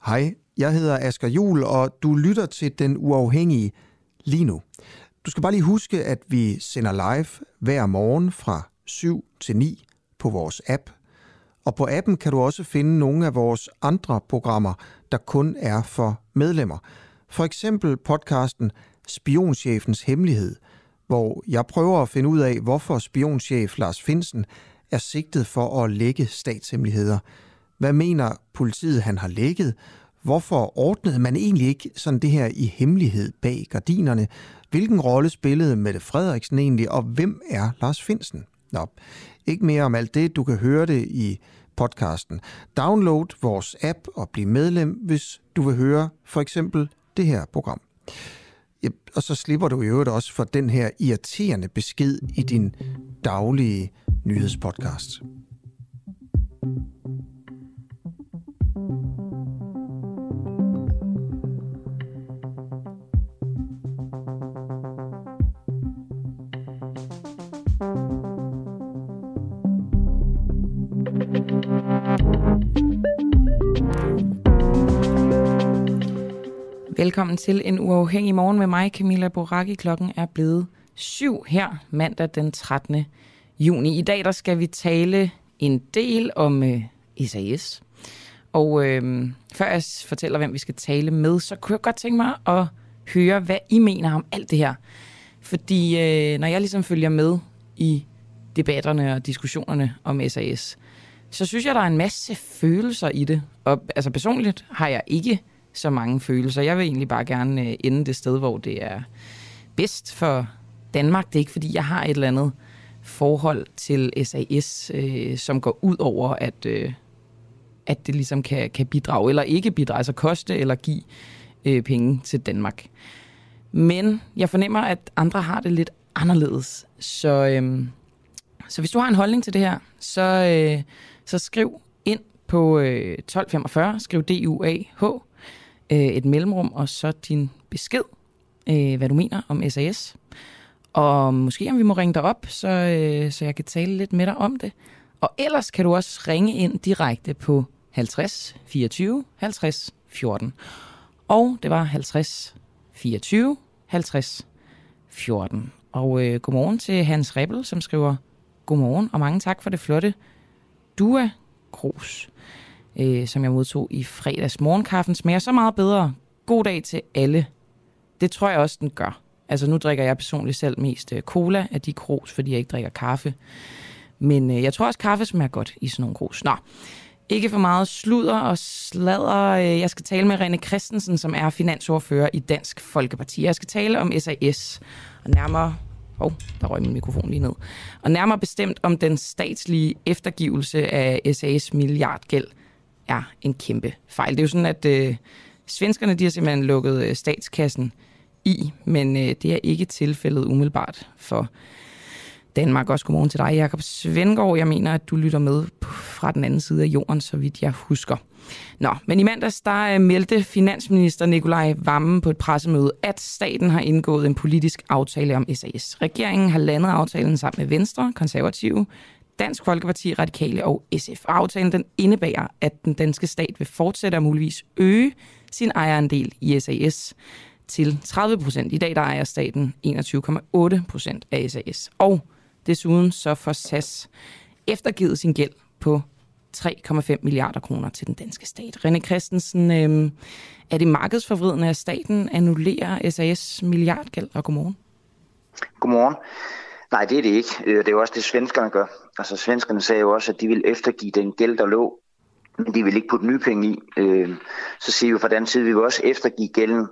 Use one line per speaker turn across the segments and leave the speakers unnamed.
Hej, jeg hedder Asger Juhl, og du lytter til Den Uafhængige lige nu. Du skal bare lige huske, at vi sender live hver morgen fra 7 til 9 på vores app. Og på appen kan du også finde nogle af vores andre programmer, der kun er for medlemmer. For eksempel podcasten Spionchefens Hemmelighed, hvor jeg prøver at finde ud af, hvorfor spionchef Lars Findsen er sigtet for at lække statshemmeligheder. Hvad mener politiet, han har lækket? Hvorfor ordnede man egentlig ikke sådan det her i hemmelighed bag gardinerne? Hvilken rolle spillede Mette Frederiksen egentlig, og hvem er Lars Findsen? Nå, ikke mere om alt det. Du kan høre det i podcasten. Download vores app og bliv medlem, hvis du vil høre for eksempel det her program. Ja, og så slipper du i øvrigt også for den her irriterende besked i din daglige nyhedspodcast.
Velkommen til En Uafhængig Morgen med mig, Camilla Boracchi. Klokken er blevet 7 her mandag den 13. juni. I dag der skal vi tale en del om SAS. Og før jeg fortæller, hvem vi skal tale med, så kunne jeg godt tænke mig at høre, hvad I mener om alt det her. Fordi når jeg ligesom følger med i debatterne og diskussionerne om SAS, så synes jeg, der er en masse følelser i det. Og altså personligt har jeg ikke så mange følelser. Jeg vil egentlig bare gerne ende det sted, hvor det er bedst for Danmark. Det er ikke, fordi jeg har et eller andet forhold til SAS, som går ud over, at det ligesom kan bidrage, eller ikke bidrage, altså koste eller give penge til Danmark. Men jeg fornemmer, at andre har det lidt anderledes. Så hvis du har en holdning til det her, så skriv ind på 1245, skriv DUAH, et mellemrum, og så din besked, hvad du mener om SAS. Og måske om vi må ringe dig op, så jeg kan tale lidt med dig om det. Og ellers kan du også ringe ind direkte på 50 24 50 14. Og det var 50 24 50 14. Og godmorgen til Hans Rebel, som skriver godmorgen, og mange tak for det flotte Dua Krus, som jeg modtog i fredags. Morgenkaffen smager så meget bedre. God dag til alle. Det tror jeg også, den gør. Altså nu drikker jeg personligt selv mest cola af de krus, fordi jeg ikke drikker kaffe. Men jeg tror også, kaffe smager godt i sådan nogle krus. Nå, ikke for meget sludder og sladder. Jeg skal tale med René Christensen, som er finansordfører i Dansk Folkeparti. Jeg skal tale om SAS, og nærmere... der røg min mikrofon lige ned. Og nærmere bestemt om den statslige eftergivelse af SAS milliardgæld er en kæmpe fejl. Det er jo sådan, at svenskerne de har simpelthen lukket statskassen i, men det er ikke tilfældet umiddelbart for Danmark. Også godmorgen til dig, Jakob Svendgaard. Jeg mener, at du lytter med fra den anden side af jorden, så vidt jeg husker. Nå, men i mandags der meldte finansminister Nicolai Wammen på et pressemøde, at staten har indgået en politisk aftale om SAS. Regeringen har landet aftalen sammen med Venstre, Konservative, Dansk Folkeparti, Radikale og SF. Aftalen den indebærer, at den danske stat vil fortsætte og muligvis øge sin ejerandel i SAS til 30%. I dag der ejer staten 21,8% af SAS. Og desuden så får SAS eftergivet sin gæld på 3,5 milliarder kroner til den danske stat. René Christensen, er det markedsforvridende, at staten annullerer SAS milliardgæld? Og godmorgen.
Godmorgen. Nej, det er det ikke. Det er jo også det, svenskerne gør. Altså, svenskerne sagde jo også, at de vil eftergive den gæld, der lå, men de vil ikke putte nye penge i. Så siger vi fra den side, vi vil også eftergive gælden.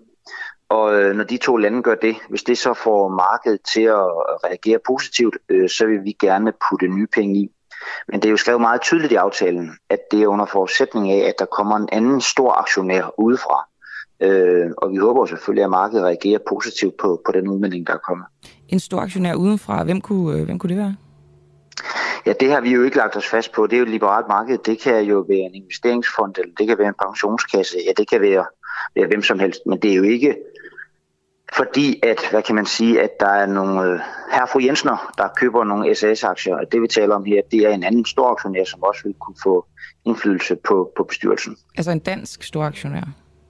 Og når de to lande gør det, hvis det så får markedet til at reagere positivt, så vil vi gerne putte nye penge i. Men det er jo skrevet meget tydeligt i aftalen, at det er under forudsætning af, at der kommer en anden stor aktionær udefra. Og vi håber selvfølgelig, at markedet reagerer positivt på den udmelding, der er kommet.
En stor aktionær udenfra, hvem kunne det være?
Ja, det har vi jo ikke lagt os fast på. Det er jo et liberalt marked. Det kan jo være en investeringsfond, eller det kan være en pensionskasse. Ja, det kan være hvem som helst. Men det er jo ikke... Fordi at, hvad kan man sige, at der er nogle herre fru Jensner, der køber nogle SAS-aktier, og det vi taler om her, det er en anden stor aktionær, som også vil kunne få indflydelse på bestyrelsen.
Altså en dansk stor aktionær?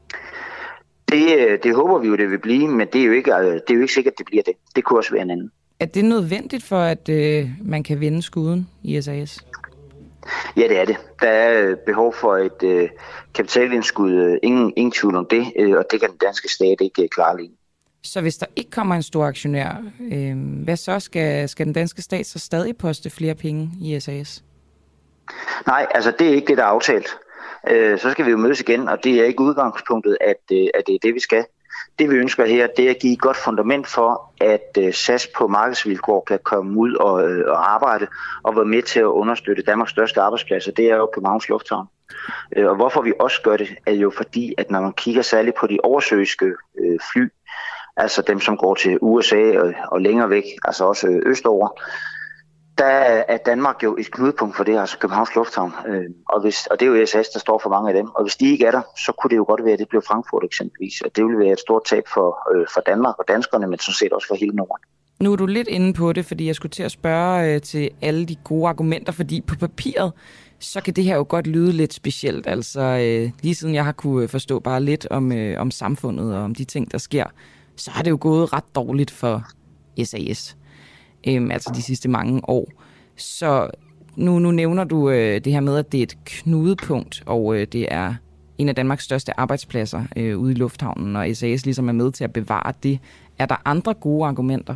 Det håber vi jo, det vil blive, men det er jo ikke sikkert, det bliver det. Det kunne også være en anden.
Er det nødvendigt for, at man kan vinde skuden i SAS?
Ja, det er det. Der er behov for et kapitalindskud. Ingen tvivl om det, og det kan den danske stat ikke klarlægge.
Så hvis der ikke kommer en stor aktionær, hvad så? Skal den danske stat så stadig poste flere penge i SAS?
Nej, altså det er ikke det, der er aftalt. Så skal vi jo mødes igen, og det er ikke udgangspunktet, at det er det, vi skal. Det vi ønsker her, det er at give et godt fundament for, at SAS på markedsvilkår kan komme ud og arbejde og være med til at understøtte Danmarks største arbejdspladser. Det er jo Københavns Lufthavn. Og hvorfor vi også gør det, er jo fordi, at når man kigger særligt på de oversøiske fly, altså dem, som går til USA og længere væk, altså også østover, der er Danmark jo et knudepunkt for det, altså Københavns Lufthavn. Og det er jo SAS, der står for mange af dem. Og hvis de ikke er der, så kunne det jo godt være, at det blev Frankfurt eksempelvis. Og det ville være et stort tab for Danmark og danskerne, men sådan set også for hele Norden.
Nu er du lidt inde på det, fordi jeg skulle til at spørge til alle de gode argumenter, fordi på papiret, så kan det her jo godt lyde lidt specielt. Altså lige siden jeg har kunne forstå bare lidt om samfundet og om de ting, der sker, så har det jo gået ret dårligt for SAS. Altså de sidste mange år. Så nu nævner du det her med, at det er et knudepunkt, og det er en af Danmarks største arbejdspladser ude i lufthavnen, og SAS ligesom er med til at bevare det. Er der andre gode argumenter?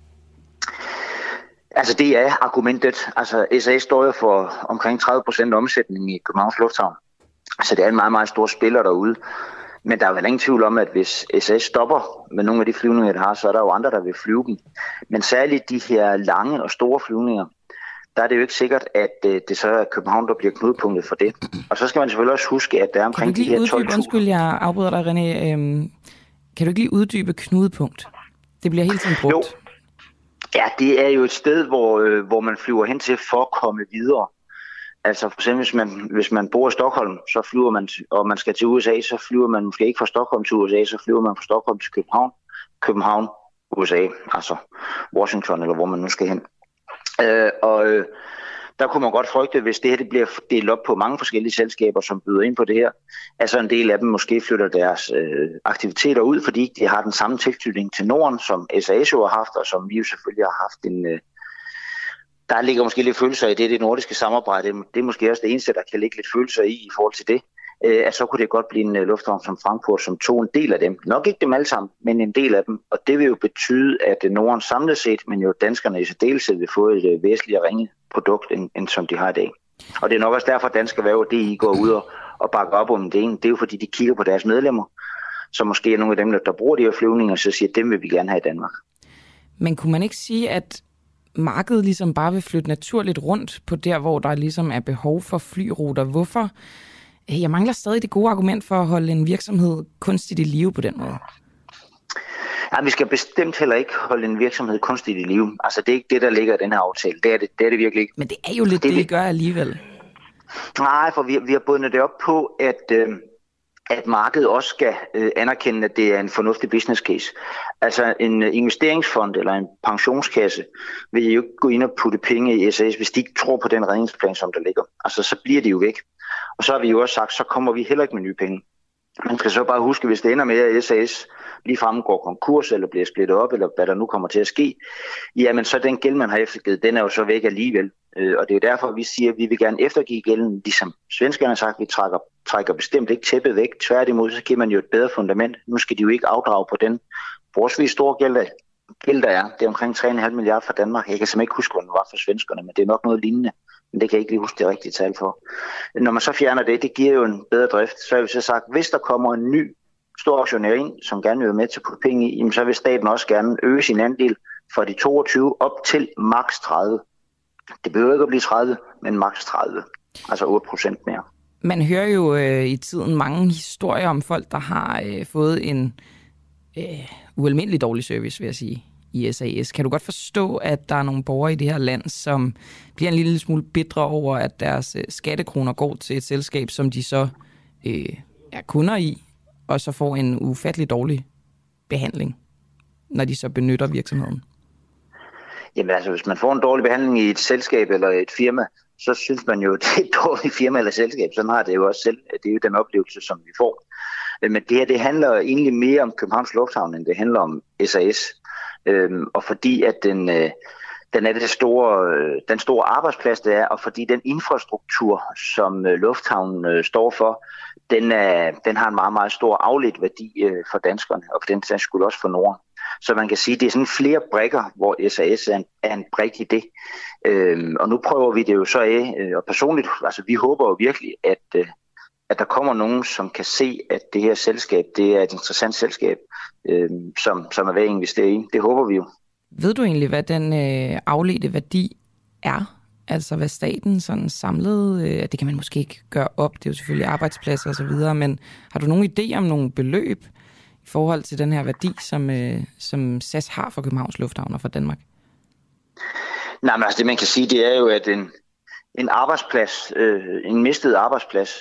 Altså det er argumentet. Altså SAS står jo for omkring 30% omsætning i Københavns Lufthavn. Så det er en meget, meget stor spiller derude. Men der er vel ingen tvivl om, at hvis SAS stopper med nogle af de flyvninger, der har, så er der jo andre, der vil flyve dem. Men særligt de her lange og store flyvninger, der er det jo ikke sikkert, at det så er København, der bliver knudepunktet for det. Og så skal man selvfølgelig også huske, at der er omkring de her 12.000...
Undskyld, jeg afbryder dig, René. Kan du ikke lige uddybe knudepunkt? Det bliver hele tiden brugt.
Jo. Ja, det er jo et sted, hvor man flyver hen til for at komme videre. Altså for eksempel, hvis man bor i Stockholm, så flyver man, og man skal til USA, så flyver man måske ikke fra Stockholm til USA, så flyver man fra Stockholm til København, USA, altså Washington, eller hvor man nu skal hen. Der kunne man godt frygte, hvis det her det bliver delt op på mange forskellige selskaber, som byder ind på det her, altså en del af dem måske flytter deres aktiviteter ud, fordi de har den samme tilknytning til Norden, som SAS jo har haft, og som vi jo selvfølgelig har haft en... Der ligger måske lidt følelser i det nordiske samarbejde. Det er måske også det eneste, der kan ligge lidt følelser i forhold til det. At så kunne det godt blive en lufthavn som Frankfurt, som tog en del af dem. Nok ikke dem alle sammen, men en del af dem. Og det vil jo betyde, at Norden samlet set, men jo danskerne i særdeleshed, vil få et væsentligt ringe produkt, end som de har i dag. Og det er nok også derfor, at Dansk Erhverv og DI går ud og bakker op om det. Det er jo fordi, de kigger på deres medlemmer, så måske er nogle af dem, der bruger de her flyvninger, så siger, at dem vil vi gerne have i Danmark.
Men kunne man ikke sige, at markedet ligesom bare vil flytte naturligt rundt på der, hvor der ligesom er behov for flyruter? Hvorfor? Jeg mangler stadig det gode argument for at holde en virksomhed kunstigt i live på den måde.
Ja, vi skal bestemt heller ikke holde en virksomhed kunstigt i live. Altså, det er ikke det, der ligger i den her aftale. Det er det virkelig ikke.
Men det er jo lidt det, vi gør alligevel.
Nej, for vi har bundet det op på, at markedet også skal anerkende, at det er en fornuftig business case. Altså en investeringsfond eller en pensionskasse vil jo ikke gå ind og putte penge i SAS, hvis de ikke tror på den redningsplan, som der ligger. Altså så bliver det jo væk. Og så har vi jo også sagt, så kommer vi heller ikke med nye penge. Man skal så bare huske, hvis det ender med, at SAS ligefrem går konkurs eller bliver splittet op, eller hvad der nu kommer til at ske, jamen så den gæld, man har eftergivet, den er jo så væk alligevel. Og det er jo derfor, vi siger, at vi vil gerne eftergive gælden, ligesom svenskerne har sagt, vi trækker bestemt ikke tæppet væk. Tværtimod, så giver man jo et bedre fundament. Nu skal de jo ikke afdrage på den forholdsvis store gæld, der er. Det er omkring 3,5 milliarder for Danmark. Jeg kan simpelthen ikke huske, hvad den var for svenskerne, men det er nok noget lignende. Men det kan jeg ikke lige huske det rigtige tal for. Når man så fjerner det giver jo en bedre drift. Så har vi så sagt, hvis der kommer en ny stor aktionær ind, som gerne vil være med til at putte penge i, så vil staten også gerne øge sin andel fra de 22 op til maks 30. Det behøver ikke at blive 30, men maks 30. Altså 8% mere.
Man hører jo i tiden mange historier om folk, der har fået en ualmindelig dårlig service, vil jeg sige, i SAS. Kan du godt forstå, at der er nogle borgere i det her land, som bliver en lille smule bitre over, at deres skattekroner går til et selskab, som de så er kunder i, og så får en ufattelig dårlig behandling? når de så benytter virksomheden?
Jamen altså, hvis man får en dårlig behandling i et selskab eller et firma, så synes man jo, at det er et dårligt firma eller selskab. Sådan har det jo også selv. Det er jo den oplevelse, som vi får. Men det her, det handler egentlig mere om Københavns Lufthavn, end det handler om SAS. Og fordi at den er den store arbejdsplads, det er, og fordi den infrastruktur, som lufthavnen står for, den har en meget, meget stor afledt værdi for danskerne, og for den sags skyld også for Norden. Så man kan sige, at det er sådan flere brikker, hvor SAS er en brik i det. Og nu prøver vi det jo så af, og personligt, altså vi håber jo virkelig, at der kommer nogen, som kan se, at det her selskab, det er et interessant selskab, som er værd at investere i. Det håber vi jo. Ved
du egentlig, hvad den afledte værdi er? Altså hvad staten sådan samlede, det kan man måske ikke gøre op, det er jo selvfølgelig arbejdspladser og så videre, men har du nogen idé om nogle beløb i forhold til den her værdi, som SAS har for Københavns Lufthavn og for Danmark?
Nej, men altså det man kan sige, det er jo, at en arbejdsplads, en mistet arbejdsplads,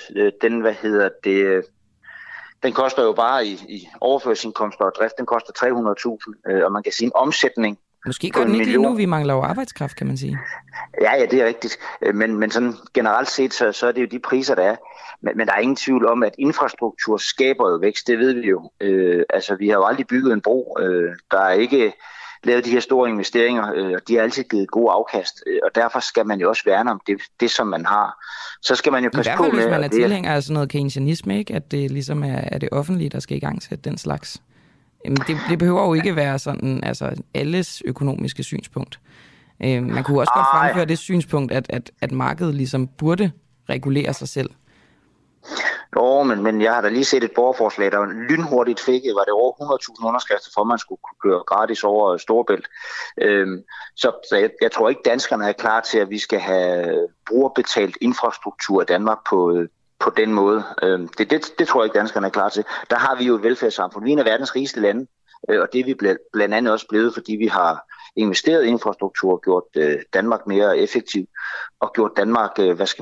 den koster jo bare i overførselsindkomster og drift, den koster 300.000, og man kan sige en omsætning.
Måske gør den ikke lige nu, vi mangler jo arbejdskraft, kan man sige.
Ja, det er rigtigt. Men sådan generelt set, så er det jo de priser, der er. Men der er ingen tvivl om, at infrastruktur skaber jo vækst, det ved vi jo. Altså, vi har jo aldrig bygget en bro. Der er ikke lavet de her store investeringer, og de har altid givet god afkast. Og derfor skal man jo også værne om det som man har. Så skal man jo passe på med... I hvert fald, hvis man er tilhænger af sådan noget keynesianisme, ikke? At det ligesom er det offentlige, der skal i gang sætte den slags. Det behøver jo ikke være sådan, altså alles økonomiske synspunkt. Man kunne også godt fremføre det synspunkt, at markedet ligesom burde regulere sig selv. Jo, men jeg har da lige set et borgerforslag, der lynhurtigt fik, var det over 100.000 underskrifter, for man skulle kunne køre gratis over Storebælt. Så jeg tror ikke, danskerne er klar til, at vi skal have brugerbetalt infrastruktur i Danmark på den måde. Det tror jeg ikke, danskerne er klar til. Der har vi jo et velfærdssamfund. Vi er en af verdens rigeste lande, og det er vi blandt andet også blevet, fordi vi har investeret i infrastruktur, gjort Danmark mere effektiv, og gjort Danmark,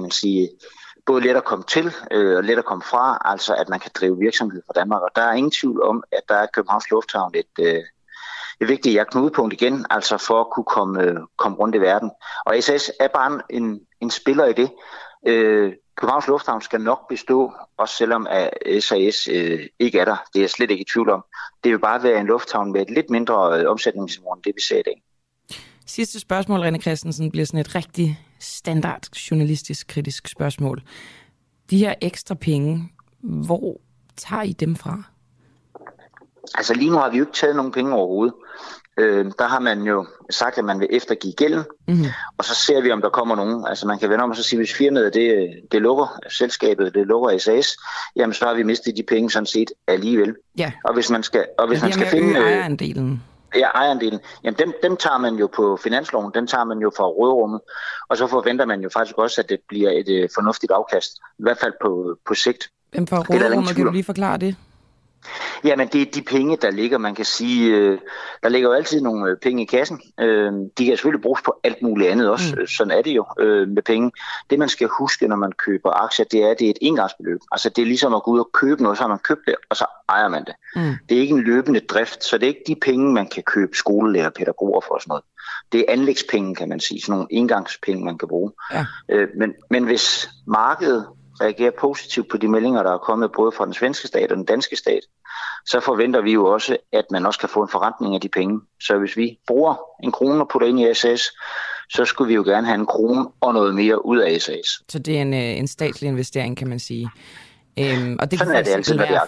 både let at komme til og let at komme fra, altså at man kan drive virksomhed fra Danmark. Og der er ingen tvivl om, at der er Københavns Lufthavn et vigtigt knudepunkt igen, altså for at kunne komme rundt i verden. Og SAS er bare en spiller i det. Københavns Lufthavn skal nok bestå, også selvom SAS ikke er der. Det er jeg slet ikke i tvivl om. Det vil bare være en lufthavn med et lidt mindre omsætningsniveau end det, vi ser i dag.
Sidste spørgsmål, René Christensen, bliver sådan et rigtig standard journalistisk kritisk spørgsmål. De her ekstra penge, hvor tager I dem fra?
Altså lige nu har vi jo ikke taget nogen penge overhovedet. Der har man jo sagt, at man vil eftergive gælden, og så ser vi, om der kommer nogen. Altså man kan vende om og så sige, hvis firmaet det lukker, selskabet det lukker SAS, jamen så har vi mistet de penge sådan set alligevel.
Ja.
Og hvis man skal finde
ejerandelen.
Ja, ejerandelen. Jamen dem tager man jo på finansloven, den tager man jo fra råderummet, og så forventer man jo faktisk også, at det bliver et fornuftigt afkast, i hvert fald på sigt.
Hvem fra råderummet, kan du lige forklare det?
Jamen det er de penge, der ligger. Man kan sige, der ligger jo altid nogle penge i kassen. De kan selvfølgelig bruges på alt muligt andet også. Sådan er det jo med penge. Det man skal huske, når man køber aktier, det er et engangsbeløb. Altså det er ligesom at gå ud og købe noget, så har man købt det, og så ejer man det. Det er ikke en løbende drift, så det er ikke de penge, man kan købe skolelærer, pædagoger for og sådan noget. Det er anlægspenge, kan man sige. Sådan nogle engangspenge, man kan bruge. Ja. Men hvis markedet reagerer positivt på de meldinger, der er kommet både fra den svenske stat og den danske stat, så forventer vi jo også, at man også kan få en forrentning af de penge. Så hvis vi bruger 1 krone og putter ind i SAS, så skulle vi jo gerne have 1 krone og noget mere ud af SAS.
Så det er en statslig investering, kan man sige. Og det kan faktisk være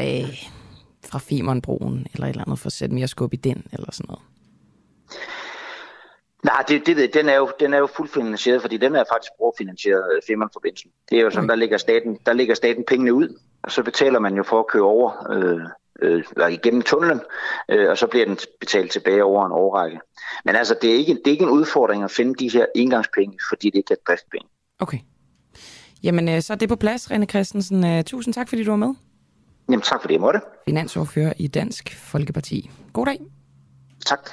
fra Femernbroen eller et eller andet for at sætte mere skub i den, eller sådan noget.
Nej, den er jo fuldt finansieret, fordi den er faktisk brugerfinansieret, Femernforbindelsen. Det er jo sådan, der lægger staten pengene ud, og så betaler man jo for at køre over igennem tunnelen, og så bliver den betalt tilbage over en årrække. Men altså, det er ikke en udfordring at finde de her engangspenge, fordi det ikke er driftpenge.
Okay. Jamen, så er det på plads, René Christensen. Tusind tak, fordi du var med.
Jamen, tak fordi jeg måtte.
Finansordfører i Dansk Folkeparti. God dag.
Tak.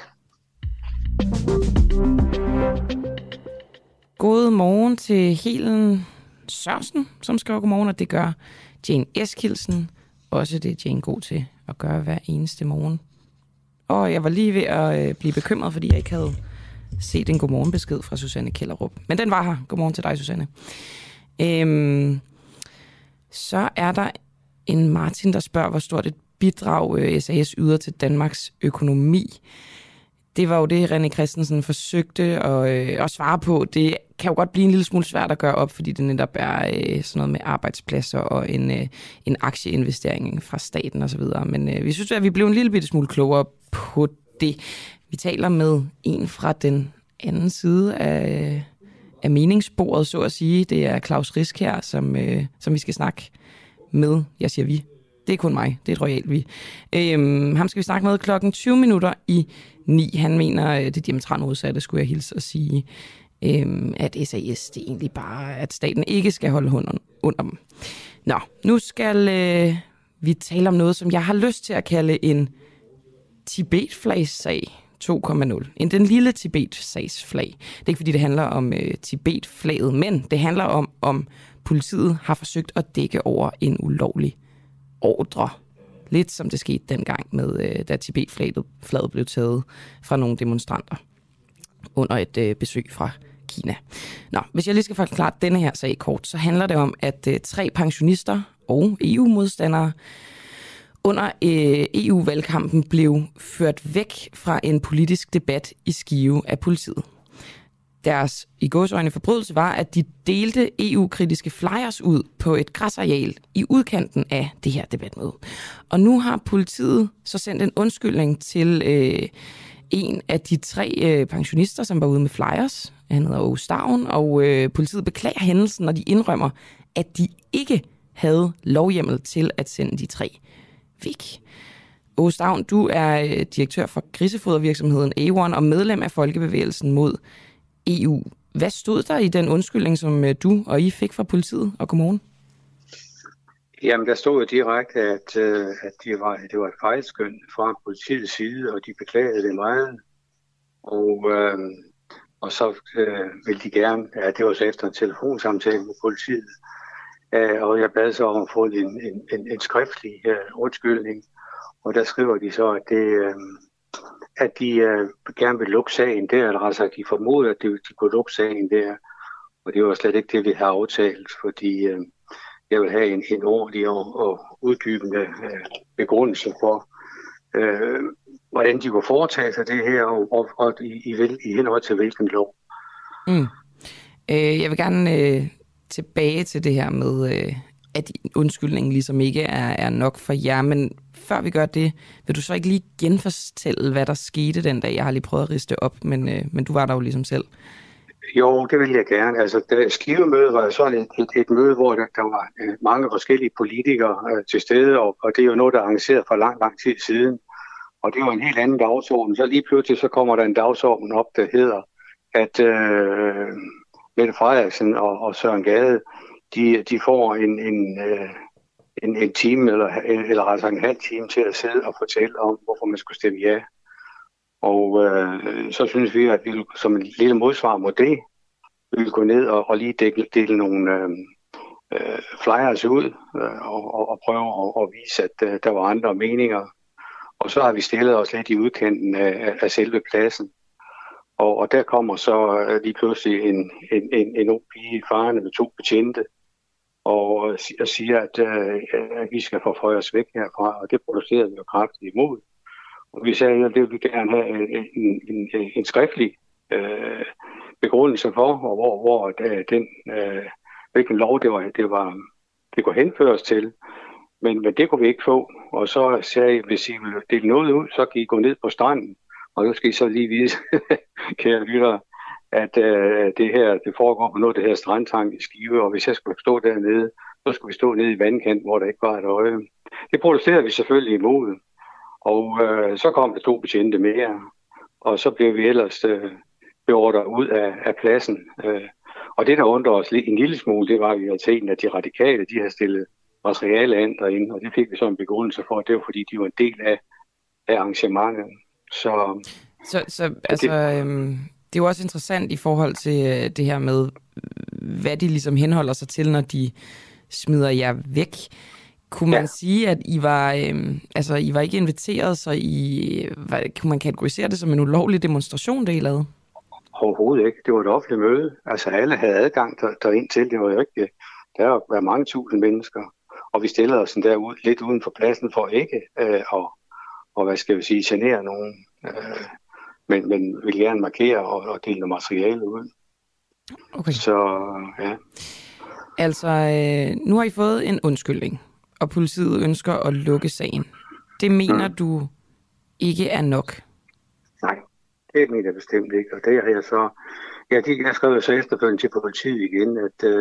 God morgen til Helen Sørensen, som skriver godmorgen, og det gør Jane Eskildsen. Også det er Jane god til at gøre hver eneste morgen. jeg var lige ved at blive bekymret, fordi jeg ikke havde set en godmorgenbesked fra Susanne Kellerup. Men den var her. Godmorgen til dig, Susanne. Så er der en Martin, der spørger, hvor stort et bidrag SAS yder til Danmarks økonomi. Det var jo det, René Christensen forsøgte at svare på. Det kan jo godt blive en lille smule svært at gøre op, fordi det netop er sådan noget med arbejdspladser og en aktieinvestering fra staten osv. Men vi synes, at vi blev en lille bitte smule klogere på det. Vi taler med en fra den anden side af meningsbordet, så at sige. Det er Claus Risk her, som vi skal snakke med. Jeg siger vi. Det er kun mig. Det er et royalt vi. Ham skal vi snakke med klokken 9:20. Han mener, det diametralt modsatte, skulle jeg hilse at sige, at SAS, det er egentlig bare, at staten ikke skal holde hånden under dem. Nå, nu skal vi tale om noget, som jeg har lyst til at kalde en Tibet-flags-sag 2.0. Den lille Tibet-sags-flag. Det er ikke, fordi det handler om Tibet-flaget, men det handler om politiet har forsøgt at dække over en ulovlig ordre. Lidt som det skete dengang, da Tibet-flaget blev taget fra nogle demonstranter under et besøg fra Kina. Nå, hvis jeg lige skal forklare denne her sag kort, så handler det om, at 3 pensionister og EU-modstandere under EU-valgkampen blev ført væk fra en politisk debat i Skive af politiet. Deres i gåseøjne forbrydelse var, at de delte EU-kritiske flyers ud på et græsareal i udkanten af det her debatmøde. Og nu har politiet så sendt en undskyldning til en af de 3 pensionister, som var ude med flyers. Han hedder Åge Stavn, og politiet beklager hændelsen, og de indrømmer, at de ikke havde lovhjemmel til at sende de 3 væk. Åge Stavn, du er direktør for grisefodervirksomheden A1 og medlem af Folkebevægelsen mod EU. Hvad stod der i den undskyldning, som du og I fik fra politiet? Og godmorgen.
Jamen, der stod jo direkte, at det var et fejlskøn fra politiets side, og de beklagede det meget. Og så ville de gerne, det var så efter en telefonsamtale med politiet, og jeg bad så om at få en skriftlig undskyldning. Og der skriver de så, at de gerne vil lukke sagen der, eller altså at de formoder, at de kunne lukke sagen der. Og det var slet ikke det, vi har aftalt, fordi jeg vil have en ordentlig og uddybende begrundelse for, hvordan de kunne foretage sig det her, og i henhold til hvilken lov.
Jeg vil gerne tilbage til det her med, at undskyldningen ligesom ikke er nok for jer, men før vi gør det, vil du så ikke lige genfortælle, hvad der skete den dag? Jeg har lige prøvet at riste op, men du var der jo ligesom selv.
Jo, det vil jeg gerne. Altså, Skivemødet var sådan et møde, hvor der var mange forskellige politikere til stede, og det er jo noget, der er arrangeret for lang tid siden. Og det var en helt anden dagsorden. Så lige pludselig så kommer der en dagsorden op, der hedder, at Mette Frederiksen og Søren Gade, de får en time, eller altså en halv time til at sidde og fortælle om, hvorfor man skulle stemme ja. Og så synes vi, at vi som en lille modsvar mod det, vi vil gå ned og lige dele nogle flyers ud og prøve at vise, at der var andre meninger. Og så har vi stillet os lidt i udkanten af selve pladsen. Og der kommer så lige pludselig en ung pige farende med 2 betjente og siger, at vi skal forføje os væk herfra, og det protesterede vi jo kraftigt imod. Og vi sagde, at det ville vi gerne have en skriftlig begrundelse for, og hvor hvilken lov det kunne henføres til. Men det kunne vi ikke få. Og så sagde jeg, hvis I ville dele noget ud, så kan I gå ned på stranden. Og nu skal I så lige vise, kære lyttere, at det foregår på noget af det her strandtang i Skive. Og hvis jeg skulle stå dernede, så skulle vi stå nede i vandkanten, hvor der ikke var et øje. Det protesterede vi selvfølgelig imod. Og så kom der 2 betjente mere, og så blev vi ellers beordret ud af pladsen. Og det, der undrede os en lille smule, det var i realiteten, at de radikale, de havde stillet materiale ind derinde, og det fik vi så en begrundelse for, at det var fordi, de var en del af arrangementet. Så
altså, det er jo også interessant i forhold til det her med, hvad de ligesom henholder sig til, når de smider jer væk. Kunne man sige, at I var ikke inviteret, så kunne man kategorisere det som en ulovlig demonstration, det I lavede?
Overhovedet ikke. Det var et offentligt møde. Altså alle havde adgang derind til. Det var jo ikke... Der var mange tusind mennesker. Og vi stillede os der lidt uden for pladsen for ikke og hvad skal vi sige, genere nogen. Men ville gerne markere og dele noget materiale ud.
Okay.
Så ja.
Altså, nu har I fået en undskyldning, og politiet ønsker at lukke sagen. Det mener du ikke er nok?
Nej, det mener jeg bestemt ikke. Og det har jeg så... Jeg skrev så efterfølgende til politiet igen,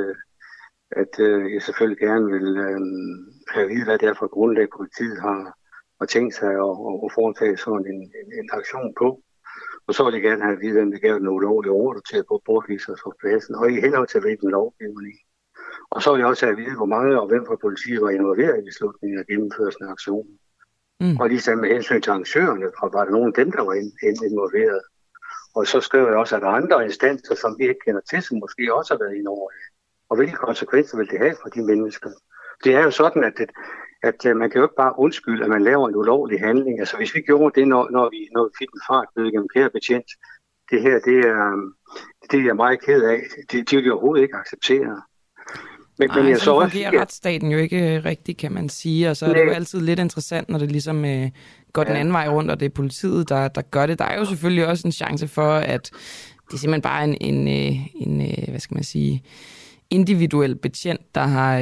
at jeg selvfølgelig gerne vil have at vide, hvad det er for grundlag politiet har tænkt sig at foretage sådan en aktion på. Og så vil jeg gerne have at vide, hvem det gav den ulovlige ordre til at bortvise os fra pladsen, og i henhold til hvilken lovgivning. Og så vil jeg også have at vide, hvor mange og hvem fra politiet var involveret i beslutningen af gennemførelsen af aktionen. Og ligesom med hensyn til arrangørerne, var der nogen af dem, der var involveret. Og så skrev jeg også, at der er andre instanser, som vi ikke kender til, som måske også har været inde over det. Og hvilke konsekvenser vil det have for de mennesker? Det er jo sådan, at man kan jo ikke bare undskylde, at man laver en ulovlig handling. Altså hvis vi gjorde det, når vi fik en fart ved gennem kære betjent, det her, det er jeg meget ked af. Det vil vi overhovedet ikke acceptere. Men jeg så også
fungerer retsstaten jo ikke rigtigt, kan man sige. Og så er det jo altid lidt interessant, når det ligesom går den anden vej rundt, og det er politiet, der gør det. Der er jo selvfølgelig også en chance for, at det er simpelthen bare en hvad skal man sige, individuel betjent, der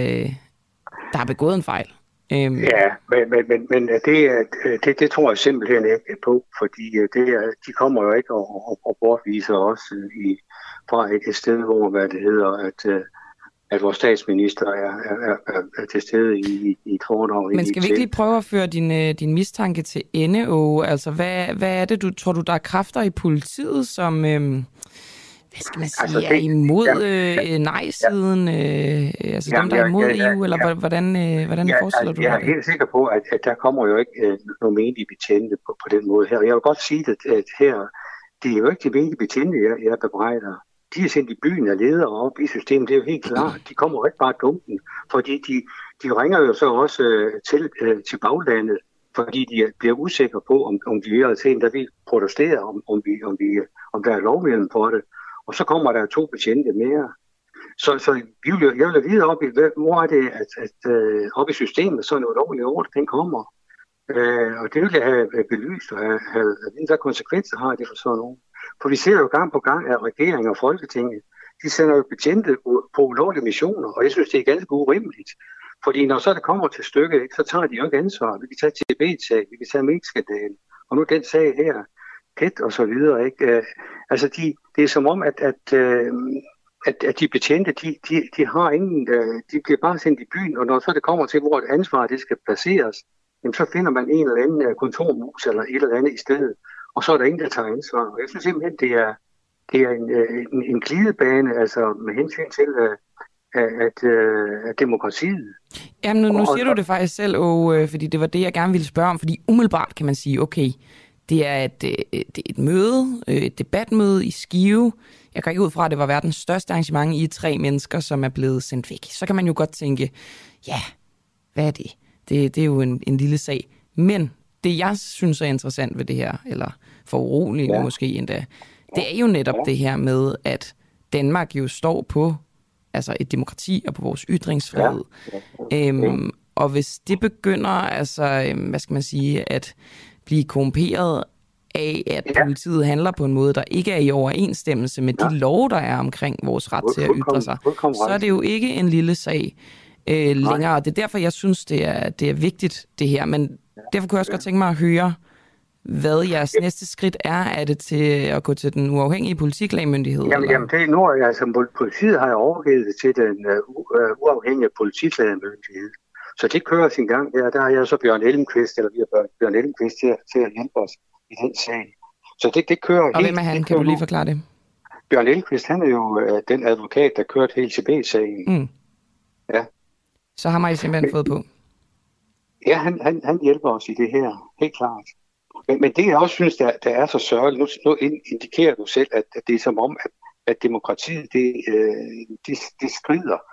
har begået en fejl.
Ja, men det tror jeg simpelthen ikke på, fordi de kommer jo ikke og bortviser os fra et sted, hvor hvad det hedder, at vores statsminister er til stede i et foredrag.
Men skal vi ikke lige prøve at føre din mistanke til ende, Åge? Altså, hvad er det, tror du, der er kræfter i politiet, som... hvad skal man sige, er imod nej-siden? Dem, der er imod EU, eller hvordan forestiller du dig det?
Jeg er helt sikker på, at der kommer jo ikke nogen menige betjente på den måde her. Jeg vil godt sige, at her, det er jo ikke de menige betjente, jeg bebrejder. De er sendt i byen af ledere op i systemet, det er jo helt klart. De kommer jo ikke bare dumpen, fordi de ringer jo så også til baglandet, fordi de bliver usikre på, om de i realiteten, der vil protestere, om der er lovmedlen for det. Og så kommer der 2 betjente mere. Så jeg vil vide op i, hvor er det, at op i systemet, så en ulovlig ordre, den kommer. Og det vil jeg have belyst og have hvad konsekvenser har det for sådan nogen. For vi ser jo gang på gang, at regeringen og Folketinget, de sender jo betjente på ulovlige missioner, og jeg synes, det er ganske urimeligt. Fordi når så det kommer til stykket, så tager de jo ikke ansvar. Vi kan tage Tibet-sag, vi kan tage minkskandalen, og nu den sag her, PET og så videre. Ikke? Altså, det er som om, at de betjente, de har ingen, de bliver bare sendt i byen, og når så det kommer til, hvor et ansvar det skal placeres, jamen, så finder man en eller anden kontormus eller et eller andet i stedet, og så er der ingen, der tager ansvar. Og jeg synes simpelthen, det er en glidebane, altså med hensyn til at demokratiet.
Jamen, nu siger du det faktisk selv, fordi det var det, jeg gerne ville spørge om, fordi umiddelbart kan man sige, okay, det er et møde, et debatmøde i Skive. Jeg går ikke ud fra, at det var verdens største arrangement. I 3 mennesker, som er blevet sendt væk. Så kan man jo godt tænke, ja, hvad er det? Det er jo en lille sag. Men det, jeg synes er interessant ved det her, eller for uroligende måske endda, det er jo netop det her med, at Danmark jo står på et demokrati og på vores ytringsfrihed. Og hvis det begynder, hvad skal man sige, at blive korrumperet af, at politiet handler på en måde, der ikke er i overensstemmelse med de love, der er omkring vores ret til at ytre sig, så er det jo ikke en lille sag længere. Det er derfor, jeg synes, det er vigtigt, det her. Men derfor kunne jeg også godt tænke mig at høre, hvad jeres næste skridt er. Er det til at gå til den uafhængige politiklagemyndighed?
Jamen det er nu, altså politiet har overgivet det til den uafhængige politiklagemyndighed. Så det kører sin gang. Der har jeg så Bjørn Elmqvist, eller vi har Bjørn Elmqvist til at hjælpe os i den sag. Så det kører helt...
Og hvem er han? Kan du lige forklare det?
Bjørn Elmqvist, han er jo den advokat, der kørte hele Tibet-sagen. Ja.
Så har man simpelthen fået på?
Ja, han hjælper os i det her, helt klart. Men det, jeg også synes, der er så sørgeligt, nu indikerer du selv, at det er som om, at demokratiet, det skrider.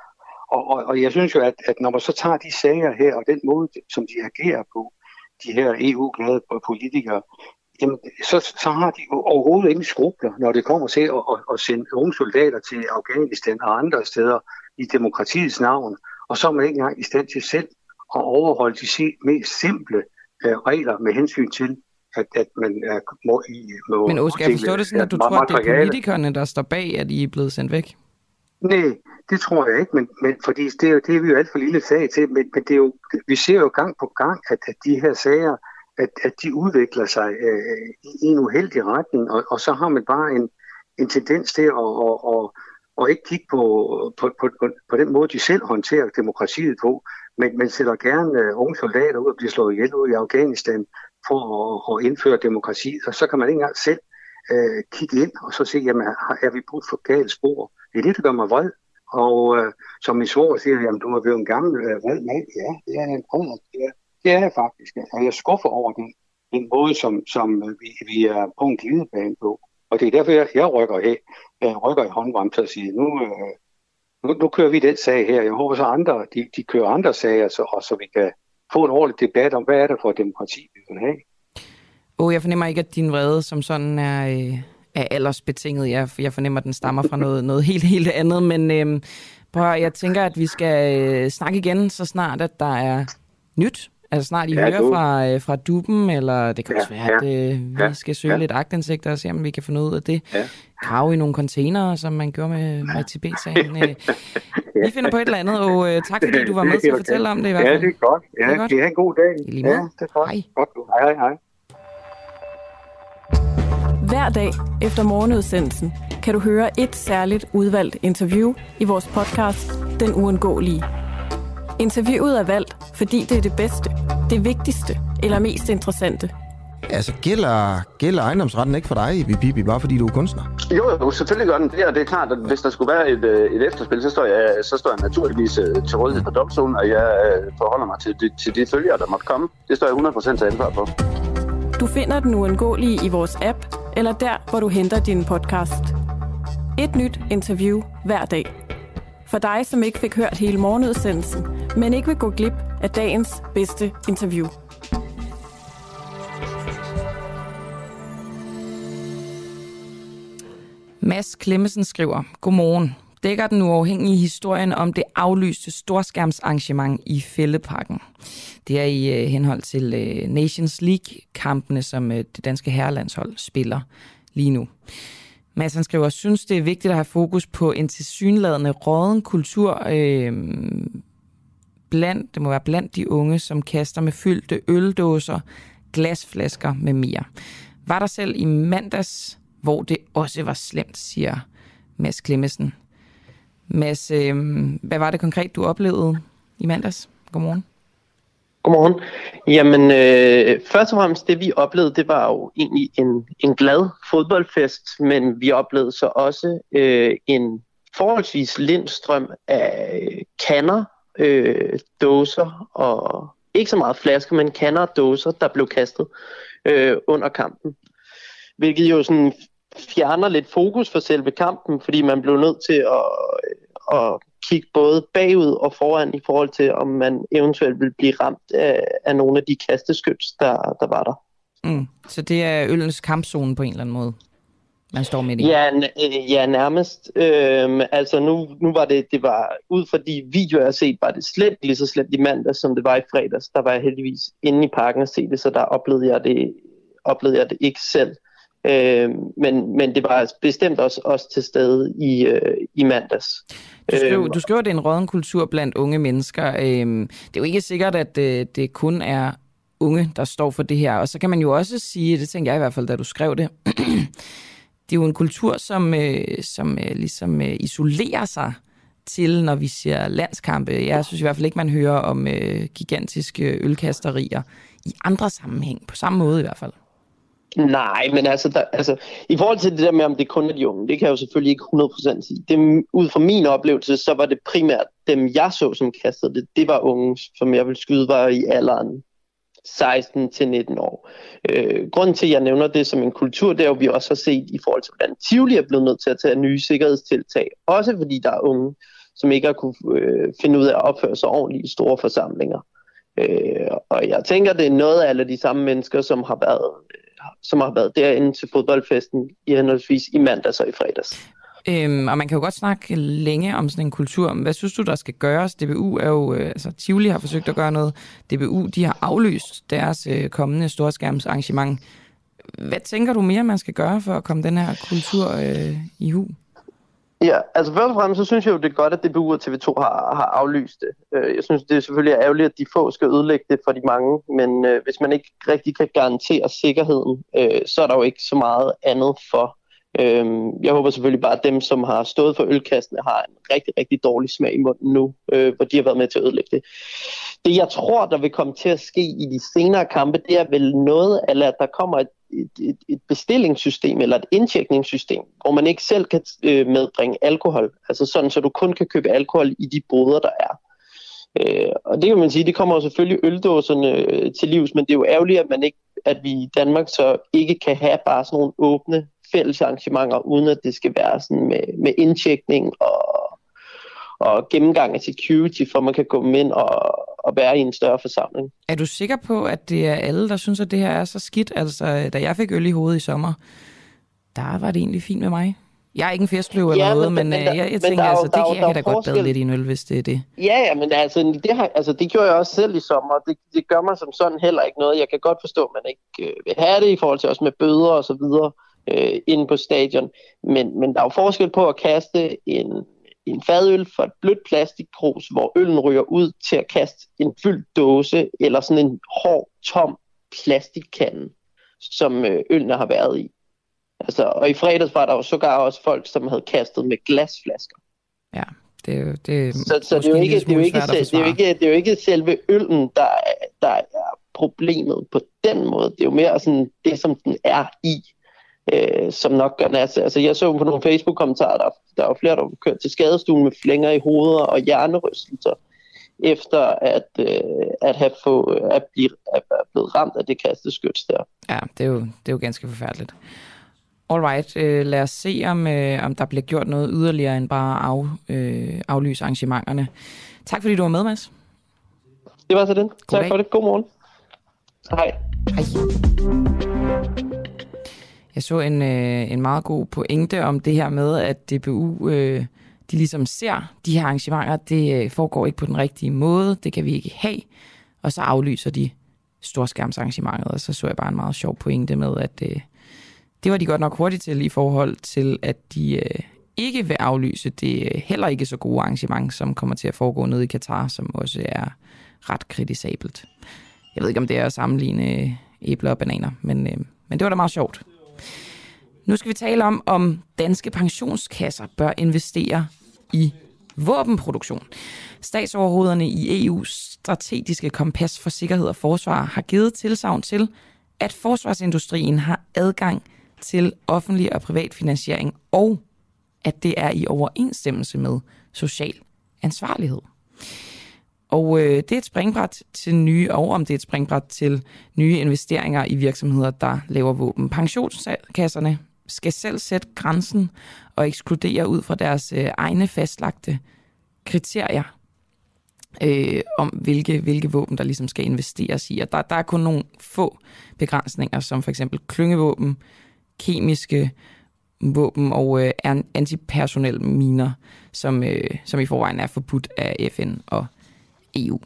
Og jeg synes jo, at når man så tager de sager her, og den måde, som de agerer på, de her EU-glade politikere, jamen, så har de overhovedet ingen skrupler, når det kommer til at sende unge soldater til Afghanistan og andre steder i demokratiets navn, og så er man ikke engang i stand til selv at overholde de mest simple regler med hensyn til, at man må...
Men Oscar, jeg forstår det sådan, at du tror, at det er politikerne, der står bag, at I er blevet sendt væk?
Nej, det tror jeg ikke, men fordi det er vi jo alt for lille sag til, men det er jo, vi ser jo gang på gang, at de her sager, at de udvikler sig i en uheldig retning, og så har man bare en tendens til at ikke kigge på den måde, de selv håndterer demokratiet på, men man sætter gerne unge soldater ud og bliver slået ihjel ud i Afghanistan for at indføre demokrati, og så kan man ikke engang selv kigge ind og så se, jamen, er vi på et for galt spor? Det er det, der gør mig vred. Og som min svoger siger, jamen, du har været en gammel vred mand. Ja, det er en vred. Det er jeg faktisk. Og jeg skuffer over den måde, som vi er på en glidebane på. Og det er derfor, jeg rykker i håndbremsen og siger, nu kører vi den sag her. Jeg håber så andre, de kører andre sager, så vi kan få en ordentlig debat om, hvad er det for demokrati, vi vil have.
Jeg fornemmer ikke, at din vrede som sådan er aldersbetinget. Jeg fornemmer, at den stammer fra noget helt andet. Men jeg tænker, at vi skal snakke igen, så snart, at der er nyt. Altså snart I hører fra Duben, eller det kan også være, at vi skal søge lidt aktindsigt og se, om vi kan finde ud af det. Grave i nogle containere, som man gjorde med Tibet-sagen. Vi finder på et eller andet, og tak fordi du var med til at fortælle om det i hvert fald.
Ja, det er godt. Ja, det er en god dag.
I lige måde.
Ja, det er godt.
Hej.
Godt. Hej.
Hver dag efter morgenudsendelsen kan du høre et særligt udvalgt interview i vores podcast Den Uundgåelige. Interviewet er valgt, fordi det er det bedste, det vigtigste eller mest interessante.
Altså, gælder ejendomsretten ikke for dig, Bibi, bare fordi du er kunstner?
Jo, selvfølgelig gør den det, og det er klart, at hvis der skulle være et efterspil, så står jeg naturligvis til rådighed for domstolen, og jeg forholder mig til de følgere, der måtte komme. Det står jeg 100% til ansvar for.
Du finder Den Uundgåelige i vores app, eller der, hvor du henter din podcast. Et nyt interview hver dag. For dig, som ikke fik hørt hele morgenudsendelsen, men ikke vil gå glip af dagens bedste interview.
Mads Clemmensen skriver, godmorgen. Dækker Den Uafhængige historien om det aflyste storskærmsarrangement i Fælledparken. Det er i henhold til Nations League-kampene, som det danske herrelandshold spiller lige nu. Mads han skriver, synes det er vigtigt at have fokus på en tilsyneladende rådden kultur blandt de unge, som kaster med fyldte øldåser, glasflasker med mere. Var der selv i mandags, hvor det også var slemt, siger Mads Clemmensen. Mads, hvad var det konkret, du oplevede i mandags? Godmorgen.
Godmorgen. Jamen, først og fremmest det vi oplevede, det var jo egentlig en glad fodboldfest, men vi oplevede så også en forholdsvis lindstrøm af kander, dåser og ikke så meget flasker, men kander og dåser, der blev kastet under kampen. Hvilket jo sådan fjerner lidt fokus for selve kampen, fordi man blev nødt til at kigge både bagud og foran i forhold til, om man eventuelt vil blive ramt af nogle af de kasteskyts, der var der.
Så det er øllens kampzone på en eller anden måde, man står midt i?
Ja, nærmest. Altså nu var det var ud fra de videoer, jeg har set, var det slemt, lige så slemt i mandag, som det var i fredags. Der var jeg heldigvis inde i parken og se det, så der oplevede jeg det ikke selv. Men det var bestemt også til stede i mandags.
Du skriver, at det er en rådden kultur blandt unge mennesker. Det er jo ikke sikkert, at det kun er unge, der står for det her. Og så kan man jo også sige, det tænker jeg i hvert fald, da du skrev det, det er jo en kultur, som ligesom isolerer sig til, når vi ser landskampe. Jeg synes i hvert fald ikke, man hører om gigantiske ølkasterier i andre sammenhæng, på samme måde i hvert fald.
Nej, men altså i forhold til det der med, om det kun er de unge, det kan jeg jo selvfølgelig ikke 100% sige. Det, ud fra min oplevelse, så var det primært dem, jeg så, som kastede det. Det var unge, som jeg vil skyde, var i alderen 16 til 19 år. Grunden til, at jeg nævner det som en kultur, det er jo, vi også har set i forhold til, hvordan Tivoli er blevet nødt til at tage nye sikkerhedstiltag. Også fordi der er unge, som ikke har kunne finde ud af at opføre sig ordentligt i store forsamlinger. Og jeg tænker, det er noget af alle de samme mennesker, som har været derinde til fodboldfesten i henholdsvis i mandags og i fredags.
Og man kan jo godt snakke længe om sådan en kultur. Hvad synes du, der skal gøres? DBU er jo, Tivoli har forsøgt at gøre noget. DBU, de har aflyst deres kommende storskærmsarrangement. Hvad tænker du mere, man skal gøre for at komme den her kultur i hu?
Ja, altså først og fremmest, så synes jeg jo, det er godt, at DBU og TV2 har aflyst det. Jeg synes, det er selvfølgelig ærgerligt, at de få skal ødelægge det for de mange, men hvis man ikke rigtig kan garantere sikkerheden, så er der jo ikke så meget andet for. Jeg håber selvfølgelig bare, at dem, som har stået for ølkastene, har en rigtig, rigtig dårlig smag i munden nu, hvor de har været med til at ødelægge det. Det, jeg tror, der vil komme til at ske i de senere kampe, det er vel noget, eller at der kommer et bestillingssystem eller et indtjekningssystem, hvor man ikke selv kan medbringe alkohol. Altså sådan, så du kun kan købe alkohol i de boder, der er. Og det kan man sige, det kommer jo selvfølgelig øldåserne til livs, men det er jo ærgerligt, at vi i Danmark så ikke kan have bare sådan nogle åbne fælles arrangementer, uden at det skal være sådan med indtjekning og gennemgang af security, for man kan komme ind og være i en større forsamling.
Er du sikker på, at det er alle, der synes, at det her er så skidt? Altså, da jeg fik øl i hovedet i sommer, der var det egentlig fint med mig. Jeg er ikke en festløv eller noget, men jeg tænker, altså, jeg kan da godt bade lidt i en øl, hvis det er det. Ja, men
det gjorde jeg også selv i sommer. Det gør mig som sådan heller ikke noget. Jeg kan godt forstå, at man ikke vil have det i forhold til også med bøder og så videre inde på stadion. Men der er jo forskel på at kaste en fadøl fra et blødt plastikkrus, hvor øllen ryger ud, til at kaste en fyldt dåse eller sådan en hård, tom plastikkande, som øllen har været i. Altså, og i fredags var der jo sågar også folk, som havde kastet med glasflasker.
Ja, det er
jo ikke selve øllen, der er problemet på den måde. Det er jo mere sådan det, som den er i, som nok gør næste. Altså, jeg så på nogle Facebook-kommentarer, der var flere, der var kørt til skadestuen med flænger i hovedet og hjernerystelser, efter at blive blevet ramt af det kasteskyts der.
Ja, det er jo ganske forfærdeligt. Alright, lad os se, om der bliver gjort noget yderligere end bare aflyse arrangementerne. Tak fordi du var med, Mads.
Det var så den. Tak for det. God morgen. Hej.
Hej. Jeg så en meget god pointe om det her med, at DBU de ligesom ser de her arrangementer, det foregår ikke på den rigtige måde, det kan vi ikke have, og så aflyser de storskærmsarrangementet, og så jeg bare en meget sjov pointe med, at det var de godt nok hurtigt til i forhold til, at de ikke vil aflyse det heller ikke så gode arrangement, som kommer til at foregå nede i Katar, som også er ret kritisabelt. Jeg ved ikke, om det er at sammenligne æbler og bananer, men det var da meget sjovt. Nu skal vi tale om danske pensionskasser bør investere i våbenproduktion. Statsoverhovederne i EU's strategiske kompas for sikkerhed og forsvar har givet tilsagn til, at forsvarsindustrien har adgang til offentlig og privat finansiering, og at det er i overensstemmelse med social ansvarlighed. Og det er et springbræt til nye investeringer i virksomheder, der laver våben. Pensionskasserne skal selv sætte grænsen og ekskludere ud fra deres egne fastlagte kriterier om hvilke våben, der ligesom skal investeres i. Og der er kun nogle få begrænsninger, som for eksempel klyngevåben, kemiske våben og antipersonelle miner, som i forvejen er forbudt af FN og EU.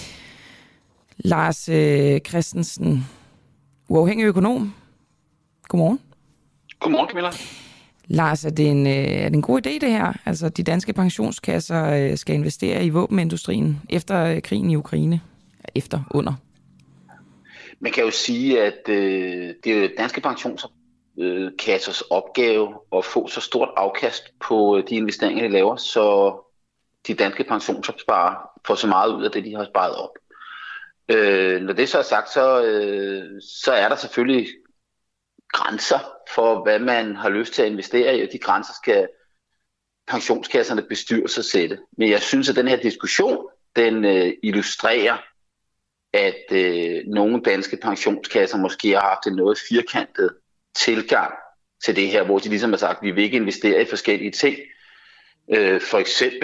Lars Christensen, uafhængig økonom. Godmorgen.
Godmorgen, Camilla.
Lars, er det en god idé det her? Altså, de danske pensionskasser skal investere i våbenindustrien efter krigen i Ukraine? Under?
Man kan jo sige, at det er danske pensionskassers opgave at få så stort afkast på de investeringer, de laver, så de danske pensionsopsparere får så meget ud af det, de har sparet op. Når det så er sagt, så er der selvfølgelig grænser for, hvad man har lyst til at investere i, og de grænser skal pensionskasserne bestyre sig sætte. Men jeg synes, at den her diskussion, den illustrerer, at nogle danske pensionskasser måske har haft en noget firkantet tilgang til det her, hvor de ligesom har sagt, at vi vil ikke investere i forskellige ting. For eksempel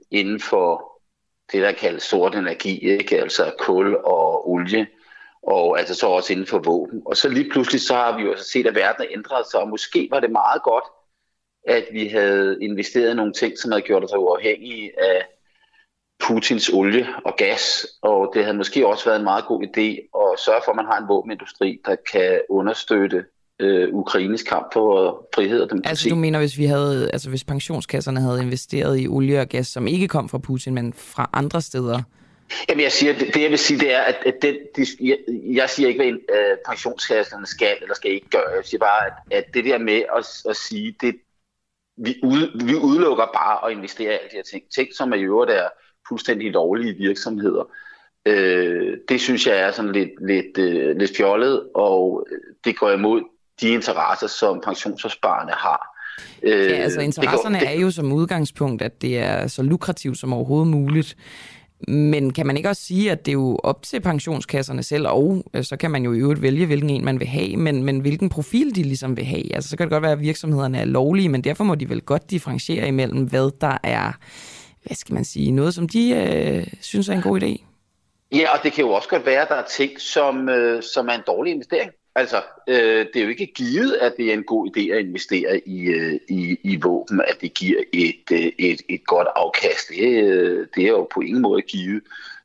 inden for det, der kaldes sort energi, ikke? Altså kul og olie, og altså så også inden for våben. Og så lige pludselig så har vi jo set, at verden er ændret sig, og måske var det meget godt, at vi havde investeret i nogle ting, som havde gjort os uafhængige af Putins olie og gas, og det havde måske også været en meget god idé at sørge for, at man har en våbenindustri, der kan understøtte Ukraines kamp for frihed og demokrati.
Altså du mener, hvis pensionskasserne havde investeret i olie og gas, som ikke kom fra Putin, men fra andre steder?
Jamen jeg siger, det jeg vil sige, det er, at jeg siger ikke, hvad pensionskasserne skal eller skal ikke gøre. Jeg siger bare, at det der med at sige, vi udelukker bare at investere i alle de her ting. Ting, som er i øvrigt er fuldstændig lovlige virksomheder. Det synes jeg er sådan lidt fjollet, og det går imod de interesser, som pensionsopsparerne har.
Ja, altså interesserne er jo som udgangspunkt, at det er så lukrativt som overhovedet muligt. Men kan man ikke også sige, at det er jo op til pensionskasserne selv, og så kan man jo i øvrigt vælge, hvilken en man vil have, men hvilken profil de ligesom vil have. Altså så kan det godt være, at virksomhederne er lovlige, men derfor må de vel godt differentiere imellem, hvad der er, hvad skal man sige, noget som de synes er en god idé. Ja,
og det kan jo også godt være, at der er ting, som er en dårlig investering. Altså, det er jo ikke givet, at det er en god idé at investere i våben, at det giver et godt afkast. Det er jo på ingen måde givet.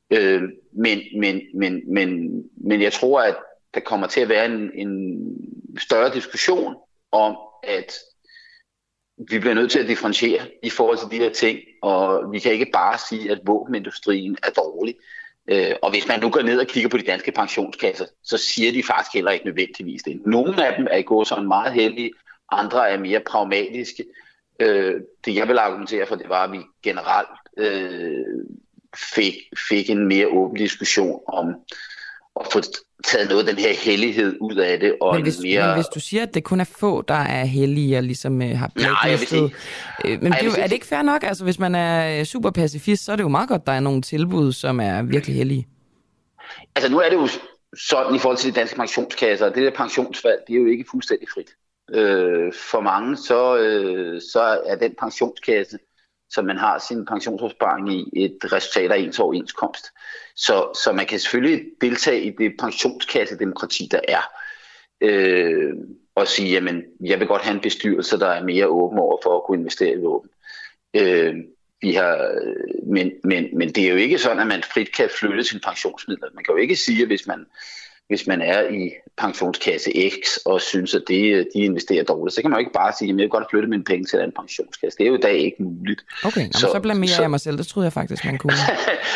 Men jeg tror, at der kommer til at være en større diskussion om, at vi bliver nødt til at differentiere i forhold til de her ting, og vi kan ikke bare sige, at våbenindustrien er dårlig. Og hvis man nu går ned og kigger på de danske pensionskasser, så siger de faktisk heller ikke nødvendigvis det. Nogle af dem er gået sådan meget heldige, andre er mere pragmatiske. Det jeg vil argumentere for, det var, at vi generelt fik en mere åben diskussion om at få taget noget af den her hellighed ud af det. Og men
hvis du siger, at det kun er få, der er hellige og ligesom har blacklistet, men er det ikke fair nok? Altså hvis man er super pacifist, så er det jo meget godt, der er nogle tilbud, som er virkelig hellige.
Altså nu er det jo sådan i forhold til de danske pensionskasser, det der pensionsvalg, det er jo ikke fuldstændig frit. For mange så er den pensionskasse, som man har sin pensionsopsparing i, et resultat af ens overenskomst. Så man kan selvfølgelig deltage i det pensionskassedemokrati, der er, og sige, jamen, jeg vil godt have en bestyrelse, der er mere åben over for at kunne investere i våben. Men det er jo ikke sådan, at man frit kan flytte sine pensionsmidler. Man kan jo ikke sige, at hvis man er i pensionskasse X og synes, at de investerer dårligt, så kan man jo ikke bare sige, at jeg vil godt flytte mine penge til en pensionskasse. Det er jo i dag ikke muligt.
Okay, så blamerer jeg mig selv. Det troede jeg faktisk, man kunne.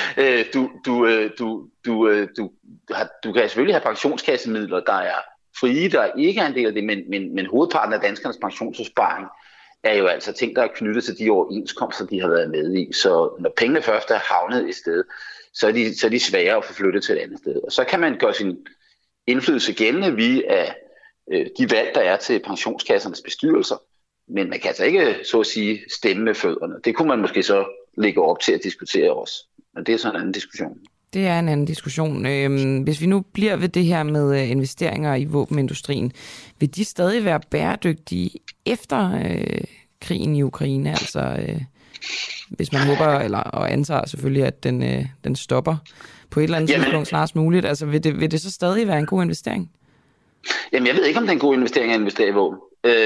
Du kan selvfølgelig have pensionskassemidler, der er frie, der ikke er en del af det, men hovedparten af danskernes pensionsopsparing er jo altså ting, der er knyttet til de overenskomster, de har været med i. Så når pengene først er havnet et sted, så er de svære at få flyttet til et andet sted. Og så kan man gøre sin indflydelse gældende via de valg, der er til pensionskassernes bestyrelser. Men man kan altså ikke, så at sige, stemme med fødderne. Det kunne man måske så lægge op til at diskutere også. Men det er sådan en anden diskussion.
Det er en anden diskussion. Hvis vi nu bliver ved det her med investeringer i våbenindustrien, vil de stadig være bæredygtige efter krigen i Ukraine? Altså, hvis man håber og antager selvfølgelig, at den stopper på et eller andet tidspunkt snarest muligt. Altså, vil det så stadig være en god investering?
Jamen, jeg ved ikke, om det er en god investering at investere i våben.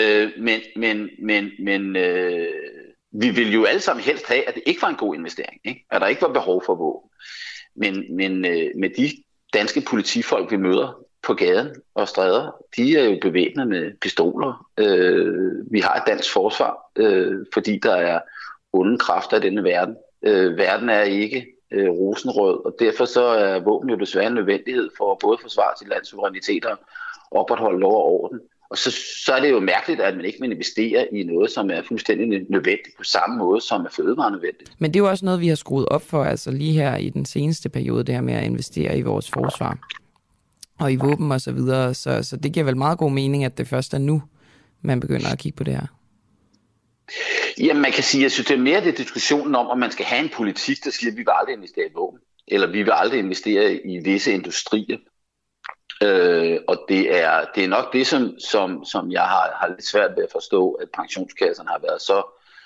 Men vi vil jo alle sammen helst have, at det ikke var en god investering. Ikke? At der ikke var behov for våben. Men med de danske politifolk, vi møder på gaden og stræder, de er jo bevæbnet med pistoler. Vi har et dansk forsvar, fordi der er onde kræfter i denne verden. Verden er ikke rosenrød, og derfor så er våben jo desværre en nødvendighed for både at forsvare sit lands suverænitet og opretholde lov og orden. Og så er det jo mærkeligt, at man ikke vil investere i noget, som er fuldstændig nødvendigt på samme måde, som er fødevare nødvendigt.
Men det er jo også noget, vi har skruet op for, altså lige her i den seneste periode, det her med at investere i vores forsvar og i våben og så videre. Så det giver vel meget god mening, at det først er nu, man begynder at kigge på det her.
Jamen man kan sige, at jeg synes, det er mere det diskussionen om man skal have en politik, der siger, at vi vil aldrig investere i våben, eller vi vil aldrig investere i visse industrier. Og det er nok det, som jeg har lidt svært ved at forstå, at pensionskasserne har været så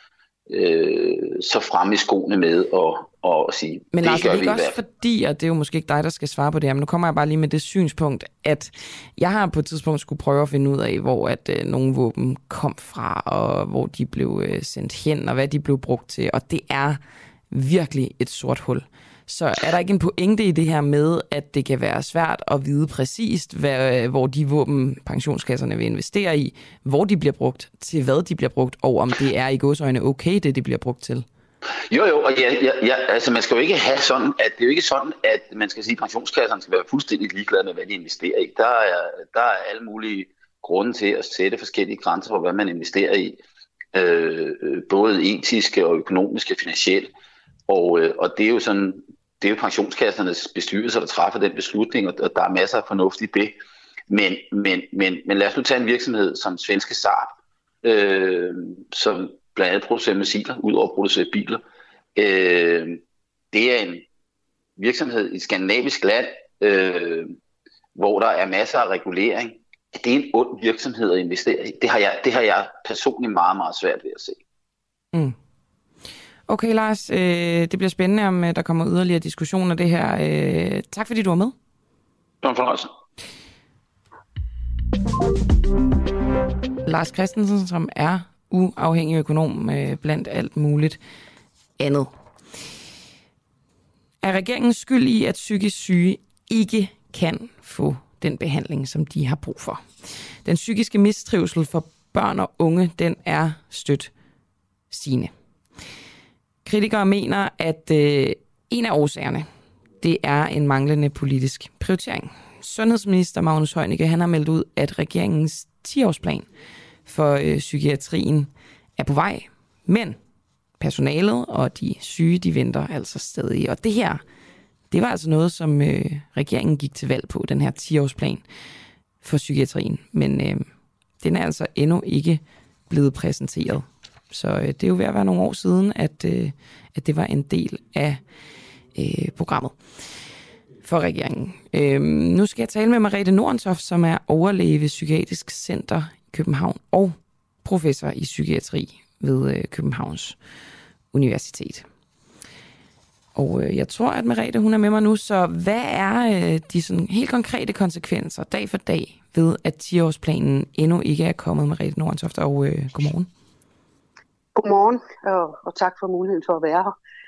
så fremme i skoene med og sige,
men
det
Lars,
gør
det er
vi
ikke
i
også
hvert fald.
fordi, og det er jo måske ikke dig, der skal svare på det her, men nu kommer jeg bare lige med det synspunkt, at jeg har på et tidspunkt skulle prøve at finde ud af, hvor at nogle våben kom fra, og hvor de blev sendt hen, og hvad de blev brugt til, og det er virkelig et sort hul. Så er der ikke en pointe i det her med, at det kan være svært at vide præcist, hvor de våben pensionskasserne vil investere i, hvor de bliver brugt, til hvad de bliver brugt, og om det er i gåseøjne okay, det de bliver brugt til?
Jo, og altså man skal jo ikke have sådan, at det er jo ikke sådan, at man skal sige, at pensionskasserne skal være fuldstændig ligeglade med, hvad de investerer i. Der er alle mulige grunde til at sætte forskellige grænser for, hvad man investerer i, både etiske og økonomiske og finansielle. Og det er jo sådan, det er jo pensionskassernes bestyrelser, der træffer den beslutning, og der er masser af fornuft i det. Men lad os nu tage en virksomhed som Svenske Saab, som blandt andet producerer missiler, ud over at producere biler. Det er en virksomhed i et skandinavisk land, hvor der er masser af regulering. Det er en ond virksomhed at investere i. Det har jeg personligt meget, meget svært ved at se.
Mm. Okay, Lars, det bliver spændende, om der kommer yderligere diskussion af det her. Tak fordi du var med.
Det var en fornøjelse.
Lars Christensen, som er uafhængig økonom blandt alt muligt andet. Er regeringen skyld i, at psykisk syge ikke kan få den behandling, som de har brug for? Den psykiske mistrivsel for børn og unge, den er stødt stigende. Kritikere mener, at en af årsagerne, det er en manglende politisk prioritering. Sundhedsminister Magnus Heunicke, han har meldt ud, at regeringens 10-årsplan for psykiatrien er på vej, men personalet og de syge, de venter altså stadig. Og det her, det var altså noget, som regeringen gik til valg på, den her 10-årsplan for psykiatrien. Men den er altså endnu ikke blevet præsenteret. Så det er jo ved at være nogle år siden, at det var en del af programmet for regeringen. Nu skal jeg tale med Merete Nordentoft, som er overlæge ved Psykiatrisk Center i København og professor i psykiatri ved Københavns Universitet. Og jeg tror, at Merete, hun er med mig nu, så hvad er de sådan helt konkrete konsekvenser dag for dag ved, at 10-årsplanen endnu ikke er kommet? Merete Nordentoft, og godmorgen.
Godmorgen, og tak for muligheden for at være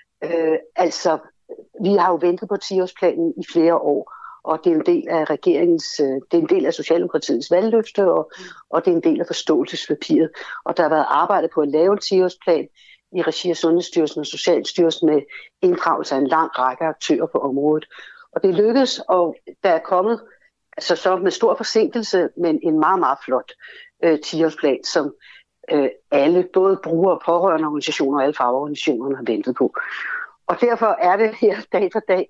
her. Vi har jo ventet på 10-årsplanen i flere år, og det er en del af det er en del af Socialdemokratiets valgløfte, og det er en del af forståelsespapiret. Og der har været arbejdet på at lave en 10-årsplan i regi af Sundhedsstyrelsen og Socialstyrelsen med inddragelse af en lang række aktører på området. Og det lykkedes, og der er kommet så med stor forsinkelse, men en meget, meget flot 10-årsplan, som alle, både brugere og pårørende organisationer og alle fagorganisationerne har ventet på. Og derfor er det her dag for dag,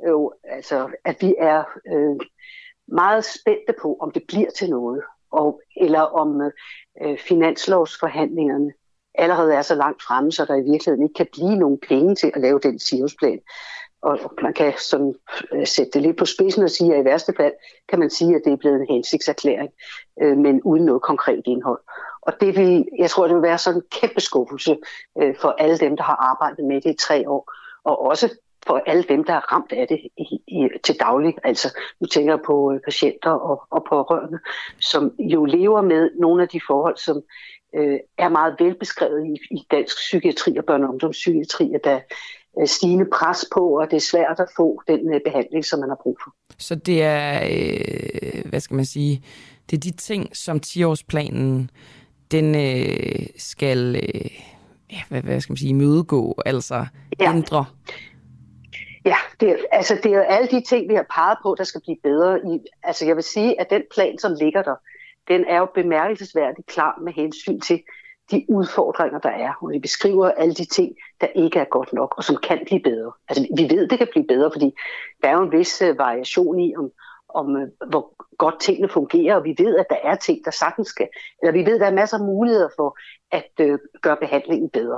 at vi er meget spændte på, om det bliver til noget, eller om finanslovsforhandlingerne allerede er så langt fremme, så der i virkeligheden ikke kan blive nogen penge til at lave den 10-årsplan. Og man kan sådan sætte det lidt på spidsen og sige, at i værste fald kan man sige, at det er blevet en hensigtserklæring, men uden noget konkret indhold. Og jeg tror, det vil være sådan en kæmpe skuffelse for alle dem, der har arbejdet med det i 3 år, og også for alle dem, der er ramt af det til daglig. Altså, nu tænker jeg på patienter og pårørende, som jo lever med nogle af de forhold, som er meget velbeskrevet i dansk psykiatri og børne- og ungdomspsykiatri, at der er stigende pres på, og det er svært at få den behandling, som man har brug for.
Så det er, hvad skal man sige, det er de ting, som 10-årsplanen, den skal, hvad skal man sige, imødegå, altså ændre?
Ja, det er jo alle de ting, vi har peget på, der skal blive bedre. Jeg vil sige, at den plan, som ligger der, den er jo bemærkelsesværdigt klar med hensyn til de udfordringer, der er. Og vi beskriver alle de ting, der ikke er godt nok, og som kan blive bedre. Altså, vi ved, det kan blive bedre, fordi der er jo en vis variation i, om hvor godt tingene fungerer, og vi ved, at der er ting, der sagtens skal, eller vi ved, at der er masser af muligheder for at gøre behandlingen bedre.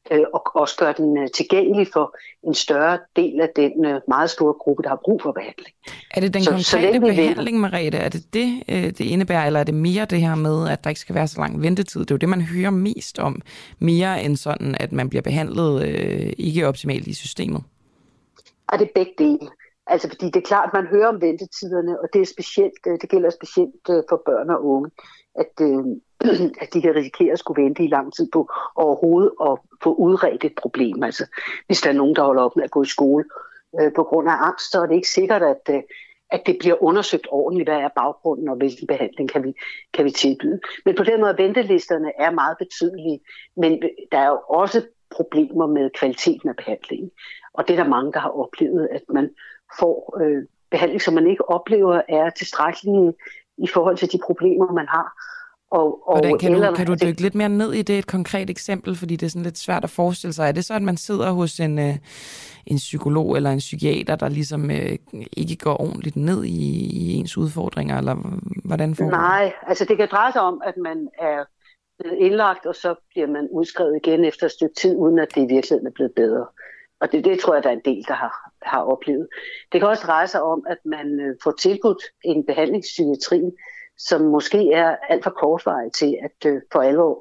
og også gøre den tilgængelig for en større del af den meget store gruppe, der har brug for behandling.
Er det den konkrete behandling, Merete? Er det det indebærer, eller er det mere det her med, at der ikke skal være så lang ventetid? Det er jo det, man hører mest om, mere end sådan, at man bliver behandlet ikke optimalt i systemet. Og
det er begge dele. Altså, fordi det er klart, at man hører om ventetiderne, og det er specielt, det gælder specielt for børn og unge, at de kan risikere at skulle vente i lang tid på overhovedet at få udredt et problem. Altså, hvis der er nogen, der holder op med at gå i skole på grund af angst, så er det ikke sikkert, at det bliver undersøgt ordentligt, hvad er baggrunden og hvilken behandling kan vi tilbyde. Men på den måde, ventelisterne er meget betydelige, men der er jo også problemer med kvaliteten af behandlingen. Og det er der mange, der har oplevet, at man får behandling, som man ikke oplever er tilstrækkelig i forhold til de problemer, man har.
Hvordan kan du dykke lidt mere ned i det, et konkret eksempel, fordi det er sådan lidt svært at forestille sig. Er det så, at man sidder hos en psykolog eller en psykiater, der ligesom ikke går ordentligt ned i ens udfordringer, eller hvordan foregår det?
Nej, altså det kan dreje sig om, at man er indlagt, og så bliver man udskrevet igen efter et stykke tid, uden at det i virkeligheden er blevet bedre. Og det tror jeg, der er en del, der har oplevet. Det kan også dreje sig om, at man får tilbudt en behandlingspsykiatri, som måske er alt for kortvarig til at for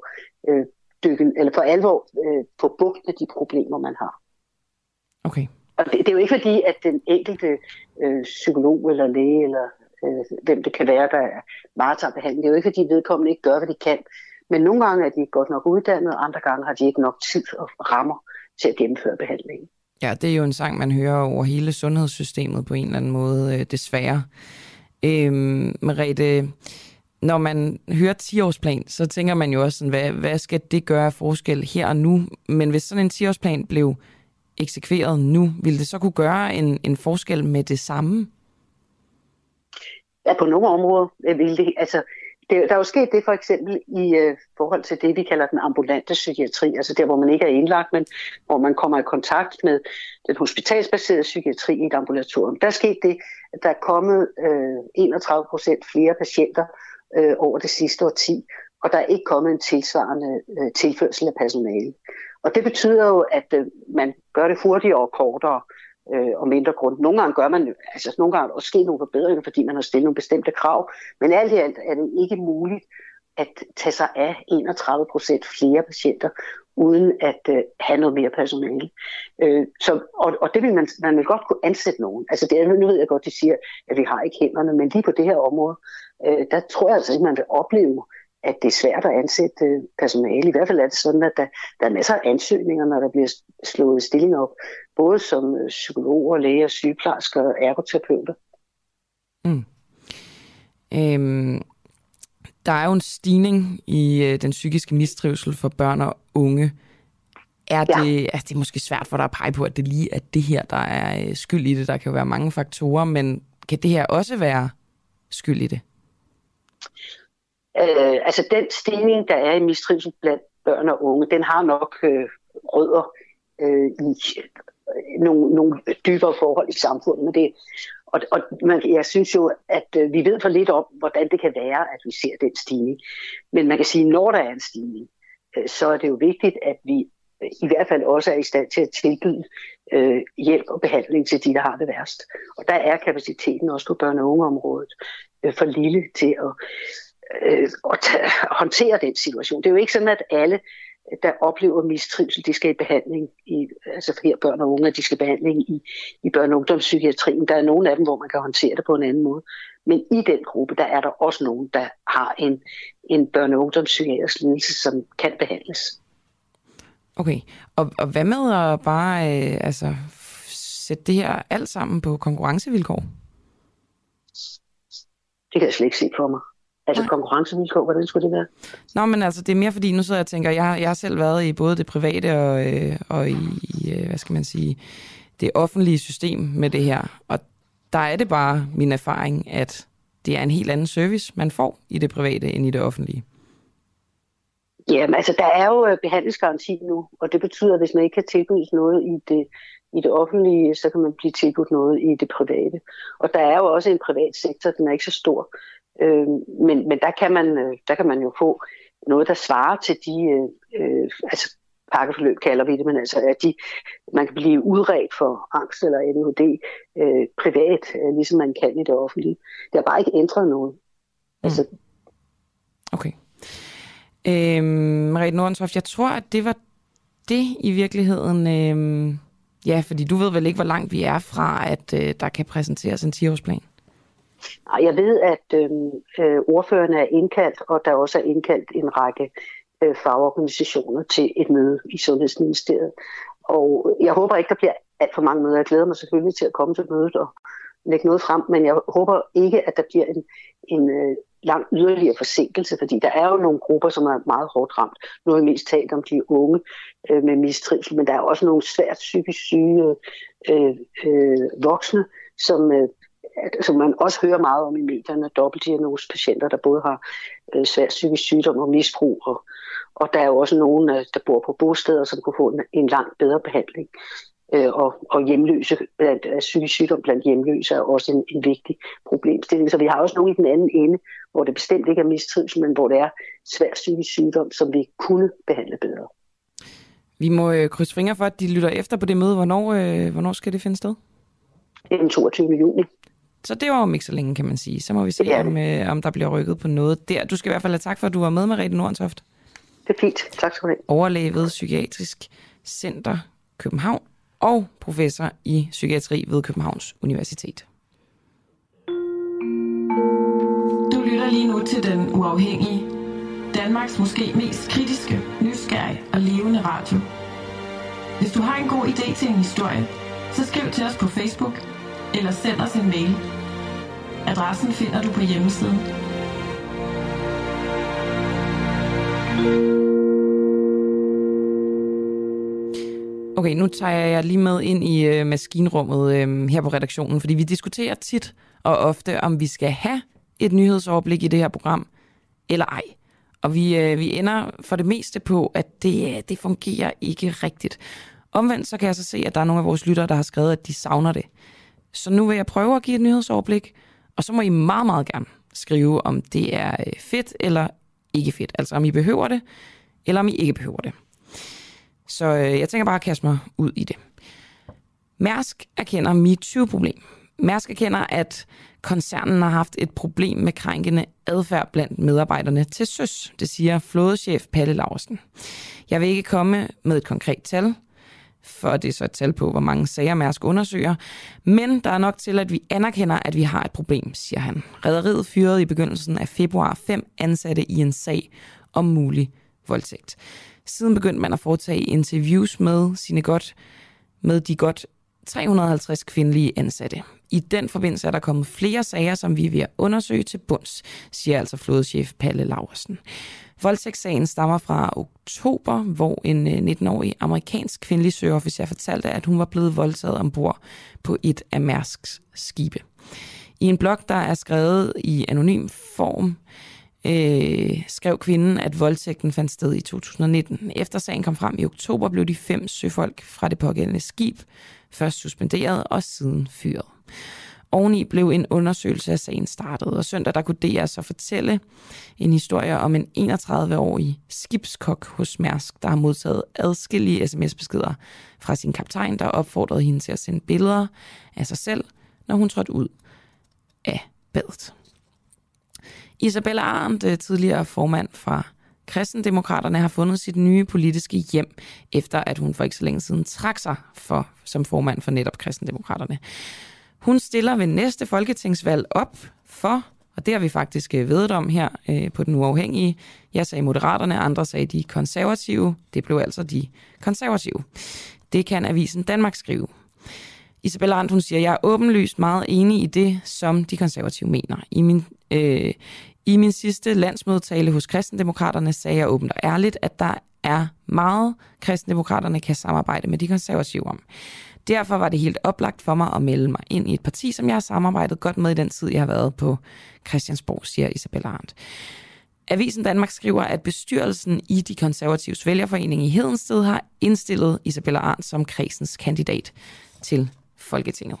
alvor få bugt med de problemer, man har.
Okay.
Og det er jo ikke fordi, at den enkelte psykolog eller læge, eller hvem det kan være, der varetager behandling, det er jo ikke fordi vedkommende ikke gør, hvad de kan. Men nogle gange er de godt nok uddannet, og andre gange har de ikke nok tid og rammer til at gennemføre behandlingen.
Ja, det er jo en sang, man hører over hele sundhedssystemet på en eller anden måde, desværre. Merete, når man hører 10-årsplan, så tænker man jo også sådan, hvad skal det gøre af forskel her og nu? Men hvis sådan en 10-årsplan blev eksekveret nu, ville det så kunne gøre en forskel med det samme?
Ja, på nogle områder ville det. Altså, der er jo sket det for eksempel i forhold til det, vi kalder den ambulante psykiatri, altså der, hvor man ikke er indlagt, men hvor man kommer i kontakt med den hospitalsbaserede psykiatri i et ambulatorium. Der er sket det, at der er kommet 31% flere patienter over det sidste årti, og der er ikke kommet en tilsvarende tilførsel af personale. Og det betyder jo, at man gør det hurtigere og kortere og mindre grund. Nogle gange gør man, altså nogle gange også sker nogle forbedringer, fordi man har stillet nogle bestemte krav, men alt i alt er det ikke muligt at tage sig af 31% flere patienter, uden at have noget mere personale. Og det vil man vil godt kunne ansætte nogen. Altså nu ved jeg godt, de siger, at vi har ikke hænderne, men lige på det her område, der tror jeg altså ikke, man vil opleve, at det er svært at ansætte personale. I hvert fald er det sådan, at der er masser af ansøgninger, når der bliver slået stillinger op, både som psykologer, læger, sygeplejersker og ergoterapeuter.
Der er jo en stigning i den psykiske mistrivsel for børn og unge. Er det måske svært for dig at pege på, at det lige er det her, der er skyld i det? Der kan jo være mange faktorer, men kan det her også være skyld i det?
Altså den stigning, der er i mistrivsel blandt børn og unge, den har nok rødder i nogle dybere forhold i samfundet. Men det, jeg synes jo, at vi ved for lidt om, hvordan det kan være, at vi ser den stigning. Men man kan sige, at når der er en stigning, så er det jo vigtigt, at vi i hvert fald også er i stand til at tilbyde hjælp og behandling til de, der har det værst. Og der er kapaciteten også på børne- og ungeområdet for lille til at håndtere den situation. Det er jo ikke sådan, at alle, der oplever mistrivsel, de skal i behandling, altså her børn og unge, de skal i behandling i børne- og ungdomspsykiatrien. Der er nogle af dem, hvor man kan håndtere det på en anden måde. Men i den gruppe, der er der også nogen, der har en børne- og ungdomspsykiatrisk lidelse, som kan behandles.
Okay, og hvad med at bare sætte det her alt sammen på konkurrencevilkår?
Det kan jeg slet ikke se for mig. Altså konkurrencevilkår, hvordan skulle det være?
Nå, men altså, det er mere fordi, nu sidder jeg og tænker, jeg har selv været i både det private og i hvad skal man sige, det offentlige system med det her. Og der er det bare min erfaring, at det er en helt anden service, man får i det private end i det offentlige.
Jamen, altså, der er jo behandlingsgaranti nu, og det betyder, at hvis man ikke kan tilbydes noget i det offentlige, så kan man blive tilbudt noget i det private. Og der er jo også en privat sektor, den er ikke så stor. Men der kan man jo få noget, der svarer til de pakkeforløb kalder vi det, men altså at man kan blive udredt for angst eller ADHD privat, ligesom man kan i det offentlige. Det har bare ikke ændret noget. Altså.
Okay. Merete Nordentoft, jeg tror, at det var det i virkeligheden. Ja, fordi du ved vel ikke, hvor langt vi er fra, at der kan præsenteres en 10-årsplan?
Jeg ved, at ordførerne er indkaldt, og der også er indkaldt en række fagorganisationer til et møde i Sundhedsministeriet. Og jeg håber ikke, der bliver alt for mange møder. Jeg glæder mig selvfølgelig til at komme til mødet og lægge noget frem, men jeg håber ikke, at der bliver en lang yderligere forsinkelse, fordi der er jo nogle grupper, som er meget hårdt ramt. Nu har vi mest talt om de unge med mistrivsel, men der er også nogle svært psykisk syge voksne, som man også hører meget om i medierne, dobbeltdiagnosepatienter, der både har svær psykisk sygdom og misbrug, og der er jo også nogen, der bor på bosteder, som kunne få en langt bedre behandling. Og hjemløse, psykisk sygdom blandt hjemløse er også en vigtig problemstilling. Så vi har også nogen i den anden ende, hvor det bestemt ikke er mistrivsel, men hvor det er svær psykisk sygdom, som vi kunne behandle bedre.
Vi må krydse fingre for, at de lytter efter på det møde. Hvornår skal det finde sted?
Den 22. juni.
Så det var jo ikke så længe, kan man sige. Så må vi se, om der bliver rykket på noget der. Du skal i hvert fald have tak for, at du var med, Merete Nordentoft.
Det er fint. Tak skal du have.
Overlæge ved Psykiatrisk Center København og professor i psykiatri ved Københavns Universitet.
Du lytter lige nu til Den Uafhængige. Danmarks måske mest kritiske, nysgerrige og levende radio. Hvis du har en god idé til en historie, så skriv til os på Facebook eller send os en mail. Adressen finder du på hjemmesiden.
Okay, nu tager jeg lige med ind i maskinrummet her på redaktionen, fordi vi diskuterer tit og ofte, om vi skal have et nyhedsoverblik i det her program, eller ej. Og vi ender for det meste på, at det fungerer ikke rigtigt. Omvendt så kan jeg så se, at der er nogle af vores lyttere, der har skrevet, at de savner det. Så nu vil jeg prøve at give et nyhedsoverblik, og så må I meget, meget gerne skrive, om det er fedt eller ikke fedt. Altså om I behøver det, eller om I ikke behøver det. Så jeg tænker bare at kaste mig ud i det. Mærsk erkender MeToo-problem. Mærsk erkender, at koncernen har haft et problem med krænkende adfærd blandt medarbejderne til søs. Det siger flådechef Palle Laursen. Jeg vil ikke komme med et konkret tal, for det er så et tal på, hvor mange sager Mærsk undersøger. Men der er nok til, at vi anerkender, at vi har et problem, siger han. Rederiet fyrede i begyndelsen af februar 5 ansatte i en sag om mulig voldtægt. Siden begyndte man at foretage interviews med de godt 350 kvindelige ansatte. I den forbindelse er der kommet flere sager, som vi er ved at undersøge til bunds, siger altså flådechef Palle Laursen. Voldtægtssagen stammer fra oktober, hvor en 19-årig amerikansk kvindelig søofficer fortalte, at hun var blevet voldtaget ombord på et af Mærsks skibe. I en blog, der er skrevet i anonym form, skrev kvinden, at voldtægten fandt sted i 2019. Efter sagen kom frem i oktober, blev de 5 søfolk fra det pågældende skib først suspenderet og siden fyret. Oveni blev en undersøgelse af sagen startet, og søndag der kunne DR så fortælle en historie om en 31-årig skibskok hos Mærsk, der har modtaget adskillige sms-beskeder fra sin kaptajn, der opfordrede hende til at sende billeder af sig selv, når hun trådte ud af badet. Isabella Arendt, tidligere formand fra Kristendemokraterne, har fundet sit nye politiske hjem, efter at hun for ikke så længe siden trak sig som formand for netop Kristendemokraterne. Hun stiller ved næste folketingsvalg op for, og det har vi faktisk vedet om her på Den Uafhængige. Jeg sagde Moderaterne, andre sagde de konservative. Det blev altså de konservative. Det kan Avisen Danmark skrive. Isabella Arendt, hun siger, jeg er åbenlyst meget enig i det, som de konservative mener. I min sidste landsmødetale hos Kristendemokraterne sagde jeg åbent og ærligt, at der er meget, Kristendemokraterne kan samarbejde med de konservative om. Derfor var det helt oplagt for mig at melde mig ind i et parti, som jeg har samarbejdet godt med i den tid, jeg har været på Christiansborg, siger Isabella Arendt. Avisen Danmark skriver, at bestyrelsen i de konservatives vælgerforening i Hedensted har indstillet Isabella Arendt som kredsens kandidat til Folketinget.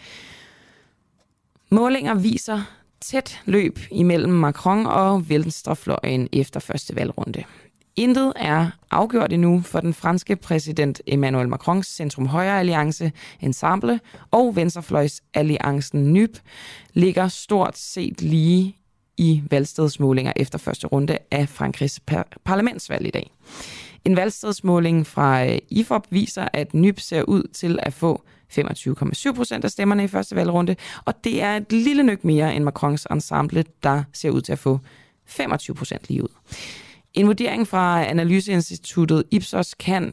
Målinger viser tæt løb imellem Macron og venstrefløjen efter første valgrunde. Intet er afgjort endnu for den franske præsident Emmanuel Macrons centrum-højre-alliance Ensemble og venstrefløjsalliancen NUP ligger stort set lige i valgstedsmålinger efter første runde af Frankrigs parlamentsvalg i dag. En valgstedsmåling fra IFOP viser, at NUP ser ud til at få 25,7% af stemmerne i første valgrunde, og det er et lille nøk mere end Macrons Ensemble, der ser ud til at få 25% lige ud. En vurdering fra analyseinstituttet Ipsos kan,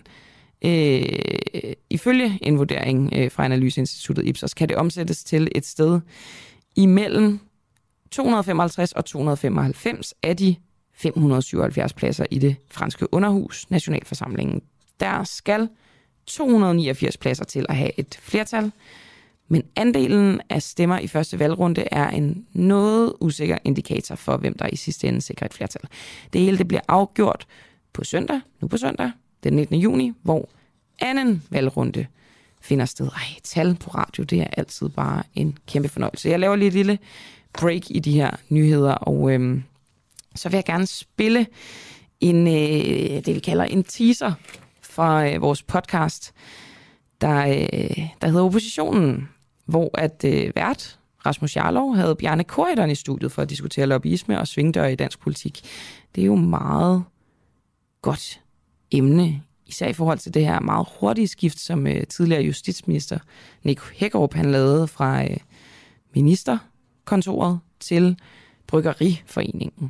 ifølge en vurdering fra analyseinstituttet Ipsos, kan det omsættes til et sted imellem 255 og 295 af de 577 pladser i det franske underhus, Nationalforsamlingen. Der skal 289 pladser til at have et flertal, men andelen af stemmer i første valgrunde er en noget usikker indikator for, hvem der i sidste ende sikrer et flertal. Det hele det bliver afgjort på søndag, den 19. juni, hvor anden valgrunde finder sted. Tal på radio, det er altid bare en kæmpe fornøjelse. Jeg laver lige et lille break i de her nyheder, og så vil jeg gerne spille det vi kalder en teaser fra vores podcast, der hedder Oppositionen, hvor at vært Rasmus Jarlov havde Bjarne Corydon i studiet for at diskutere lobbyisme og svingdøre i dansk politik. Det er jo meget godt emne, især i forhold til det her meget hurtige skift, som tidligere justitsminister Nick Hækkerup han lavede fra ministerkontoret til Bryggeriforeningen.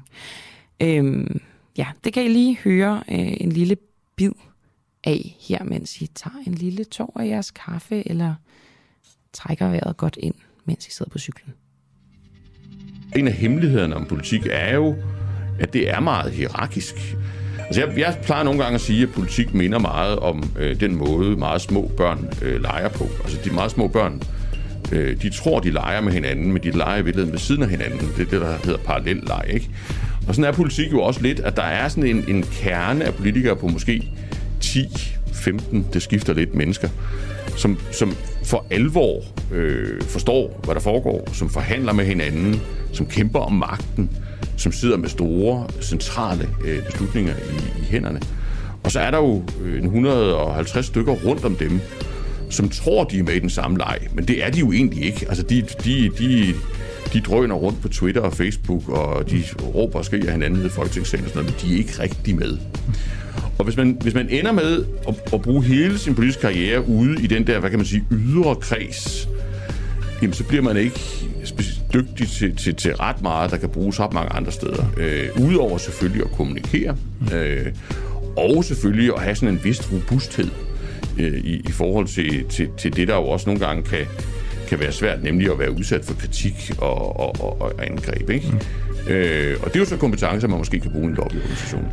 Det kan I lige høre en lille bid af her, mens I tager en lille tår af jeres kaffe, eller trækker vejret godt ind, mens I sidder på cyklen.
En af hemmelighederne om politik er jo, at det er meget hierarkisk. Altså jeg plejer nogle gange at sige, at politik minder meget om den måde, meget små børn leger på. Altså de meget små børn, de tror, de leger med hinanden, men de leger i virkeligheden ved siden af hinanden. Det er det, der hedder parallelleg, ikke? Og sådan er politik jo også lidt, at der er sådan en kerne af politikere på måske 10-15, det skifter lidt mennesker, som for alvor forstår, hvad der foregår, som forhandler med hinanden, som kæmper om magten, som sidder med store, centrale beslutninger i hænderne. Og så er der jo 150 stykker rundt om dem, som tror, de er med i den samme leg, men det er de jo egentlig ikke. Altså, de drøner rundt på Twitter og Facebook, og de råber og skriger hinanden i Folketingssalen og sådan noget, men de er ikke rigtig med. Og hvis man ender med at bruge hele sin politiske karriere ude i den der, hvad kan man sige, ydre kreds, jamen så bliver man ikke dygtig til ret meget, der kan bruges ret mange andre steder. Udover selvfølgelig at kommunikere, og selvfølgelig at have sådan en vis robusthed i forhold til det, der jo også nogle gange kan være svært, nemlig at være udsat for kritik og angreb, ikke? Og det er jo så kompetencer, man måske kan bruge i en lobbyorganisation.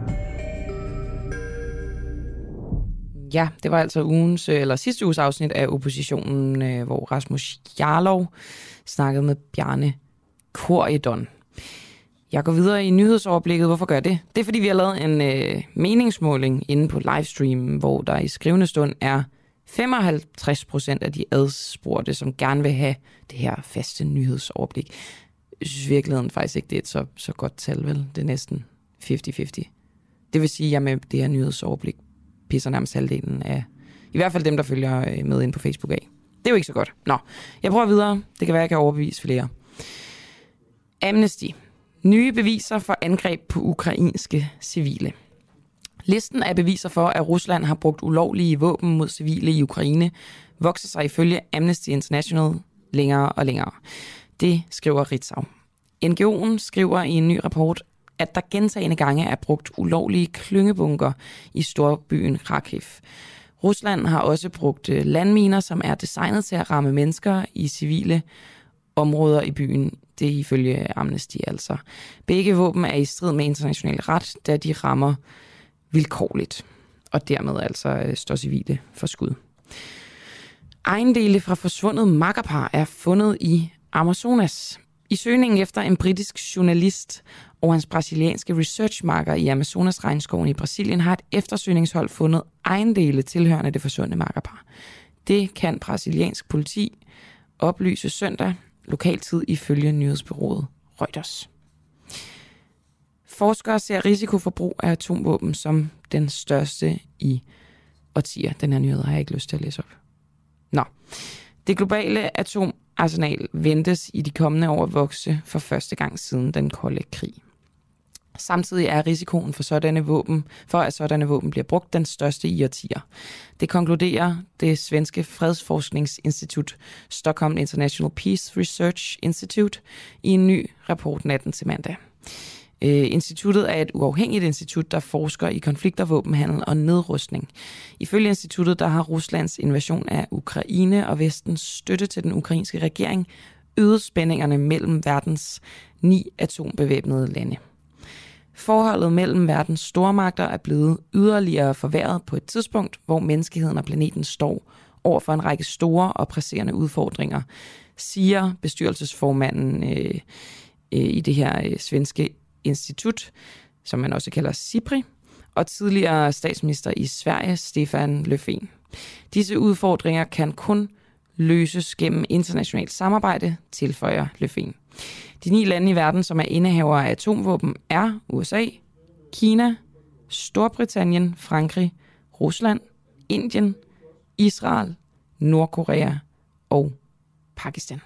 Ja, det var altså sidste uges afsnit af Oppositionen, hvor Rasmus Jarlov snakkede med Bjarne Corydon. Jeg går videre i nyhedsoverblikket. Hvorfor gør jeg det? Det er, fordi vi har lavet en meningsmåling inde på livestreamen, hvor der i skrivende stund er 55% af de adspurgte, som gerne vil have det her faste nyhedsoverblik. Jeg synes i virkeligheden faktisk ikke, det er et så godt tal, vel? Det er næsten 50-50. Det vil sige, at jeg med det her nyhedsoverblik pisser nærmest halvdelen af, i hvert fald dem, der følger med ind på Facebook af. Det er jo ikke så godt. Nå, jeg prøver videre. Det kan være, jeg kan overbevise flere. Amnesty. Nye beviser for angreb på ukrainske civile. Listen af beviser for, at Rusland har brugt ulovlige våben mod civile i Ukraine, vokser sig ifølge Amnesty International længere og længere. Det skriver Ritzau. NGO'en skriver i en ny rapport, at der gentagne gange er brugt ulovlige klyngebunker i storbyen Kharkiv. Rusland har også brugt landminer, som er designet til at ramme mennesker i civile områder i byen. Det er ifølge Amnesty altså. Begge våben er i strid med international ret, da de rammer vilkårligt, og dermed altså står civile for skud. Ejendele fra forsvundet makkerpar er fundet i Amazonas. I søgningen efter en britisk journalist og hans brasilianske researchmarker i Amazonas-regnskoven i Brasilien har et eftersøgningshold fundet ejendele tilhørende det forsvundne makkerpar. Det kan brasiliansk politi oplyse søndag, lokaltid ifølge nyhedsbureauet Reuters. Forskere ser risikoforbrug af atomvåben som den største i årtier. Den her nyhed har jeg ikke lyst til at læse op. Nå. Det globale atomarsenal ventes i de kommende år at vokse for første gang siden den kolde krig. Samtidig er risikoen for at sådanne våben bliver brugt den største i årtier. Det konkluderer det svenske fredsforskningsinstitut Stockholm International Peace Research Institute i en ny rapport natten til mandag. Instituttet er et uafhængigt institut, der forsker i konflikter, våbenhandel og nedrustning. Ifølge instituttet, der har Ruslands invasion af Ukraine og Vestens støtte til den ukrainske regering øget spændingerne mellem verdens 9 atombevæbnede lande. Forholdet mellem verdens stormagter er blevet yderligere forværret på et tidspunkt, hvor menneskeheden og planeten står over for en række store og presserende udfordringer, siger bestyrelsesformanden i det her svenske institut, som man også kalder SIPRI, og tidligere statsminister i Sverige, Stefan Löfven. Disse udfordringer kan kun løses gennem internationalt samarbejde, tilføjer Löfven. De 9 lande i verden, som er indehavere af atomvåben, er USA, Kina, Storbritannien, Frankrig, Rusland, Indien, Israel, Nordkorea og Pakistan.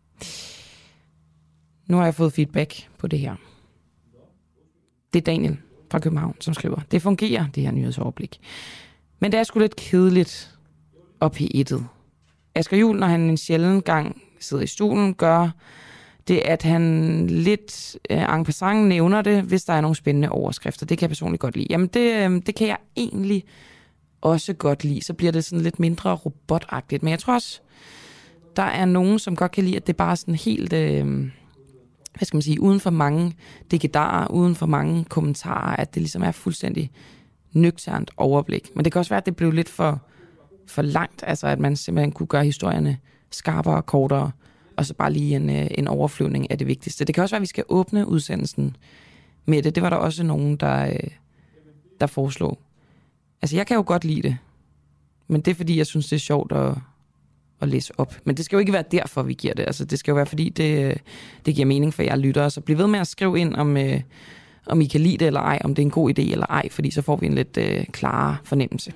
Nu har jeg fået feedback på det her. Det er Daniel fra København, som skriver, det fungerer, det her nyhedsoverblik. Men det er sgu lidt kedeligt og P1'et. Asger Juhl, når han en sjælden gang sidder i stolen, gør det, at han lidt en passant nævner det, hvis der er nogle spændende overskrifter. Det kan jeg personligt godt lide. Jamen, det kan jeg egentlig også godt lide. Så bliver det sådan lidt mindre robotagtigt. Men jeg tror også, der er nogen, som godt kan lide, at det bare er sådan helt, uden for mange digitarer, uden for mange kommentarer, at det ligesom er fuldstændig nøgternt overblik. Men det kan også være, at det blev lidt for langt, altså at man simpelthen kunne gøre historierne skarpere og kortere, og så bare lige en overflyvning af det vigtigste. Det kan også være, at vi skal åbne udsendelsen med det. Det var der også nogen, der foreslog. Altså, jeg kan jo godt lide det, men det er, fordi jeg synes, det er sjovt at læse op. Men det skal jo ikke være derfor, vi giver det. Altså, det skal jo være, fordi det giver mening for jer lyttere. Så bliv ved med at skrive ind, om I kan lide det eller ej, om det er en god idé eller ej, fordi så får vi en lidt klarere fornemmelse.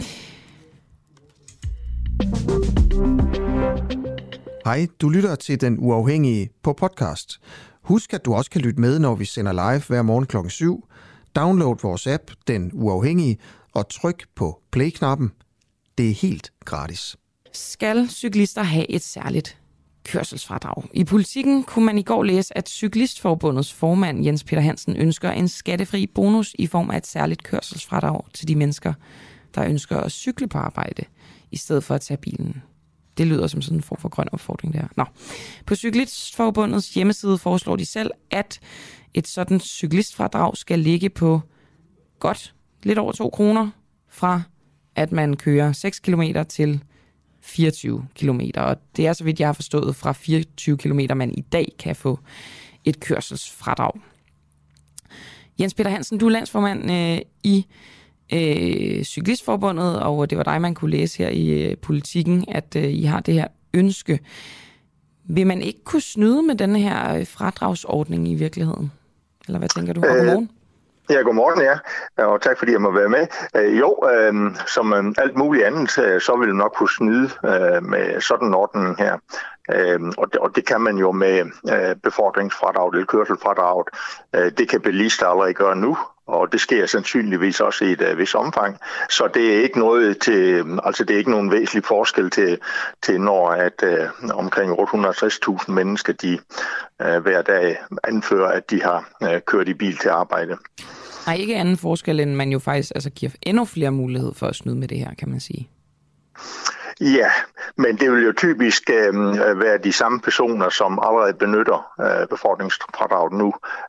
Hej, du lytter til Den Uafhængige på podcast. Husk, at du også kan lytte med, når vi sender live hver morgen kl. 7. Download vores app, Den Uafhængige, og tryk på play-knappen. Det er helt gratis.
Skal cyklister have et særligt kørselsfradrag? I Politikken kunne man i går læse, at Cyklistforbundets formand Jens Peter Hansen ønsker en skattefri bonus i form af et særligt kørselsfradrag til de mennesker, der ønsker at cykle på arbejde, i stedet for at tage bilen. Det lyder som sådan en form for grøn opfordring der. Nå. På Cyklistforbundets hjemmeside foreslår de selv, at et sådan cyklistfradrag skal ligge på godt lidt over 2 kroner fra at man kører 6 km til 24 km. Og det er, så vidt jeg har forstået, fra 24 km, man i dag kan få et kørselsfradrag. Jens Peter Hansen, du er landsformand i Cyklistforbundet, og det var dig, man kunne læse her i Politikken, at I har det her ønske. Vil man ikke kunne snyde med denne her fradragsordning i virkeligheden? Eller hvad tænker du? Og godmorgen.
Ja, godmorgen, ja. Og tak fordi jeg må være med. Som alt muligt andet, så vil jeg nok kunne snyde med sådan en ordning her. Og det kan man jo med befordringsfradrag eller kørselsfradraget. Det kan bilister allerede gøre nu, og det sker sandsynligvis også i et vis omfang. Så det er ikke noget det er ikke nogen væsentlig forskel til når at omkring 860.000 mennesker de hver dag anfører, at de har kørt i bil til arbejde.
Nej, ikke anden forskel, end man jo faktisk giver endnu flere mulighed for at snyde med det her, kan man sige.
Ja, men det vil jo typisk være de samme personer, som allerede benytter befordringsfradraget nu.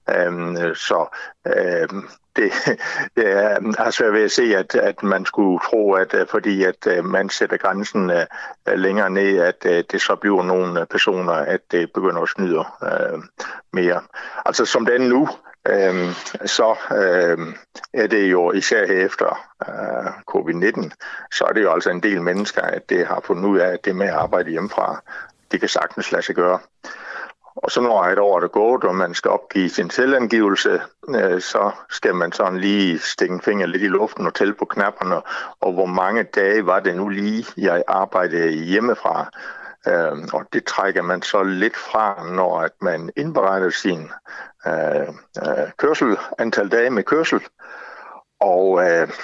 Det er svært ved at se, at man skulle tro, at fordi at man sætter grænsen længere ned, at det så bliver nogle personer, at det begynder at snyde mere. Altså som den nu, så er det jo især efter covid-19, så er det jo altså en del mennesker, at det har fundet ud af, at det med at arbejde hjemmefra, det kan sagtens lade sig gøre. Og så når et år er gået, og man skal opgive sin selvangivelse, så skal man sådan lige stikke en finger lidt i luften og tælle på knapperne, og hvor mange dage var det nu lige, jeg arbejdede hjemmefra. Og det trækker man så lidt fra, når at man indberetter sin kørsel, antal dage med kørsel. Og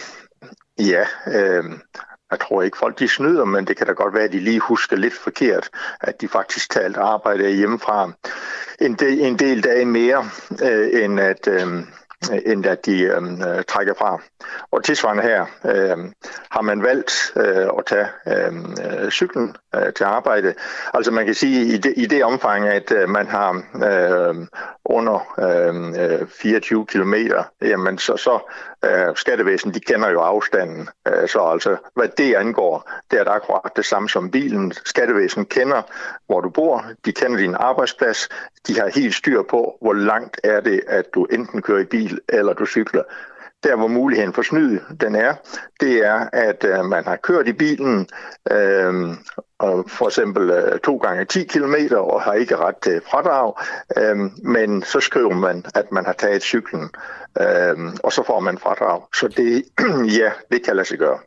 jeg tror ikke folk de snyder, men det kan da godt være, at de lige husker lidt forkert, at de faktisk talt arbejder hjemmefra en del dage mere, end at de trækker fra. Og tilsvarende her har man valgt at tage cyklen til arbejde. Altså man kan sige, i det omfang, at man har under 24 kilometer, jamen så skattevæsenet, de kender jo afstanden. Så altså, hvad det angår, det er akkurat det samme som bilen. Skattevæsenet kender, hvor du bor, de kender din arbejdsplads, de har helt styr på, hvor langt er det, at du enten kører i bil, eller du cykler. Der, hvor muligheden for snyd den er, det er, at man har kørt i bilen for eksempel 2 gange 10 kilometer og har ikke ret til fradrag, men så skriver man, at man har taget cyklen, og så får man fradrag. Så det, det kan lade sig gøre.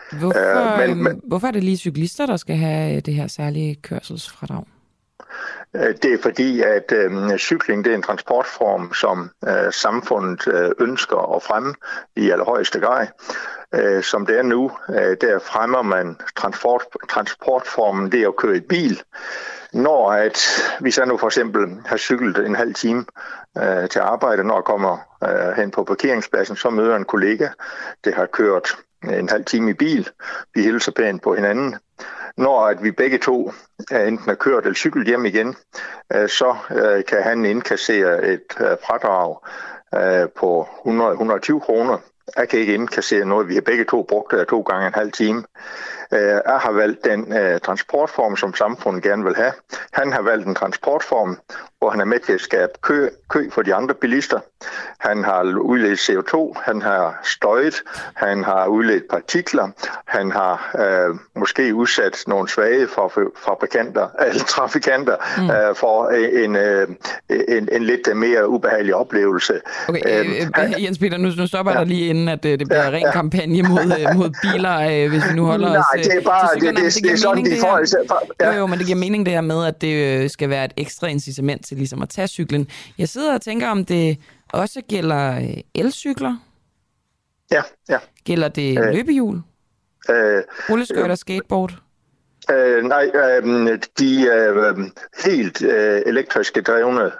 Hvorfor er det lige cyklister, der skal have det her særlige kørselsfradrag?
Det er fordi, at cykling det er en transportform, som samfundet ønsker at fremme i allerhøjeste grad. Som det er nu, der fremmer man transportformen, det er at køre i bil. Når at vi så nu for eksempel har cyklet en halv time til arbejde, når jeg kommer hen på parkeringspladsen, så møder en kollega, der har kørt en halv time i bil. Vi hilser pænt på hinanden. Når at vi begge to enten har kørt eller cyklet hjem igen, så kan han indkassere et fradrag på 100-120 kroner. Jeg kan ikke indkassere noget. Vi har begge to brugt 2 gange en halv time. Jeg har valgt den transportform, som samfundet gerne vil have. Han har valgt en transportform, hvor han er med til at skabe kø for de andre bilister. Han har udledt CO2, han har støjet, han har udledt partikler, han har måske udsat nogle svage fabrikanter eller trafikanter for en lidt mere ubehagelig oplevelse.
Okay, Jens Peter, nu stopper der lige inden, at det bliver ren kampagne mod biler, hvis vi nu holder os...
Det er bare, det er sådan, de får...
Jo, men det giver mening det her med, at det skal være et ekstra incitament til ligesom at tage cyklen. Jeg sidder og tænker, om det også gælder elcykler?
Ja.
Gælder det løbehjul? Rulleskøjter, skateboard?
Nej, de helt elektriske drevne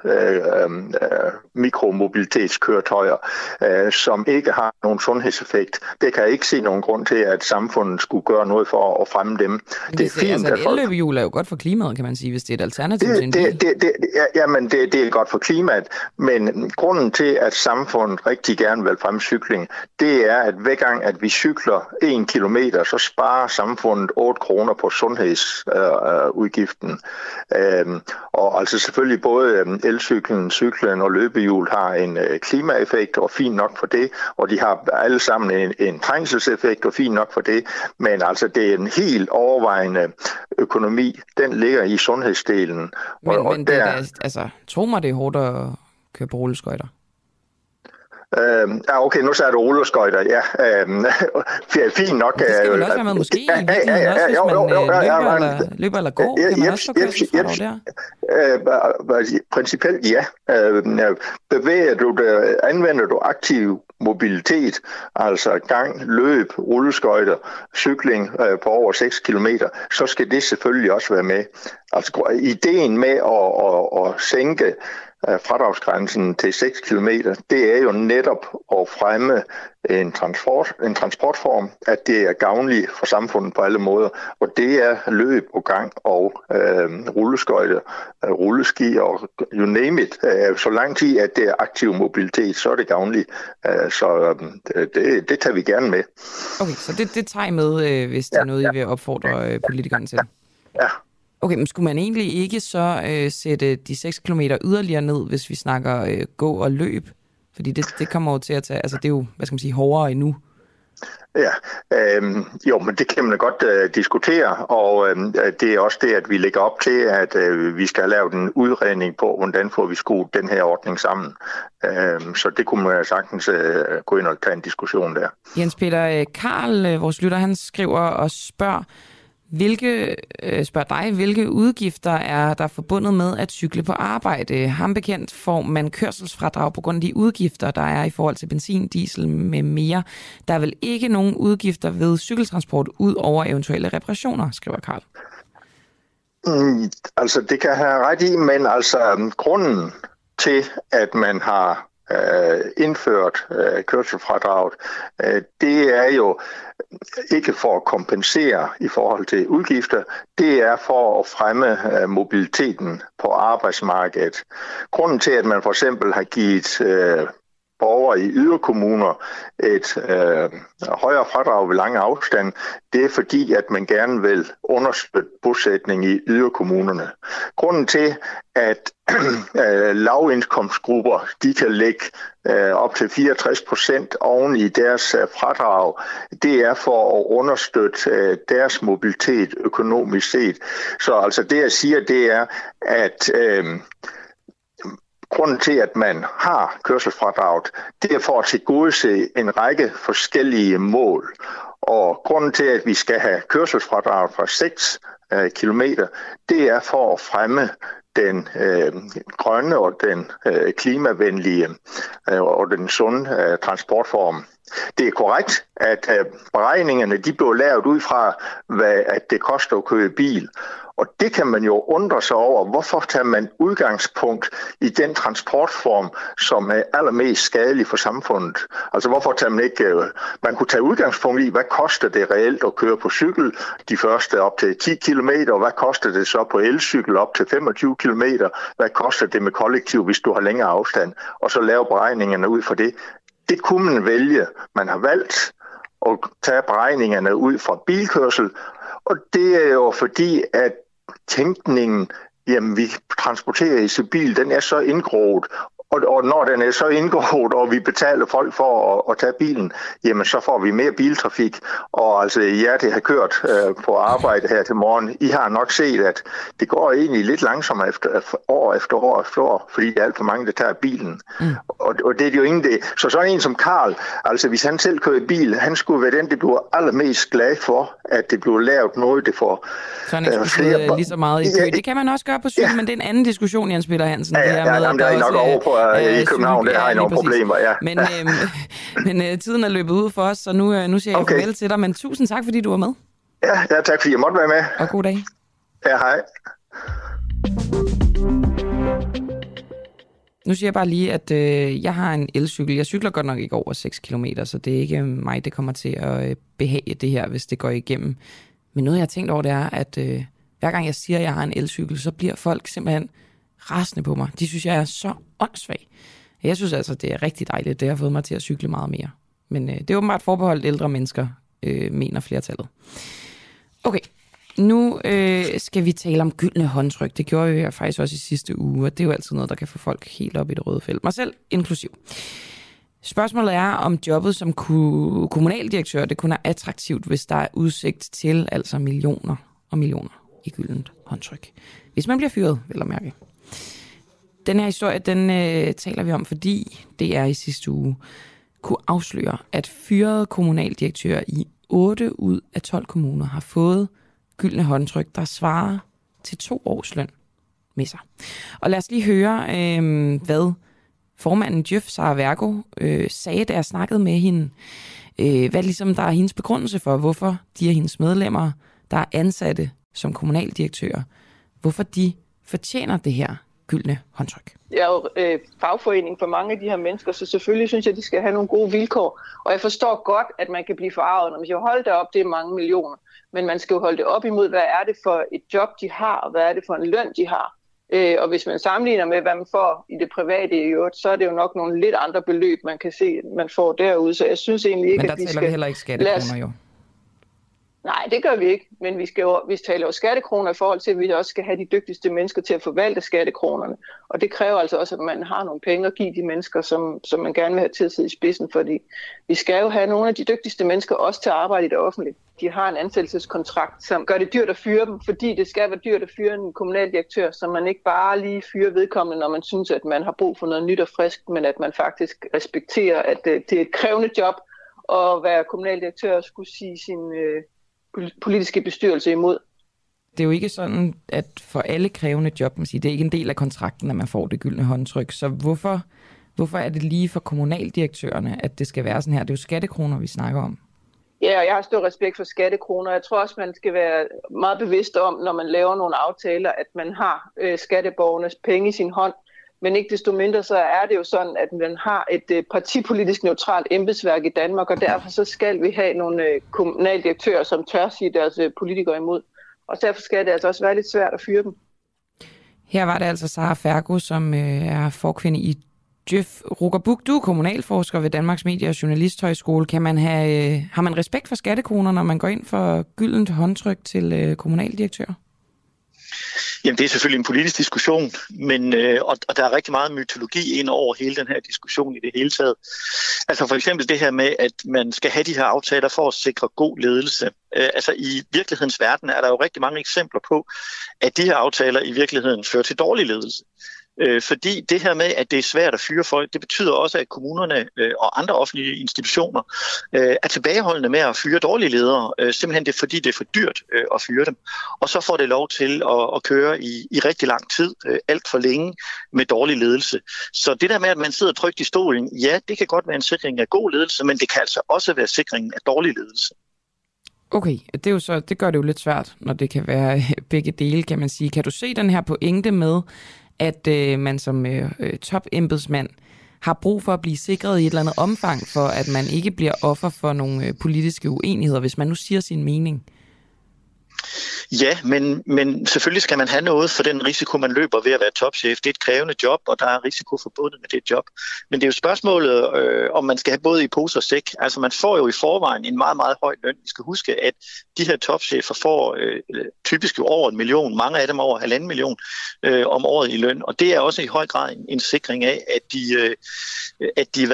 mikromobilitetskøretøjer, som ikke har nogen sundhedseffekt. Det kan jeg ikke se nogen grund til, at samfundet skulle gøre noget for at fremme dem. Det er fint,
altså, et elløbehjul er jo godt for klimaet, kan man sige, hvis det er et alternativ til en bil.
Det er godt for klimaet, men grunden til, at samfundet rigtig gerne vil fremme cykling, det er, at hver gang, at vi cykler 1 kilometer, så sparer samfundet 8 kroner på sundhedsudgiften. Og altså selvfølgelig både elcyklen, cyklen og løbehjul har en klimaeffekt, og fint nok for det, og de har alle sammen en trængselseffekt, og fint nok for det, men altså det er en helt overvejende økonomi, den ligger i sundhedsdelen.
Men det er, altså, tro mig, det er hårdt at køre på rulleskøjter.
Okay, nu sagde du rulleskøjter, ja. Fint nok.
Det skal vel også være med måske i virkeligheden også, hvis man løber eller går, kan man også få kørselsfradrag der?
Principielt ja. Anvender du aktiv mobilitet, altså gang, løb, rulleskøjter, cykling på over 6 kilometer, så skal det selvfølgelig også være med. Altså ideen med at sænke fradragsgrænsen til 6 km, det er jo netop at fremme en transportform, at det er gavnligt for samfundet på alle måder, og det er løb og gang og rulleskøjter, rulleski og you name it. Så lang tid, at det er aktiv mobilitet, så er det gavnligt. Så det tager vi gerne med.
Okay, så det tager I med, hvis det er noget, I vil opfordre politikerne til?
Ja.
Okay, men skulle man egentlig ikke så sætte de 6 kilometer yderligere ned, hvis vi snakker gå og løb? Fordi det kommer jo til at tage, altså det er jo, hvad skal man sige, hårdere endnu.
Ja, jo, men det kan man godt diskutere, og det er også det, at vi lægger op til, at vi skal have lavet en udredning på, hvordan får vi skudt den her ordning sammen. Så det kunne man sagtens gå ind og tage en diskussion der.
Jens Peter Karl, vores lytter, han skriver og spørger, hvilke udgifter er der forbundet med at cykle på arbejde? Ham bekendt får man kørselsfradrag på grund af de udgifter, der er i forhold til benzin, diesel med mere. Der er vel ikke nogen udgifter ved cykeltransport ud over eventuelle reparationer, skriver Karl.
Altså, det kan jeg have ret i, men altså grunden til, at man har indført kørselsfradraget, det er jo ikke for at kompensere i forhold til udgifter, det er for at fremme mobiliteten på arbejdsmarkedet. Grunden til, at man for eksempel har givet borgere i yderkommuner et højere fradrag ved lange afstand, det er fordi, at man gerne vil understøtte bosætning i yderkommunerne. Grunden til, at lavindkomstgrupper, de kan lægge op til 64% oven i deres fradrag, det er for at understøtte deres mobilitet økonomisk set. Så altså det, jeg siger, det er, at grunden til, at man har kørselsfradraget, det er for at tilgodese en række forskellige mål. Og grunden til, at vi skal have kørselsfradraget fra 6 kilometer, det er for at fremme den grønne og den klimavenlige og den sunde transportform. Det er korrekt, at beregningerne de blev lavet ud fra, at det koster at køre bil. Og det kan man jo undre sig over. Hvorfor tager man udgangspunkt i den transportform, som er allermest skadelig for samfundet? Altså hvorfor tager man ikke... Man kunne tage udgangspunkt i, hvad koster det reelt at køre på cykel de første op til 10 km, og hvad koster det så på elcykel op til 25 km? Hvad koster det med kollektiv, hvis du har længere afstand? Og så lave beregningerne ud for det. Det kunne man vælge. Man har valgt at tage beregningerne ud fra bilkørsel, og det er jo fordi, at tænkningen, jamen vi transporterer i bil, den er så indgroet, og når den er så indgroet, og vi betaler folk for at tage bilen, jamen så får vi mere biltrafik. Og altså det har kørt på arbejde her til morgen. I har nok set, at det går egentlig lidt langsommere år efter år, fordi der er alt for mange, der tager bilen. Og det er jo ingen det. Så sådan en som Karl, altså hvis han selv kører bil, han skulle være den, der bliver allermest glad for, at det bliver lavet noget, det får
flere lige så meget i kø. Det kan man også gøre på cykel, men det er en anden diskussion, Jens Peter Hansen.
Der er nok over på i København, der har jeg nogle problemer, ja.
Men tiden er løbet ud for os, så nu siger jeg farvel til dig, men tusind tak, fordi du var med.
Ja, tak fordi jeg måtte være med.
Og god dag.
Ja, hej.
Nu siger jeg bare lige, at jeg har en elcykel. Jeg cykler godt nok ikke over 6 kilometer, så det er ikke mig, det kommer til at behage det her, hvis det går igennem. Men noget, jeg har tænkt over, det er, at hver gang jeg siger, at jeg har en elcykel, så bliver folk simpelthen rasende på mig. De synes, jeg er så åndssvag. Jeg synes altså, det er rigtig dejligt. Det har fået mig til at cykle meget mere. Men det er åbenbart forbeholdt ældre mennesker, mener flertallet. Okay, nu skal vi tale om gyldne håndtryk. Det gjorde jeg faktisk også i sidste uge, og det er jo altid noget, der kan få folk helt op i det røde felt. Mig selv inklusiv. Spørgsmålet er, om jobbet som kommunaldirektør, det kun er attraktivt, hvis der er udsigt til altså millioner og millioner i gyldent håndtryk. Hvis man bliver fyret, vil jeg mærke. Den her historie, den taler vi om, fordi det er i sidste uge kunne afsløre, at fyrede kommunaldirektører i 8 ud af 12 kommuner har fået gyldne håndtryk, der svarer til 2 års løn med sig. Og lad os lige høre, hvad formanden Djøf, Sara Vergo, sagde, da jeg snakkede med hende. Hvad ligesom der er hendes begrundelse for, hvorfor de af hendes medlemmer, der er ansatte som kommunaldirektører, hvorfor de fortjener det her gyldne håndtryk.
Jeg er jo fagforening for mange af de her mennesker, så selvfølgelig synes jeg, at de skal have nogle gode vilkår. Og jeg forstår godt, at man kan blive forarvet, når man siger, hold det op, det er mange millioner. Men man skal jo holde det op imod, hvad er det for et job, de har, og hvad er det for en løn, de har. Og hvis man sammenligner med, hvad man får i det private i øvrigt, så er det jo nok nogle lidt andre beløb, man kan se, man får derude. Så jeg synes egentlig ikke,
at vi skal... Men der taler vi heller ikke skattekroner jo.
Nej, det gør vi ikke, men vi taler jo skattekroner i forhold til, at vi også skal have de dygtigste mennesker til at forvalte skattekronerne. Og det kræver altså også, at man har nogle penge at give de mennesker, som man gerne vil have til at sidde i spidsen, fordi vi skal jo have nogle af de dygtigste mennesker også til at arbejde i det offentlige. De har en ansættelseskontrakt, som gør det dyrt at fyre dem, fordi det skal være dyrt at fyre en kommunaldirektør, så man ikke bare lige fyrer vedkommende, når man synes, at man har brug for noget nyt og frisk, men at man faktisk respekterer, at det er et krævende job at være kommunaldirektør og skulle sige sin politiske bestyrelse imod.
Det er jo ikke sådan, at for alle krævende job, det er ikke en del af kontrakten, at man får det gyldne håndtryk. Så hvorfor er det lige for kommunaldirektørerne, at det skal være sådan her? Det er jo skattekroner, vi snakker om.
Ja, og jeg har stor respekt for skattekroner. Jeg tror også, man skal være meget bevidst om, når man laver nogle aftaler, at man har skatteborgernes penge i sin hånd. Men ikke desto mindre, så er det jo sådan, at man har et partipolitisk neutralt embedsværk i Danmark, og derfor så skal vi have nogle kommunaldirektører, som tør sige deres politikere imod. Og derfor skal det altså også være lidt svært at fyre dem.
Her var det altså Sara Fergo, som er forkvinde i Djøf. Rukker Buch, du er kommunalforsker ved Danmarks Medie- og Journalisthøjskole. Har man respekt for skattekroner, når man går ind for gyldent håndtryk til kommunaldirektører?
Jamen, det er selvfølgelig en politisk diskussion, men og der er rigtig meget mytologi ind over hele den her diskussion i det hele taget. Altså for eksempel det her med, at man skal have de her aftaler for at sikre god ledelse. Altså i virkelighedens verden er der jo rigtig mange eksempler på, at de her aftaler i virkeligheden fører til dårlig ledelse. Fordi det her med, at det er svært at fyre folk, det betyder også, at kommunerne og andre offentlige institutioner er tilbageholdende med at fyre dårlige ledere. Simpelthen det er, fordi det er for dyrt at fyre dem. Og så får det lov til at køre i rigtig lang tid, alt for længe, med dårlig ledelse. Så det der med, at man sidder trygt i stolen, ja, det kan godt være en sikring af god ledelse, men det kan altså også være sikringen af dårlig ledelse.
Okay, det gør det jo lidt svært, når det kan være begge dele, kan man sige. Kan du se den her pointe med, at man som topembedsmand har brug for at blive sikret i et eller andet omfang, for at man ikke bliver offer for nogle politiske uenigheder, hvis man nu siger sin mening?
Ja, men selvfølgelig skal man have noget for den risiko, man løber ved at være topchef. Det er et krævende job, og der er risiko forbundet med det job. Men det er jo spørgsmålet, om man skal have både i pose og sæk. Altså man får jo i forvejen en meget, meget høj løn. Vi skal huske, at de her topchefer får typisk jo over 1 million, mange af dem over 1,5 million om året i løn. Og det er også i høj grad en sikring af, at de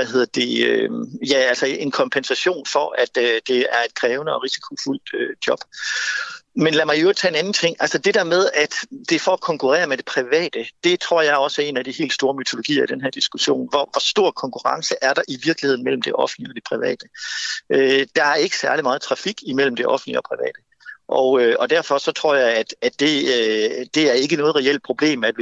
altså en kompensation for, at det er et krævende og risikofuldt job. Men lad mig jo tage en anden ting. Altså det der med, at det er for at konkurrere med det private, det tror jeg også er en af de helt store mytologier i den her diskussion. Hvor stor konkurrence er der i virkeligheden mellem det offentlige og det private? Der er ikke særlig meget trafik imellem det offentlige og private. Og derfor så tror jeg, at det er ikke noget reelt problem, at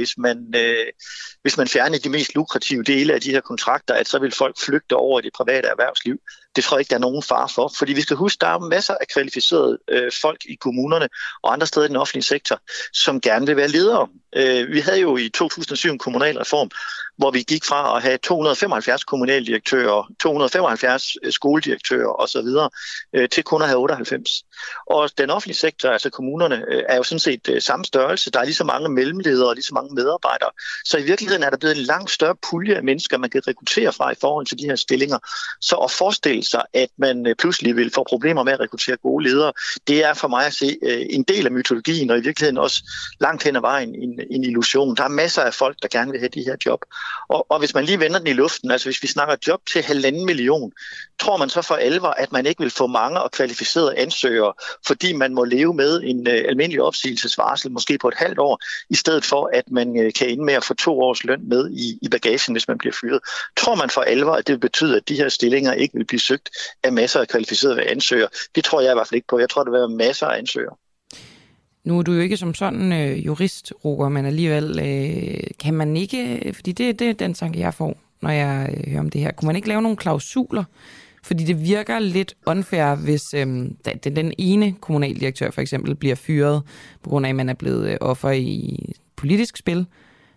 hvis man fjerner de mest lukrative dele af de her kontrakter, at så vil folk flygte over i det private erhvervsliv. Det tror jeg ikke, der er nogen fare for. Fordi vi skal huske, der er masser af kvalificerede folk i kommunerne og andre steder i den offentlige sektor, som gerne vil være ledere. Vi havde jo i 2007 en kommunalreform, hvor vi gik fra at have 275 kommunaldirektører, 275 skoledirektører osv. Til kun at have 98. Og den offentlige sektor, altså kommunerne, er jo sådan set samme størrelse. Der er lige så mange mellemledere og lige så mange medarbejdere. Så i virkeligheden er der blevet en langt større pulje af mennesker, man kan rekruttere fra i forhold til de her stillinger. Så at forestille sig, at man pludselig vil få problemer med at rekruttere gode ledere, det er for mig at se en del af mytologien, og i virkeligheden også langt hen ad vejen en illusion. Der er masser af folk, der gerne vil have de her job. Og hvis man lige vender den i luften, altså hvis vi snakker job til 1,5 million, tror man så for alvor, at man ikke vil få mange og kvalificerede ansøgere, fordi man må leve med en almindelig opsigelsesvarsel, måske på et halvt år, i stedet for, at man kan ende med at få 2 års løn med i bagagen, hvis man bliver fyret. Tror man for alvor, at det betyder, at de her stillinger ikke vil blive søgt af masser af kvalificerede ansøgere? Det tror jeg i hvert fald ikke på. Jeg tror, der vil være masser af ansøgere.
Nu er du jo ikke som sådan jurist, Roger, men alligevel kan man ikke, fordi det er den tanke, jeg får, når jeg hører om det her. Kunne man ikke lave nogle klausuler? Fordi det virker lidt unfair, hvis den ene kommunaldirektør for eksempel bliver fyret, på grund af, at man er blevet offer i politisk spil.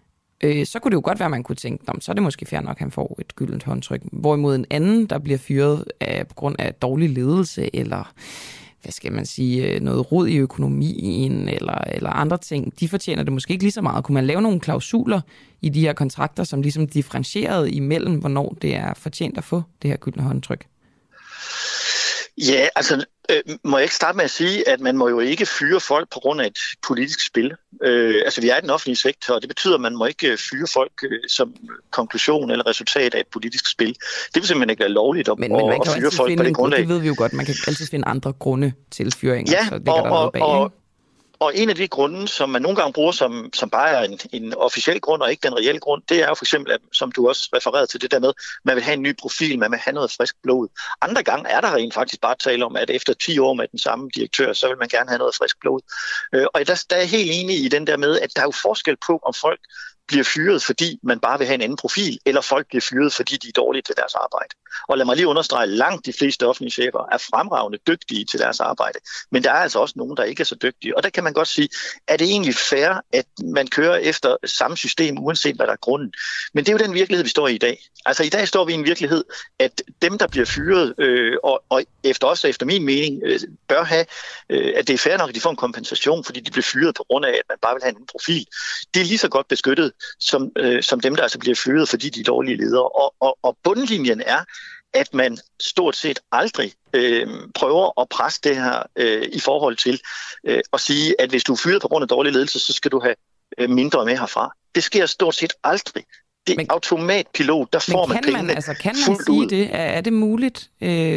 Så kunne det jo godt være, at man kunne tænke, så er det måske fair nok, at han får et gyldent håndtryk. Hvorimod en anden, der bliver fyret på grund af dårlig ledelse, eller hvad skal man sige, noget rod i økonomien, eller andre ting, de fortjener det måske ikke lige så meget. Kunne man lave nogle klausuler i de her kontrakter, som ligesom differentierede imellem, hvornår det er fortjent at få det her gyldne håndtryk?
Ja, altså Må jeg ikke starte med at sige, at man må jo ikke fyre folk på grund af et politisk spil. Altså, vi er i den offentlige sektor, og det betyder, at man må ikke fyre folk som konklusion eller resultat af et politisk spil. Det vil simpelthen ikke være lovligt at fyre folk på det grundlag.
Det ved vi jo godt, man kan altid finde andre grunde til fyringer,
ja,
så det der noget bag,
og en af de grunde, som man nogle gange bruger som bare er en officiel grund og ikke den reelle grund, det er jo for eksempel, at, som du også refererede til det der med, man vil have en ny profil, man vil have noget frisk blod. Andre gange er der rent faktisk bare tale om, at efter 10 år med den samme direktør, så vil man gerne have noget frisk blod. Og der er jeg helt enig i den der med, at der er jo forskel på, om folk bliver fyret, fordi man bare vil have en anden profil, eller folk bliver fyret, fordi de er dårlige til deres arbejde. Og lad mig lige understrege, langt de fleste offentlige chefer er fremragende dygtige til deres arbejde, men der er altså også nogen, der ikke er så dygtige. Og der kan man godt sige, er det egentlig fair, at man kører efter samme system, uanset hvad der er grunden? Men det er jo den virkelighed, vi står i dag. Altså i dag står vi i en virkelighed, at dem, der bliver fyret, og efter min mening, bør have, at det er fair nok, at de får en kompensation, fordi de bliver fyret på grund af, at man bare vil have en anden profil. Det er lige så godt beskyttet som dem, der altså bliver fyret, fordi de er dårlige ledere. Og bundlinjen er, at man stort set aldrig prøver at presse det her i forhold til at sige, at hvis du er fyret på grund af dårlig ledelse, så skal du have mindre med herfra. Det sker stort set aldrig. Det er automatpilot, der får man pengene
kan man sige ud. Det? Er det muligt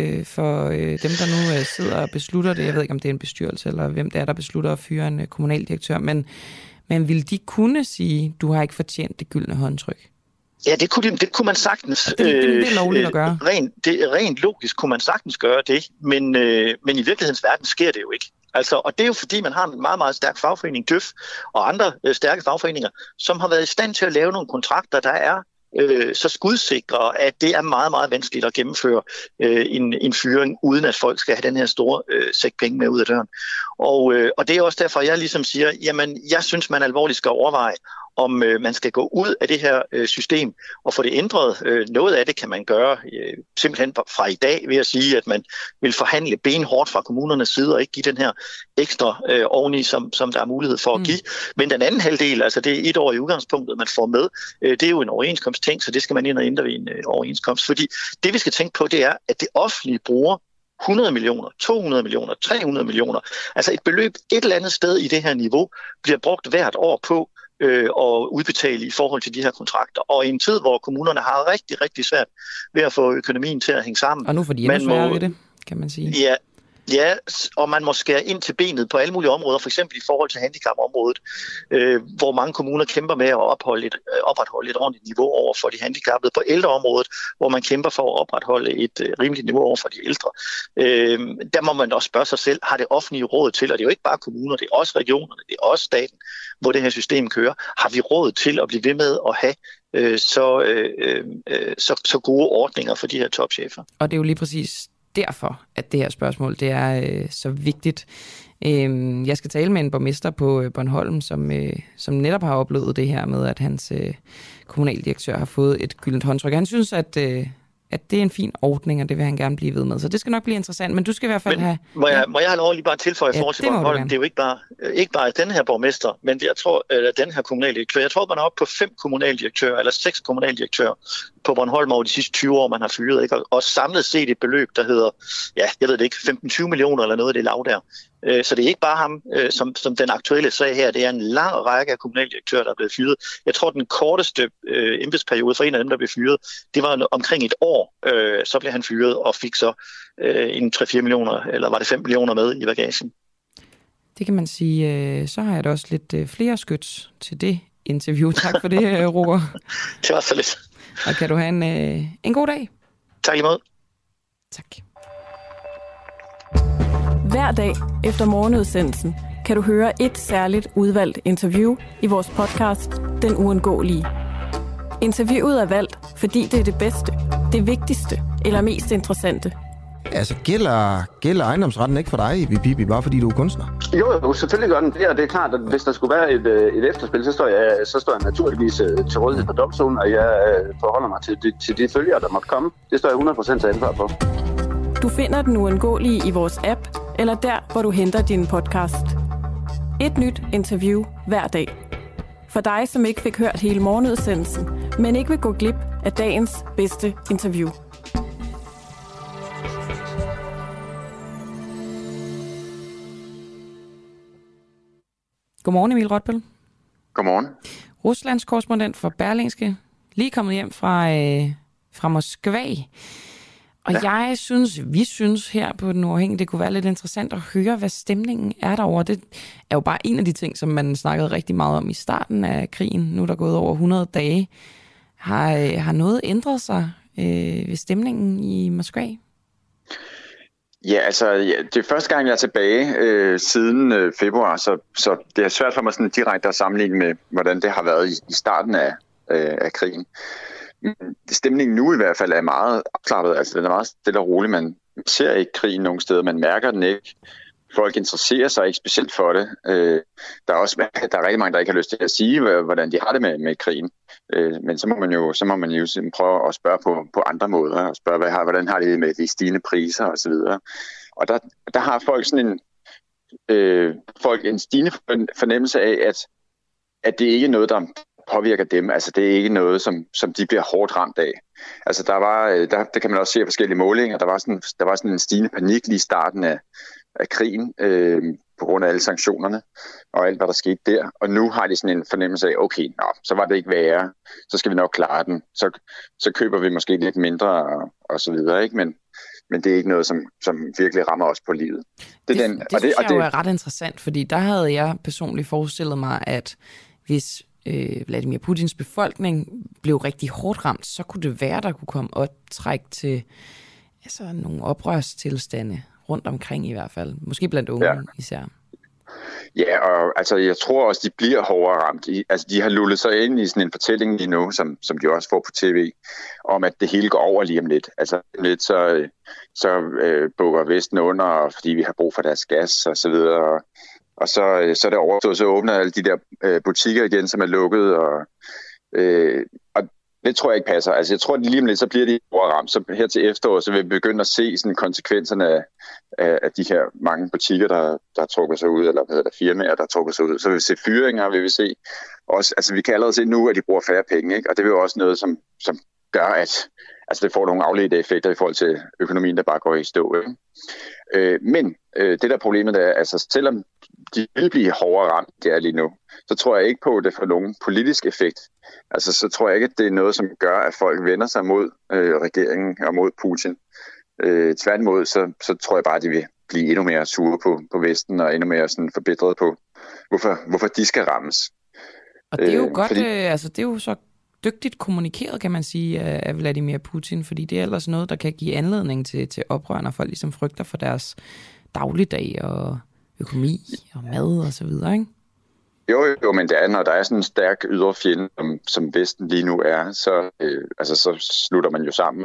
for dem, der nu sidder og beslutter det? Jeg ved ikke, om det er en bestyrelse, eller hvem det er, der beslutter at fyre en kommunaldirektør, men vil de kunne sige, du har ikke fortjent det gyldne håndtryk?
Ja, det kunne man sagtens.
Det er lovligt at gøre.
Rent logisk kunne man sagtens gøre det, men i virkelighedens verden sker det jo ikke. Altså, og det er jo fordi, man har en meget, meget stærk fagforening, DØF, og andre stærke fagforeninger, som har været i stand til at lave nogle kontrakter, der er så skudsikre, at det er meget, meget vanskeligt at gennemføre en fyring, uden at folk skal have den her store sæk penge med ud af døren. Og det er også derfor, jeg ligesom siger, jamen, jeg synes, man alvorligt skal overveje, om man skal gå ud af det her system og få det ændret. Noget af det kan man gøre simpelthen fra i dag ved at sige, at man vil forhandle benhårdt fra kommunernes side og ikke give den her ekstra oveni, som der er mulighed for at give. Men den anden halvdel, altså det er 1 år i udgangspunktet, man får med, det er jo en overenskomstting, så det skal man ind og ændre ved en overenskomst. Fordi det, vi skal tænke på, det er, at det offentlige bruger 100 millioner, 200 millioner, 300 millioner. Altså et beløb et eller andet sted i det her niveau bliver brugt hvert år på og udbetale i forhold til de her kontrakter. Og i en tid, hvor kommunerne har rigtig, rigtig svært ved at få økonomien til at hænge sammen.
Og nu får de endnu sværere ved det, kan man sige.
Ja, og man må skære ind til benet på alle mulige områder, for eksempel i forhold til handicapområdet, hvor mange kommuner kæmper med at opretholde et ordentligt niveau over for de handicappede. På ældreområdet, hvor man kæmper for at opretholde et rimeligt niveau over for de ældre. Der må man også spørge sig selv, har det offentlige råd til, og det er jo ikke bare kommuner, det er også regionerne, det er også staten, hvor det her system kører, har vi råd til at blive ved med at have så gode ordninger for de her topchefer?
Og det er jo lige præcis derfor, at det her spørgsmål det er så vigtigt. Jeg skal tale med en borgmester på Bornholm, som netop har oplevet det her med, at hans kommunaldirektør har fået et gyldent håndtryk. Han synes, at det er en fin ordning, og det vil han gerne blive ved med. Så det skal nok blive interessant, men du skal i hvert fald have...
Må jeg have lov lige bare tilføje i forhold til Bornholm? Det er jo ikke bare den her borgmester, men jeg tror, den her kommunaldirektør. Jeg tror, man er oppe på 5 kommunaldirektører, eller 6 kommunaldirektører på Bornholm over de sidste 20 år, man har fyret. Ikke? Og samlet set et beløb, der hedder, jeg ved det ikke, 15-20 millioner eller noget af det lav der. Så det er ikke bare ham, som den aktuelle sag her. Det er en lang række af kommunaldirektører, der er blevet fyret. Jeg tror, den korteste embedsperiode for en af dem, der blev fyret, det var omkring et år. Så blev han fyret og fik så en 3-4 millioner, eller var det 5 millioner med i bagagen.
Det kan man sige. Så har jeg da også lidt flere skyts til det interview. Tak for det, Roger.
Det var så lidt.
Og kan du have en god dag?
Tak lige måde.
Tak.
Hver dag efter morgenudsendelsen kan du høre et særligt udvalgt interview i vores podcast Den Uundgåelige. Interviewet er valgt, fordi det er det bedste, det vigtigste eller mest interessante.
Altså, gælder ejendomsretten ikke for dig, Bibi, bare fordi du er kunstner?
Jo, selvfølgelig gør den det, og det er klart, at hvis der skulle være et efterspil, så står jeg naturligvis til rådighed for domstolen, og jeg forholder mig til de følgere, der måtte komme. Det står jeg 100% til ansvar for.
Du finder Den Uundgåelige i vores app, eller der, hvor du henter din podcast. Et nyt interview hver dag. For dig, som ikke fik hørt hele morgenudsendelsen, men ikke vil gå glip af dagens bedste interview.
Godmorgen, Emil Rotbøl.
Godmorgen.
Ruslands korrespondent for Berlingske. Lige kommet hjem fra Moskva. Og vi synes her på Den Uafhængige, det kunne være lidt interessant at høre, hvad stemningen er derovre. Det er jo bare en af de ting, som man snakkede rigtig meget om i starten af krigen. Nu er der gået over 100 dage. Har noget ændret sig ved stemningen i Moskva?
Ja, altså det er første gang, jeg er tilbage siden februar, så det er svært for mig sådan direkte at sammenligne med, hvordan det har været i starten af krigen. Stemningen nu i hvert fald er meget afklappet, altså den er meget stille og rolig. Man ser ikke krigen nogen steder, man mærker den ikke. Folk interesserer sig ikke specielt for det. Der er rigtig mange, der ikke har lyst til at sige, hvordan de har det med krigen. Men så må man jo prøve at spørge på andre måder, og spørge, hvordan har de med de stigende priser osv. Og der har folk sådan en stigende fornemmelse af, at det ikke er noget, der påvirker dem. Altså det er ikke noget, som de bliver hårdt ramt af. Altså det kan man også se af forskellige målinger. Der var sådan en stigende panik lige i starten af krigen på grund af alle sanktionerne og alt, hvad der skete der. Og nu har de sådan en fornemmelse af, okay, så var det ikke værre. Så skal vi nok klare den. Så køber vi måske lidt mindre og så videre, ikke? Men det er ikke noget, som virkelig rammer os på livet. Det synes jeg jo er
ret interessant, fordi der havde jeg personligt forestillet mig, at hvis Vladimir Putins befolkning blev rigtig hårdt ramt, så kunne det være, der kunne komme optræk til nogle oprørstilstande rundt omkring i hvert fald. Måske blandt unge især.
Ja, og altså, jeg tror også, de bliver hårdere ramt. De har lullet sig ind i sådan en fortælling lige nu, som de også får på tv, om at det hele går over lige om lidt. Altså lidt så bukker Vesten under, fordi vi har brug for deres gas og så videre. Og så er det overstået, så åbner alle de der butikker igen, som er lukket, og det tror jeg ikke passer. Altså jeg tror, at lige om lidt, så bliver de overramt. Så her til efteråret, så vil vi begynde at se sådan konsekvenserne af de her mange butikker, der trukker sig ud, eller firmaer, der trukker sig ud. Så vil vi se fyringer, vil vi se også, altså vi kan allerede se nu, at de bruger færre penge, ikke? Og det vil jo også noget, som gør, at det får nogle afledte effekter i forhold til økonomien, der bare går i stå. Men det der problemet er, altså selvom de vil blive hårdere ramt, det er lige nu, så tror jeg ikke på, at det får nogen politisk effekt. Altså så tror jeg ikke, at det er noget, som gør, at folk vender sig mod regeringen og mod Putin. Tværtimod, så tror jeg bare, at de vil blive endnu mere sure på Vesten og endnu mere sådan forbedret på, hvorfor de skal rammes.
Og det er jo godt, det er jo så dygtigt kommunikeret, kan man sige, af Vladimir Putin, fordi det er ellers noget, der kan give anledning til oprør, når folk ligesom frygter for deres dagligdag og økonomi og mad og så videre, ikke?
Jo, men det er, når der er sådan en stærk ydre fjende, som Vesten lige nu er, så slutter man jo sammen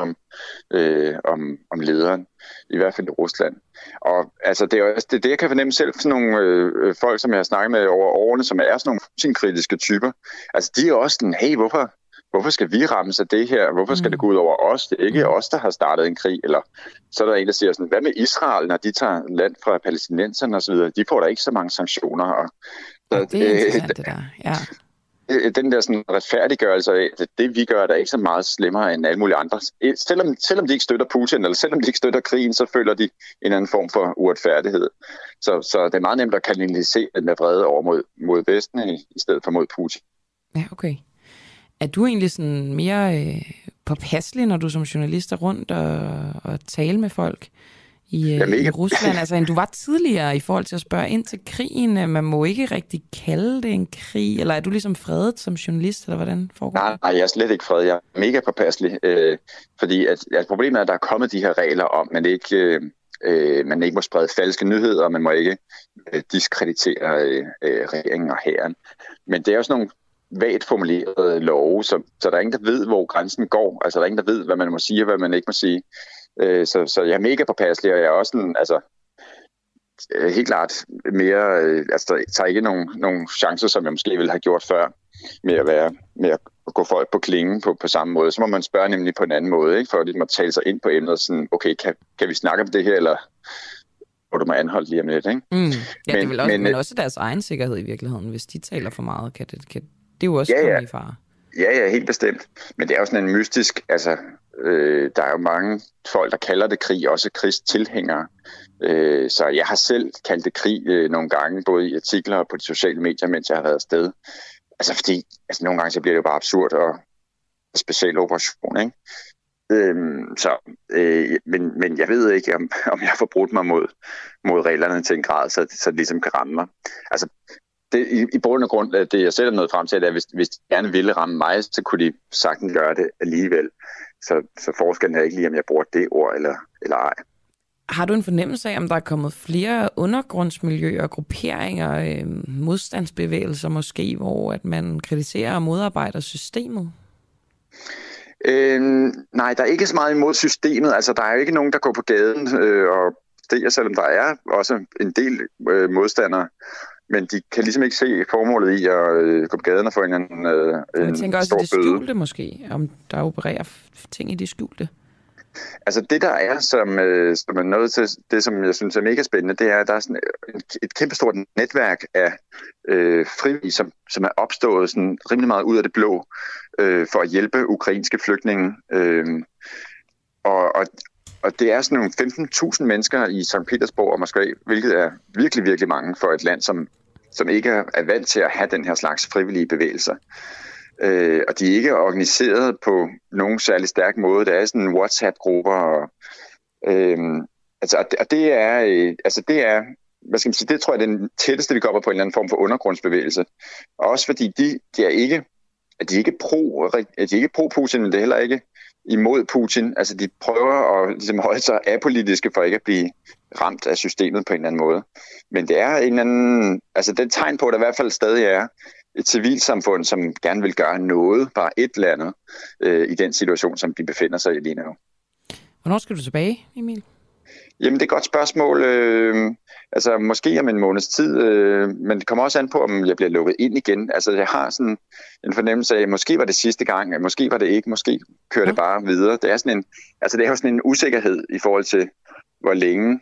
om lederen, i hvert fald i Rusland. Og altså, det er også det, jeg kan fornemme selv for sådan nogle folk, som jeg har snakket med over årene, som er sådan nogle Putin-kritiske typer. Altså, de er også sådan, hey, hvorfor skal vi rammes af det her? Hvorfor skal det gå ud over os? Det er ikke os, der har startet en krig. Eller så er der en, der siger sådan, hvad med Israel, når de tager land fra palæstinenserne osv.? De får da ikke så mange sanktioner. Og
det er interessant, det der. Ja.
Den der sådan retfærdiggørelse af, at det vi gør, der er ikke så meget slemmere end alle mulige andre. Selvom de ikke støtter Putin, eller selvom de ikke støtter krigen, så føler de en anden form for uretfærdighed. Så det er meget nemt at kanalisere den der vrede over mod Vesten, i stedet for mod Putin.
Ja, okay. Er du egentlig sådan mere påpasselig, når du som journalist er rundt og taler med folk i Rusland, altså end du var tidligere i forhold til at spørge ind til krigen? Man må ikke rigtig kalde det en krig, eller er du ligesom fredet som journalist, eller hvordan foregår det?
Nej, jeg er slet ikke fredet. Jeg er mega påpasselig, fordi at problemet er, at der er kommet de her regler om, man ikke må sprede falske nyheder, og man må ikke diskreditere regeringen og hæren. Men det er jo sådan nogle vagt formulerede love, så der er ingen, der ved, hvor grænsen går. Altså der er ingen, der ved, hvad man må sige og hvad man ikke må sige. Så jeg er mega påpasselig, og jeg er også sådan, helt klart mere, tager ikke nogen chancer, som jeg måske ville have gjort før, med at gå folk på klingen på samme måde. Så må man spørge nemlig på en anden måde, ikke? For at man taler sig ind på emnet, sådan, okay, kan vi snakke om det her, eller hvor du må anholde lige om lidt, ikke?
Ja, det er vel også, men også deres egen sikkerhed i virkeligheden. Hvis de taler for meget, kan det er jo også komme i fare.
Ja, helt bestemt. Men det er jo sådan en mystisk, der er jo mange folk, der kalder det krig, også krigstilhængere. Så jeg har selv kaldt det krig nogle gange, både i artikler og på de sociale medier, mens jeg har været afsted. Altså fordi nogle gange så bliver det jo bare absurd og specialoperation, ikke? Men jeg ved ikke, om jeg har forbrudt mig mod reglerne til en grad, så det ligesom kan ramme mig. Altså, det, i bund og grund, det jeg selv er nået frem til, er, at hvis de gerne ville ramme mig, så kunne de sagtens gøre det alligevel. Så forskellen er ikke lige, om jeg bruger det ord eller ej.
Har du en fornemmelse af, om der er kommet flere undergrundsmiljøer og grupperinger, modstandsbevægelser måske, hvor at man kritiserer og modarbejder systemet?
Nej, der er ikke så meget imod systemet. Altså, der er jo ikke nogen, der går på gaden og stiger, selvom der er også en del modstandere. Men de kan ligesom ikke se formålet i at gå på gaden og få en
jeg tænker også, det skjulte måske, om der opererer ting i det skjulte.
Altså det, der er, som er noget til det, som jeg synes er mega spændende, det er, at der er sådan et kæmpestort netværk af frivillige, som er opstået sådan rimelig meget ud af det blå for at hjælpe ukrainske flygtninge. Og det er sådan nogle 15.000 mennesker i Sankt Petersborg og Moskva, hvilket er virkelig, virkelig mange for et land, som ikke er vant til at have den her slags frivillige bevægelser. Og de er ikke organiseret på nogen særlig stærk måde. Der er sådan WhatsApp-grupper. Og det er, hvad skal man sige, det tror jeg er den tætteste, vi kommer på en eller anden form for undergrundsbevægelse. Og også fordi de er ikke pro-Putin, men det er heller ikke imod Putin. Altså de prøver at ligesom holde sig apolitiske for ikke at blive ramt af systemet på en eller anden måde. Men det er en eller anden, altså det tegn på, at der i hvert fald stadig er et civilsamfund, som gerne vil gøre noget, bare et eller andet, i den situation, som de befinder sig i lige nu.
Hvornår skal du tilbage, Emil?
Jamen, det er et godt spørgsmål. Altså, måske om en måneds tid, men det kommer også an på, om jeg bliver lukket ind igen. Altså, jeg har sådan en fornemmelse af, at måske var det sidste gang, måske var det ikke, måske kører det bare videre. Det er sådan det er jo sådan en usikkerhed i forhold til, hvor længe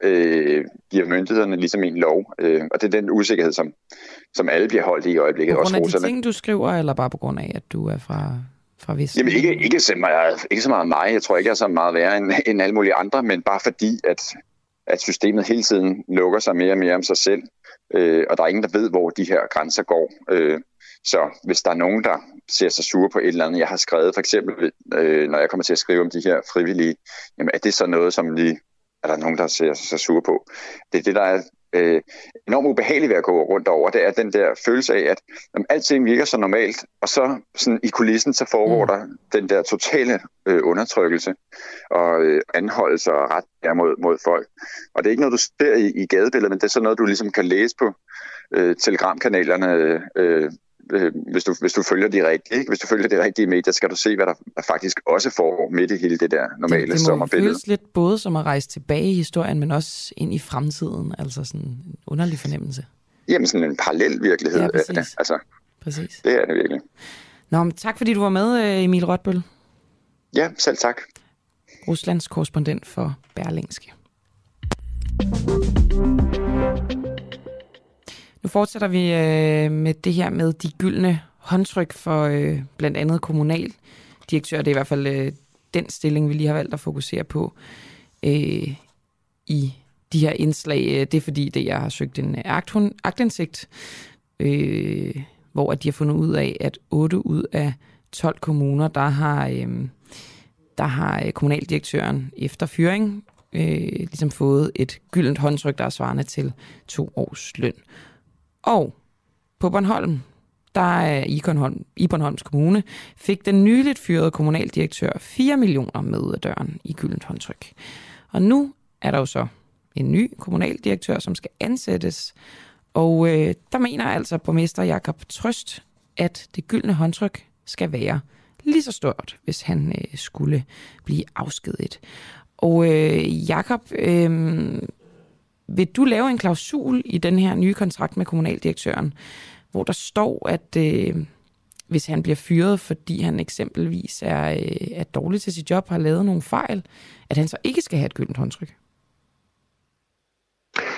giver myndighederne ligesom en lov. Og det er den usikkerhed, som alle bliver holdt i øjeblikket.
På grund af de ting, du skriver, eller bare på grund af, at du er fra Vest?
Jamen ikke så meget mig. Jeg tror ikke, jeg er så meget værre end alle mulige andre, men bare fordi, at systemet hele tiden lukker sig mere og mere om sig selv. Og der er ingen, der ved, hvor de her grænser går. Så hvis der er nogen, der ser sig sure på et eller andet, jeg har skrevet, for eksempel, når jeg kommer til at skrive om de her frivillige, jamen er det så noget, som er der nogen, der ser sig sure på? Det er det, der er enormt ubehageligt ved at gå rundt over. Det er den der følelse af, at alting virker så normalt, og så sådan, i kulissen, så foregår der den der totale undertrykkelse og anholdelse og ret mod folk. Og det er ikke noget, du ser i gadebilledet, men det er sådan noget, du ligesom kan læse på telegramkanalerne, hvis du følger de rigtige, ikke? Hvis du følger de rigtige medier, skal du se, hvad der faktisk også foregår midt i hele det der normale sommerbillede.
Det må føles lidt både som at rejse tilbage i historien, men også ind i fremtiden. Altså sådan en underlig fornemmelse.
Jamen sådan en parallel virkelighed.
Ja, præcis.
Altså,
præcis.
Det er det virkelig.
Nå, men tak fordi du var med, Emil Rotbøl.
Ja, selv tak.
Ruslands korrespondent for Berlingske. Nu fortsætter vi med det her med de gyldne håndtryk for blandt andet kommunaldirektør. Det er i hvert fald den stilling, vi lige har valgt at fokusere på i de her indslag. Det er fordi, jeg har søgt en aktindsigt, hvor de har fundet ud af, at 8 ud af 12 kommuner, der har kommunaldirektøren efter fyring ligesom fået et gyldent håndtryk, der er svarende til 2 års løn. Og på Bornholm, i Bornholms Kommune, fik den nyligt fyrede kommunaldirektør 4 millioner med ud af døren i gyldent håndtryk. Og nu er der jo så en ny kommunaldirektør, som skal ansættes. Og der mener altså borgmester Jakob Trøst, at det gyldne håndtryk skal være lige så stort, hvis han skulle blive afskediget. Og Jakob, vil du lave en klausul i den her nye kontrakt med kommunaldirektøren, hvor der står, at hvis han bliver fyret, fordi han eksempelvis er dårlig til sit job, har lavet nogle fejl, at han så ikke skal have et gyldent håndtryk?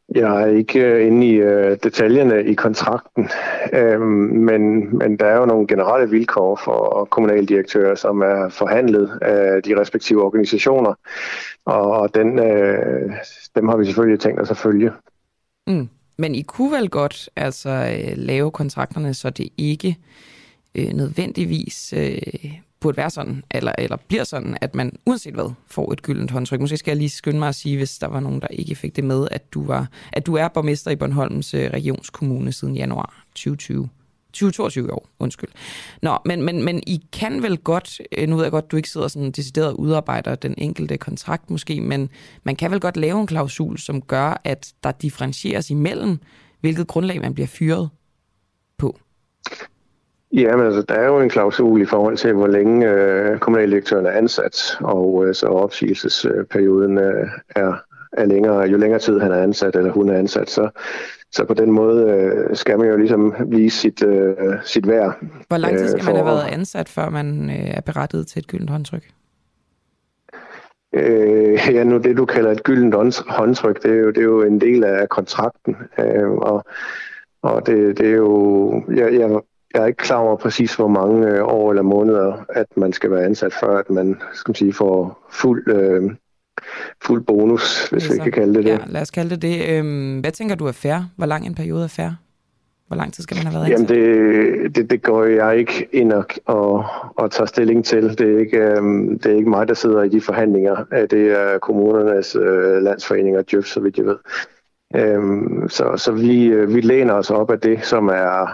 Jeg er ikke inde i detaljerne i kontrakten, men der er jo nogle generelle vilkår for kommunaldirektører, som er forhandlet af de respektive organisationer, og dem har vi selvfølgelig tænkt os at følge.
Men I kunne vel godt lave kontrakterne, så det ikke nødvendigvis burde være sådan, eller bliver sådan, at man uanset hvad får et gyldent håndtryk. Måske skal jeg lige skynde mig at sige, hvis der var nogen, der ikke fik det med, at du er borgmester i Bornholms regionskommune siden januar 2022 år, undskyld. Nå, men I kan vel godt, nu ved jeg godt, du ikke sidder sådan decideret og udarbejder den enkelte kontrakt måske, men man kan vel godt lave en klausul, som gør, at der differentieres imellem, hvilket grundlag man bliver fyret på.
Ja, men der er jo en klausul i forhold til, hvor længe kommunaldirektøren er ansat, og så opsigelsesperioden er længere. Jo længere tid han er ansat, eller hun er ansat, så på den måde skal man jo ligesom vise sit værd.
Hvor lang tid skal man have været ansat, før man er berettiget til et gyldent håndtryk?
Nu det, du kalder et gyldent håndtryk, det er jo en del af kontrakten, og det er jo... Jeg er ikke klar over præcis, hvor mange år eller måneder, at man skal være ansat, før at man får fuld bonus, hvis vi kan kalde det det.
Ja, lad os kalde det. Hvad tænker du er fair? Hvor lang en periode er fair? Hvor lang tid skal man have været ansat?
Jamen, det går jeg ikke ind og tager stilling til. Det er ikke mig, der sidder i de forhandlinger. Det er kommunernes landsforening og Djøf, så vidt jeg ved. Så vi læner os op af det, som er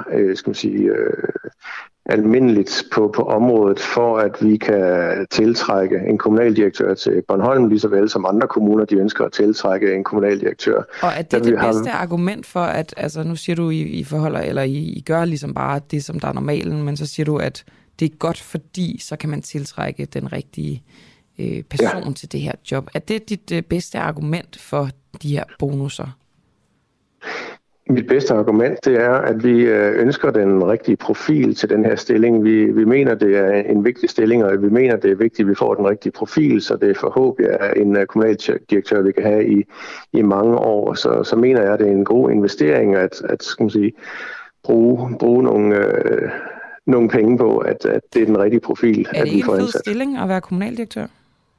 almindeligt på området, for at vi kan tiltrække en kommunaldirektør til Bornholm, lige så vel som andre kommuner, de ønsker at tiltrække en kommunaldirektør.
Og er det det bedste argument for, at nu siger du, I forholder, eller I gør ligesom bare det, som der er normalen, men så siger du, at det er godt, fordi så kan man tiltrække den rigtige person til det her job. Er det dit bedste argument for de her bonusser?
Mit bedste argument, det er, at vi ønsker den rigtige profil til den her stilling. Vi mener, det er en vigtig stilling, og vi mener, det er vigtigt, at vi får den rigtige profil, så det forhåbentlig er en kommunaldirektør, vi kan have i mange år. Så mener jeg, at det er en god investering at bruge nogle penge på, at det er den rigtige profil, at vi får ansat.
Er det ikke en fed stilling at være kommunaldirektør?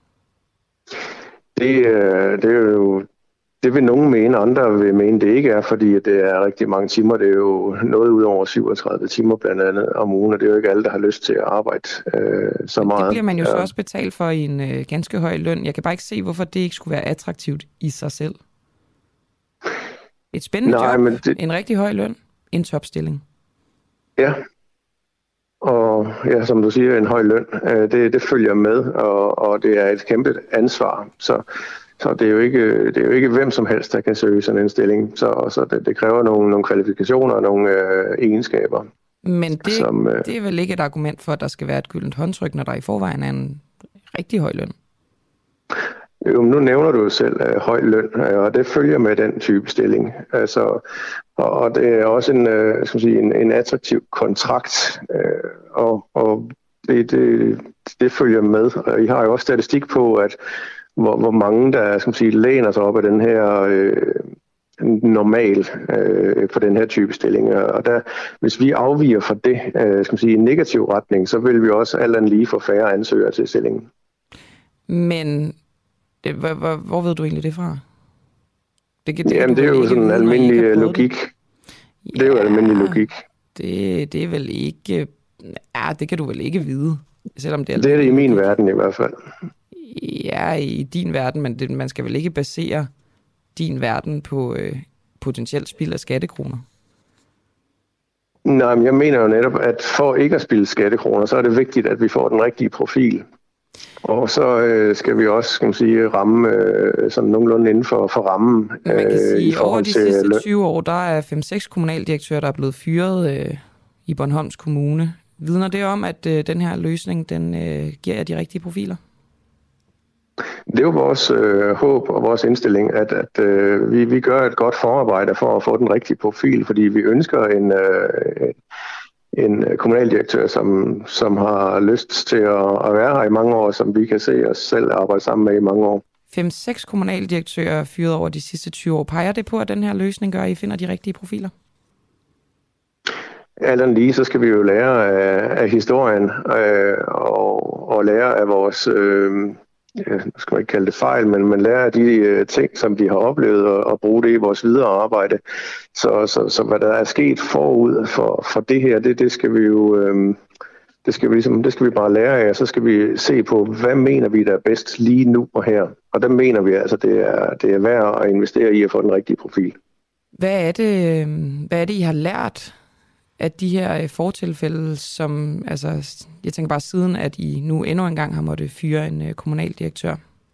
Det er jo... Det vil nogen mene, andre vil mene, det ikke er, fordi det er rigtig mange timer. Det er jo noget ud over 37 timer blandt andet om ugen, og det er jo ikke alle, der har lyst til at arbejde så meget.
Det bliver man jo så også betalt for i en ganske høj løn. Jeg kan bare ikke se, hvorfor det ikke skulle være attraktivt i sig selv. Et spændende job, en rigtig høj løn, en topstilling.
Ja, og ja, som du siger, en høj løn, det følger med, og det er et kæmpe ansvar, så det er jo ikke hvem som helst, der kan søge sådan en stilling. Så det kræver nogle kvalifikationer og nogle egenskaber.
Men det er vel ikke et argument for, at der skal være et gyldent håndtryk, når der i forvejen er en rigtig høj løn?
Jo, nu nævner du jo selv høj løn, og det følger med den type stilling. Og det er også en attraktiv kontrakt, og det følger med. Og I har jo også statistik på, at hvor mange der læner sig op af den her normal på den her type stilling. Og hvis vi afviger fra det i en negativ retning, så vil vi også alt andet lige få færre ansøgere til stillingen.
Men hvor ved du egentlig det fra?
Det er jo sådan en almindelig logik. Det er jo almindelig logik.
Det er vel ikke... Ja, det kan du vel ikke vide. Selvom det
er det i min verden i hvert fald.
Ja, i din verden, men man skal vel ikke basere din verden på potentielt spild af skattekroner?
Nej, men jeg mener jo netop, at for ikke at spilde skattekroner, så er det vigtigt, at vi får den rigtige profil. Og så skal vi også, ramme sådan nogenlunde inden for rammen.
Man kan sige, over de sidste 20 år, der er 5-6 kommunaldirektører, der er blevet fyret i Bornholms Kommune. Vidner det om, at den her løsning, den giver jer de rigtige profiler?
Det er jo vores håb og vores indstilling, at vi gør et godt forarbejde for at få den rigtige profil, fordi vi ønsker en kommunaldirektør, som har lyst til at være her i mange år, som vi kan se os selv arbejde sammen med i mange år.
5-6 kommunaldirektører fyret over de sidste 20 år. Peger det på, at den her løsning gør, at I finder de rigtige profiler?
Alt andet lige, så skal vi jo lære af historien og lære af vores, skal man ikke kalde det fejl, men lære af de ting, som vi har oplevet og bruge det i vores videre arbejde. Så hvad der er sket forud for det her, det skal vi jo... Det skal vi bare lære af, og så skal vi se på, hvad mener vi, der er bedst lige nu og her. Og der mener vi altså, det er værd at investere i at få den rigtige profil.
Hvad er det, I har lært af de her fortilfælde, som, altså, jeg tænker bare siden, at I nu endnu engang har måttet fyre en kommunaldirektør?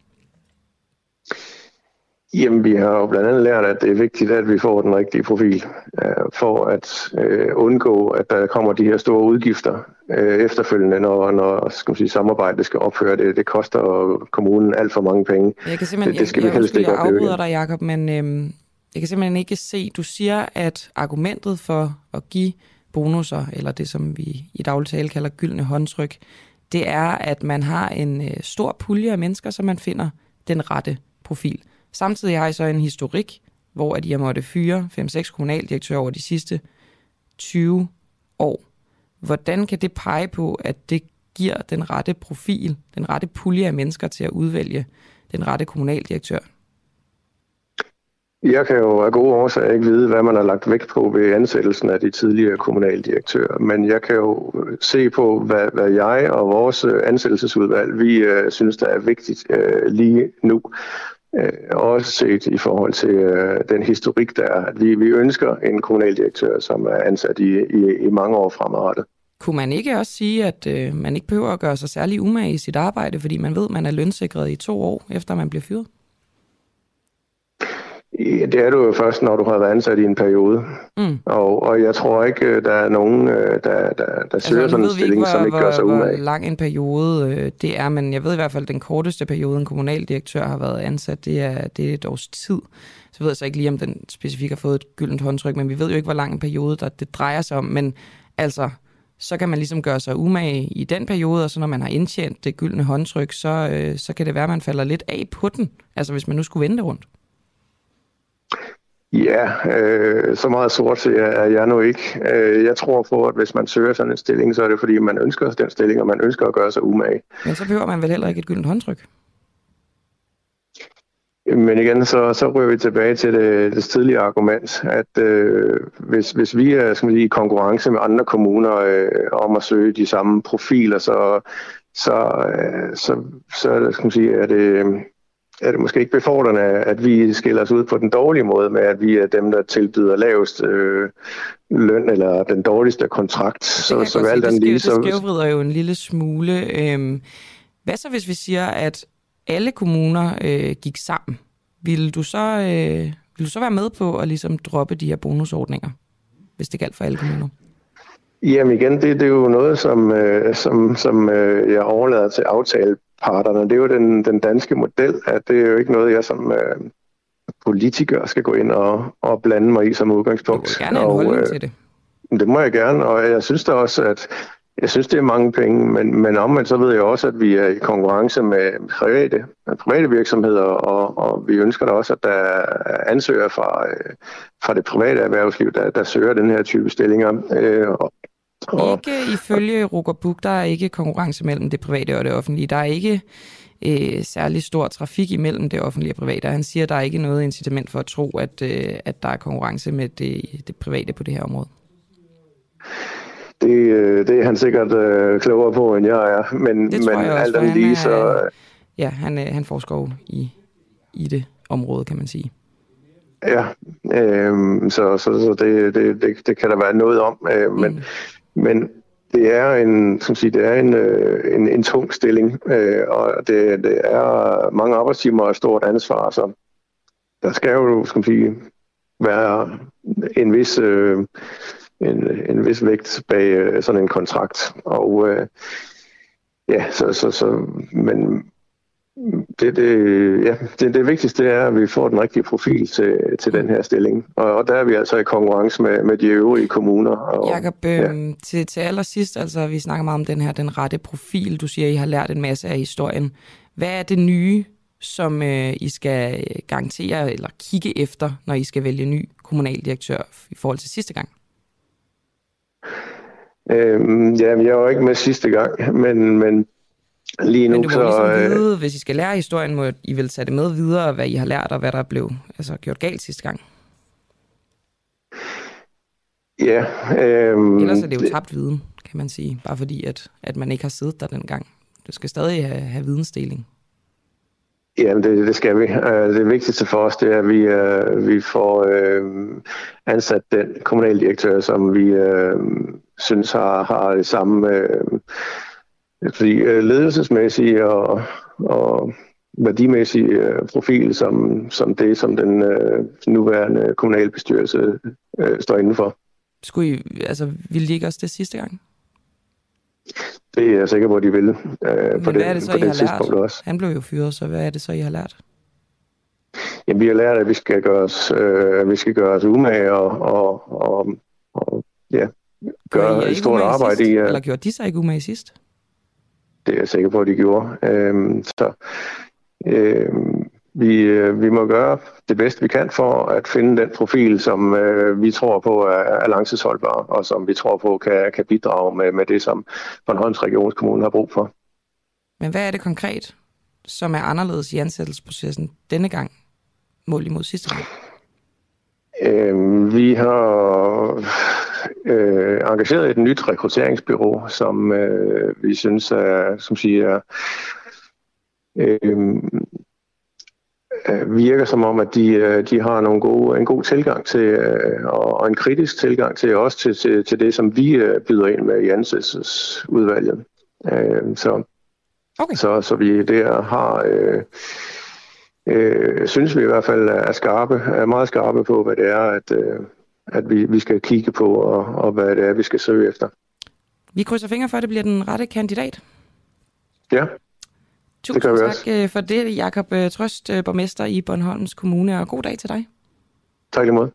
Jamen, vi har jo blandt andet lært, at det er vigtigt, at vi får den rigtige profil, for at undgå, at der kommer de her store udgifter efterfølgende, når skal man sige, samarbejdet skal ophøre. Det koster kommunen alt for mange penge.
Jeg kan simpelthen,
det skal vi helst ikke opleve.
Jeg afbryder dig, Jacob, men jeg kan simpelthen ikke se, du siger, at argumentet for at give bonusser, eller det, som vi i daglig tale kalder gyldne håndtryk, det er, at man har en stor pulje af mennesker, så man finder den rette profil. Samtidig har I så en historik, hvor at I har måttet fyre 5-6 kommunaldirektører over de sidste 20 år. Hvordan kan det pege på, at det giver den rette profil, den rette pulje af mennesker til at udvælge den rette kommunaldirektør?
Jeg kan jo af gode årsager ikke vide, hvad man har lagt vægt på ved ansættelsen af de tidligere kommunaldirektører, men jeg kan jo se på, hvad jeg og vores ansættelsesudvalg, vi synes, der er vigtigt lige nu. Også set i forhold til den historik, der er. Vi ønsker en kommunaldirektør, som er ansat i mange år fremadrettet.
Kunne man ikke også sige, at man ikke behøver at gøre sig særlig umage i sit arbejde, fordi man ved, at man er lønsikret i 2 år, efter man bliver fyret?
Ja, det er du jo først, når du har været ansat i en periode. Og jeg tror ikke, der er nogen, der søger sådan en stilling, som ikke gør sig umage.
Hvor lang en periode det er, men jeg ved i hvert fald, at den korteste periode, en kommunaldirektør har været ansat, det er et års tid. Så ved jeg så ikke lige, om den specifikt har fået et gyldent håndtryk, men vi ved jo ikke, hvor lang en periode det drejer sig om. Men altså, så kan man ligesom gøre sig umage i den periode, og så når man har indtjent det gyldne håndtryk, så kan det være, at man falder lidt af på den. Altså hvis man nu skulle vende det rundt.
Ja, så meget sort er jeg nu ikke. Jeg tror på, at hvis man søger sådan en stilling, så er det fordi, man ønsker den stilling, og man ønsker at gøre sig umage.
Men så behøver man vel heller ikke et gyldent håndtryk?
Men igen, så rører vi tilbage til det tidligere argument, at hvis vi er skal man sige, i konkurrence med andre kommuner om at søge de samme profiler, så skal man sige, er det måske ikke befordrende, at vi skiller os ud på den dårlige måde med, at vi er dem, der tilbyder lavest løn eller den dårligste kontrakt.
Det skævvrider jo en lille smule. Hvad så, hvis vi siger, at alle kommuner gik sammen? Vil du så være med på at ligesom droppe de her bonusordninger, hvis det galt for alle kommuner?
Jamen igen, det er jo noget, som jeg overlader til aftaleparterne. Det er jo den danske model, at det er jo ikke noget, jeg som politiker skal gå ind og blande mig i som udgangspunkt.
Du vil gerne have en holdning til det.
Det må jeg gerne, og jeg synes da også, at det er mange penge, men omvendt så ved jeg også, at vi er i konkurrence med private virksomheder, og vi ønsker da også, at der er ansøgere fra det private erhvervsliv, der søger den her type stillinger.
Ikke ifølge Roger Buch, der er ikke konkurrence mellem det private og det offentlige. Der er ikke særlig stor trafik imellem det offentlige og private. Han siger, at der er ikke noget incitament for at tro, at der er konkurrence med det private på det her område.
Det er han sikkert klogere på, end jeg er. Men alt andet lige så...
Ja, han forsker jo i det område, kan man sige.
Ja, så det kan der være noget om, men det er en tung stilling, og det er mange arbejdstimer og et stort ansvar, så der skal jo, skal man sige, være en vis vægt bag sådan en kontrakt, og men det vigtigste er, at vi får den rigtige profil til den her stilling. Og der er vi altså i konkurrence med de øvrige kommuner.
Jakob, til allersidst, altså vi snakker meget om den rette profil. Du siger, I har lært en masse af historien. Hvad er det nye, som I skal garantere eller kigge efter, når I skal vælge ny kommunaldirektør i forhold til sidste gang?
Jamen, jeg var ikke med sidste gang, men lige nu
men du må ligesom vide, hvis I skal lære historien, må I vel tage det med videre, hvad I har lært, og hvad der blev gjort galt sidste gang?
Ja.
Ellers er det jo tabt viden, kan man sige, bare fordi, at man ikke har siddet der dengang. Du skal stadig have vidensdeling.
Jamen, det skal vi. Det vigtigste for os, det er, at vi får ansat den kommunaldirektør, som vi synes har det samme ledelsesmæssige og værdimæssige profil, som det, som den nuværende kommunalbestyrelse står indenfor.
Ville de ikke også det sidste gang?
Det er jeg sikker på, at de vil.
Men hvad er det så, I har lært?
Også.
Han blev jo fyret, så hvad er det så, I har lært?
Jamen, vi har lært, at vi skal gøre os umage og gøre et stort arbejde i.
Eller gjorde de sig ikke umage sidst?
Det er jeg sikker på, at de gjorde. Vi må gøre det bedste, vi kan for at finde den profil, som vi tror på er langtidsholdbar, og som vi tror på kan bidrage med det, som Bornholms Regionskommune har brug for.
Men hvad er det konkret, som er anderledes i ansættelsesprocessen denne gang, mål imod sidste gang?
Vi har engageret et nyt rekrutteringsbureau, som vi synes virker som om, at de har en god tilgang til, og en kritisk tilgang til, også til det, som vi byder ind med i ansættelsesudvalget. Så vi der har, synes vi i hvert fald er meget skarpe på, hvad det er, at vi skal kigge på, og hvad det er, vi skal søge efter.
Vi krydser fingre for, at det bliver den rette kandidat.
Ja.
Tusind tak for det, Jakob Trøst, borgmester i Bornholms Kommune, og god dag til dig.
Tak lige måde.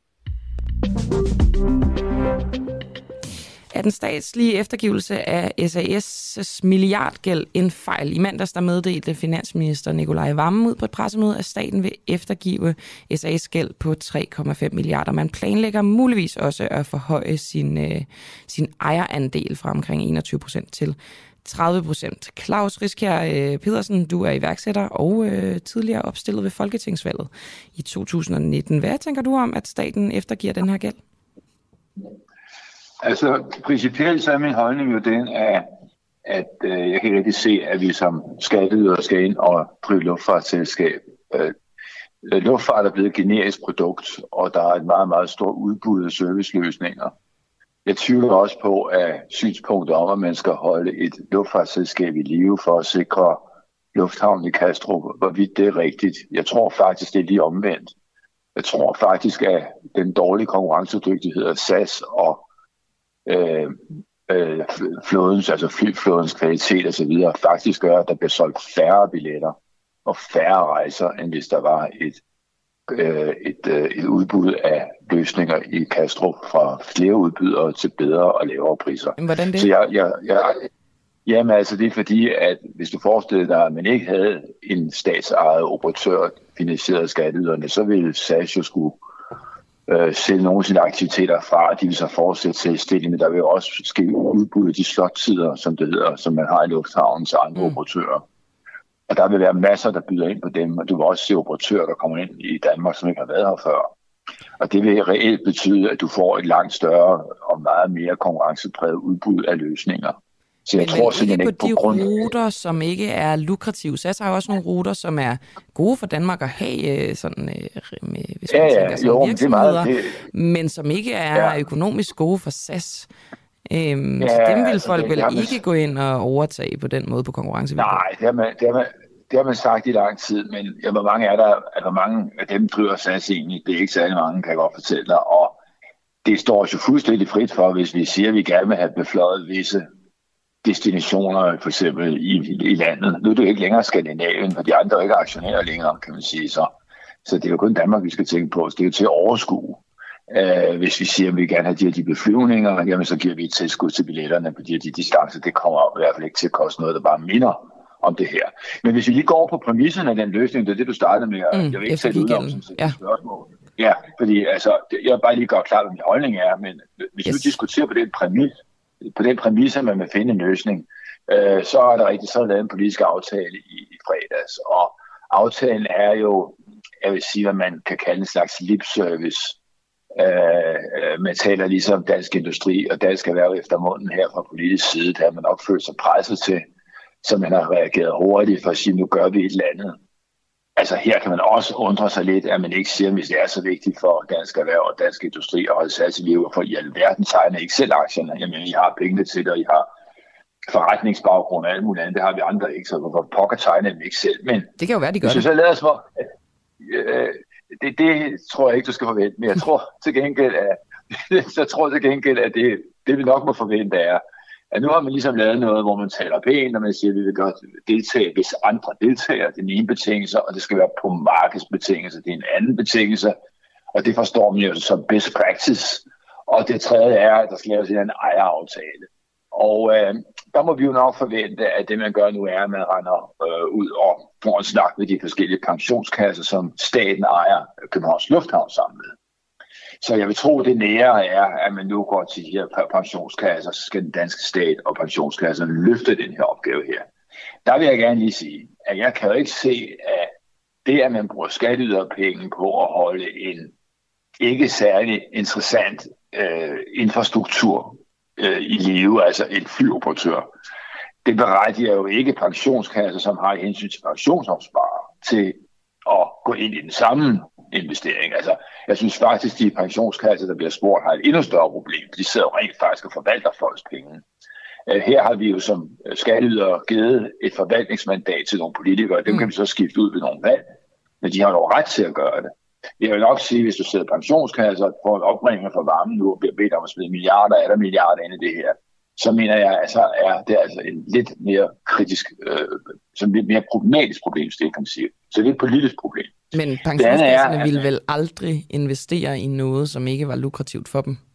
Er den statslige eftergivelse af SAS' milliardgæld en fejl? I mandags der meddelte finansminister Nicolai Wammen ud på et pressemøde, at staten vil eftergive SAS' gæld på 3,5 milliarder. Man planlægger muligvis også at forhøje sin ejerandel fra omkring 21% til 30%. Claus Riskær Pedersen, du er iværksætter og tidligere opstillet ved Folketingsvalget i 2019. Hvad tænker du om, at staten eftergiver den her gæld?
Altså, principielt så er min holdning jo den, at jeg kan rigtig se, at vi som skatteydere skal ind og drive luftfartsselskab. Luftfart er blevet et generisk produkt, og der er et meget, meget stort udbud af serviceløsninger. Jeg tvivler også på, at synspunktet om, at man skal holde et luftfartsselskab i live for at sikre lufthavnen i Kastrup, hvorvidt det er rigtigt. Jeg tror faktisk, det er lige omvendt. Jeg tror faktisk, at den dårlige konkurrencedygtighed af SAS og flådens kvalitet og så videre faktisk gør, at der bliver solgt færre billetter og færre rejser, end hvis der var et udbud af løsninger i Kastrup fra flere udbydere til bedre og lavere priser.
Men hvordan det?
Så jamen altså det er fordi, at hvis du forestiller dig, at man ikke havde en statsejet operatør finansieret af skatteyderne, så ville SAS jo skulle sælge nogle af sine aktiviteter fra, og de vil så fortsætte selvstændigt, men der vil jo også ske udbud af de slottider, som det hedder, som man har i lufthavnen til andre operatører. Og der vil være masser, der byder ind på dem, og du vil også se operatører, der kommer ind i Danmark, som ikke har været her før. Og det vil reelt betyde, at du får et langt større og meget mere konkurrencepræget udbud af løsninger. Så jeg tror
ikke på de ruter, som ikke er lukrative. SAS har jo også nogle ruter, som er gode for Danmark at have, hvis man tænker sådan virksomheder, men som ikke er økonomisk gode for SAS. Så dem vil folk vel ikke gå ind og overtage på den måde på konkurrencevilkår?
Nej, det har man sagt i lang tid, men hvor mange af dem driver SAS egentlig? Det er ikke særlig mange, kan jeg godt fortælle dig. Og det står os jo fuldstændig frit for, hvis vi siger, at vi gerne vil have befløjet visse destinationer, for eksempel i landet. Nu er det jo ikke længere Skandinavien, for de andre er ikke aktionærer længere, kan man sige. Så det er jo kun Danmark, vi skal tænke på. Så det er jo til at overskue. Hvis vi siger, at vi gerne have de beflyvninger, jamen så giver vi et tilskud til billetterne på de distancer. Det kommer i hvert fald ikke til at koste noget, der bare minder om det her. Men hvis vi lige går på præmisserne af den løsning, det er det, du startede med, jeg vil ikke sætte ud om som spørgsmål. Ja, fordi altså, jeg bare lige gør klart, hvad min holdning er, men hvis vi diskuterer på den præmis, at man vil finde en løsning, så er der rigtig så lavet en politisk aftale i fredags, og aftalen er jo, jeg vil sige, hvad man kan kalde en slags lip-service. Man taler ligesom Dansk Industri og Dansk Erhverv efter munden her fra politisk side, der man nok følt sig presset til, så man har reageret hurtigt for at sige, nu gør vi et eller andet. Altså her kan man også undre sig lidt, at man ikke siger, hvis det er så vigtigt for Dansk Erhverv og Dansk Industri at holde sats i liv, for i alverden tegner ikke selv aktierne. Jamen, I har pengene til det, og I har forretningsbaggrund og alt muligt andet. Det har vi andre ikke, så hvorfor pokker tegner dem ikke selv. Men
det kan jo være, de gør det.
Så lader os for, det tror jeg ikke, du skal forvente. Men jeg tror til gengæld, at det vi nok må forvente er, at nu har man ligesom lavet noget, hvor man taler pænt, og man siger, at vi vil godt deltage, hvis andre deltager. Det er den ene betingelse, og det skal være på markedsbetingelser. Det er en anden betingelse, og det forstår man jo som best practice. Og det tredje er, at der skal laves en ejeraftale. Og der må vi jo nok forvente, at det man gør nu er, at man render ud og får en snak med de forskellige pensionskasser, som staten ejer Københavns Lufthavn sammen med. Så jeg vil tro, det nære er, at man nu går til de her pensionskasser, så skal den danske stat og pensionskasserne løfte den her opgave her. Der vil jeg gerne lige sige, at jeg kan jo ikke se, at det, at man bruger skatteyderpenge på at holde en ikke særlig interessant infrastruktur i live, altså en flyoperatør, det berettiger jo ikke pensionskasser, som har hensyn til pensionsopsparere, til at gå ind i den samme investering. Altså, jeg synes faktisk, de pensionskasser, der bliver spurgt, har et endnu større problem. De sidder jo rent faktisk og forvalter folks penge. Her har vi jo som skatteydere givet et forvaltningsmandat til nogle politikere. Dem kan vi så skifte ud ved nogle valg. Men de har jo ret til at gøre det. Jeg vil nok sige, hvis du sidder pensionskasser og får en opringning fra varmen nu og bliver bedt om at smide milliarder ind i det her, så mener jeg, at så er det altså en lidt mere kritisk, som lidt mere problematisk problemstilling, kan man sige. Så det er et politisk problem.
Men pensionskasserne ville vel aldrig investere i noget, som ikke var lukrativt for dem?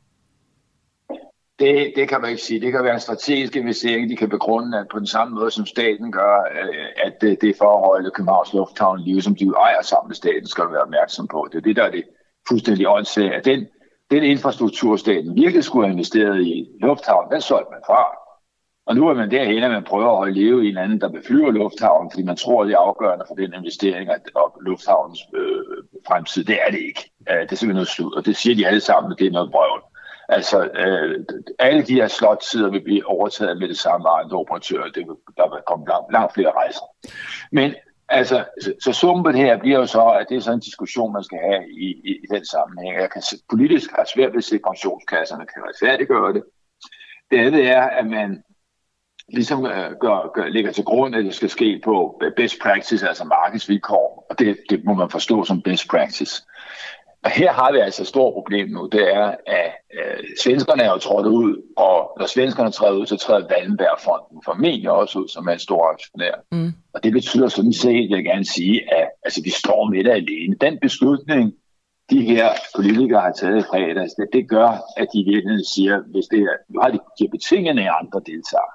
Det kan man ikke sige. Det kan være en strategisk investering. De kan begrunde, at på den samme måde, som staten gør, at det er for at holde Københavns Lufthavn liv, som de ejer sammen med staten, skal du være opmærksom på. Det er det, der er det fuldstændig åndssvagt. At den infrastruktur, staten virkelig skulle have investeret i lufthavn, den solgte man fra. Og nu er man derhen, at man prøver at holde liv i en anden, der beflyver lufthavnen, fordi man tror, at det er afgørende for den investering og lufthavnens fremtid. Det er det ikke. Det er simpelthen noget slud, og det siger de alle sammen, at det er noget brøvl. Altså, alle de her slotsider vil blive overtaget med det samme andre operatører. Der vil komme langt flere rejser. Men altså, så summen på det her bliver jo så, at det er sådan en diskussion, man skal have i den sammenhæng. Jeg kan politisk have svært ved at se, at pensionskasserne kan retfærdiggøre det. Det andet er, at man ligesom ligger til grund, at det skal ske på best practice, altså markedsvilkår, og det må man forstå som best practice. Og her har vi altså et stort problem nu, det er, at svenskerne er jo trådt ud, og når svenskerne træder ud, så træder Wallenbergfonden formentlig også ud, som er en stor aktionær. Og det betyder sådan set, vil jeg gerne sige, at altså, vi står midt alene. Den beslutning, de her politikere har taget i fredags, det gør, at de i virkeligheden siger, hvis det er, nu har de betingende, at andre deltager.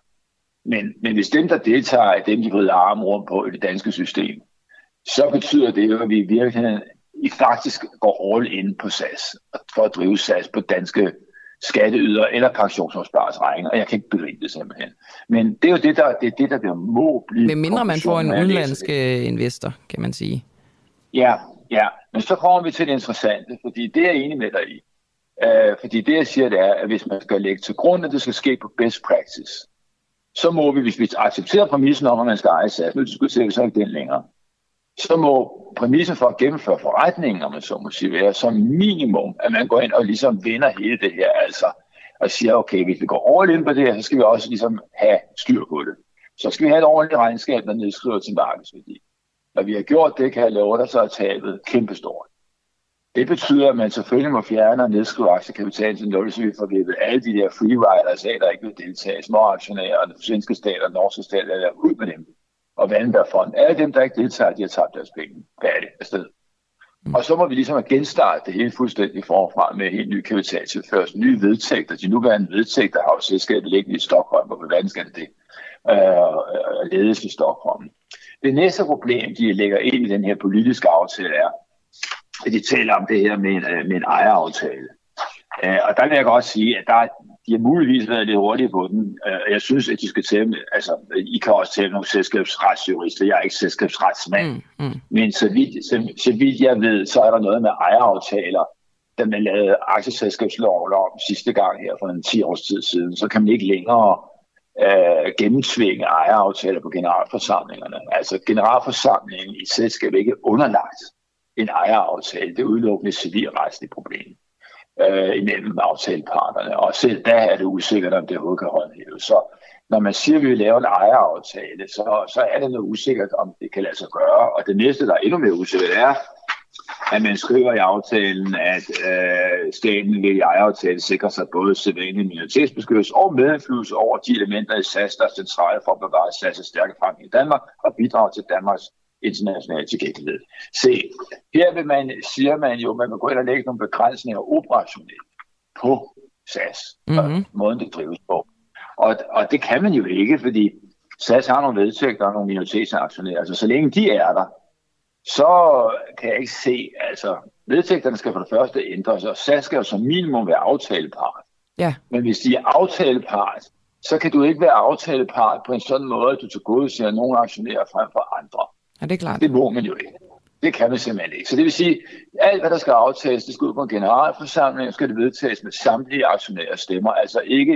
Men hvis dem, der deltager, er dem, de vrider armen rundt på i det danske system, så betyder det jo, at vi i virkeligheden faktisk går all in på SAS, for at drive SAS på danske skatteyder eller pensionsopspareres regninger, og jeg kan ikke begribe det simpelthen. Men det er jo det, der må blive...
Med mindre man får en udenlandsk investor, kan man sige.
Ja, men så kommer vi til det interessante, fordi det er jeg enig med dig i. Fordi det, jeg siger, det er, at hvis man skal lægge til grund, at det skal ske på best practice, så må vi, hvis vi accepterer præmissen om, at man skal eje SAS, nu diskuterer vi så ikke den længere, så må præmissen for at gennemføre forretningen, om man så må sige, være som minimum, at man går ind og ligesom vinder hele det her, altså, og siger, okay, hvis vi går all in på det her, så skal vi også ligesom have styr på det. Så skal vi have et ordentligt regnskab, der nedskriver til markedsværdi. Når vi har gjort det, kan jeg love dig, så er tabet kæmpestort. Det betyder, at man selvfølgelig må fjerne og nedskrive aktiekapitalen til 0, så vi får vippet alle de der freeriders af, der ikke vil deltage, små aktionærer, og svenske stater, norske stater, der ud med dem. Og Wallenbergfonden. Alle dem, der ikke deltager, de har tabt deres penge. Færdigt afsted. Og så må vi ligesom genstarte det hele fuldstændig forfra med helt ny kapitaltilførsel, nye vedtægter. De nuværende vedtægter har jo selskabet liggende i Stockholm, og hvordan skal det? ledes i Stockholm. Det næste problem, de lægger ind i den her politiske aftale, er, at de taler om det her med en ejeraftale. Og der vil jeg godt sige, at de har muligvis været lidt hurtige på den. Jeg synes, at de skal tæmme, altså I kan også tæmme nogle selskabsretsjurister, jeg er ikke selskabsretsmand. Men så vidt jeg ved, så er der noget med ejeraftaler, da man lavede aktieselskabsloven om sidste gang her for en 10 års tid siden, så kan man ikke længere gennemtvinge ejeraftaler på generalforsamlingerne. Altså generalforsamlingen i et selskab er ikke underlagt en ejeraftale. Det er udelukkende et civilretligt problem imellem aftaleparterne. Og selv der er det usikkert, om det overhovedet kan håndhæves. Så når man siger, at vi vil lave en ejeraftale, så er det noget usikkert, om det kan lade sig gøre. Og det næste, der er endnu mere usikkert, er, at man skriver i aftalen, at staten vil i ejeraftalen sikre sig både sædvanlig minoritetsbeskyttelse og medindflydelse over de elementer i SAS, der er centrale for at bevare SAS' stærke forretning i Danmark og bidrage til Danmarks internationale tilgængelighed. Se, her siger man jo, at man kan gå ind og lægge nogle begrænsninger operationelt på SAS, og måden det drives på. Og det kan man jo ikke, fordi SAS har nogle vedtægter og nogle minoritetsaktionærer. Altså så længe de er der, så kan jeg ikke se, altså vedtægterne skal for det første ændres, og SAS skal jo som minimum være aftalepart.
Ja.
Men hvis de er aftalepart, så kan du ikke være aftalepart på en sådan måde, at du tilgodeser nogle aktionærer frem for andre.
Ja, det er klart.
Det må man jo ikke. Det kan man simpelthen ikke. Så det vil sige, at alt hvad der skal aftales, det skal ud på en generalforsamling, og skal det vedtages med samtlige aktionærer stemmer. Altså ikke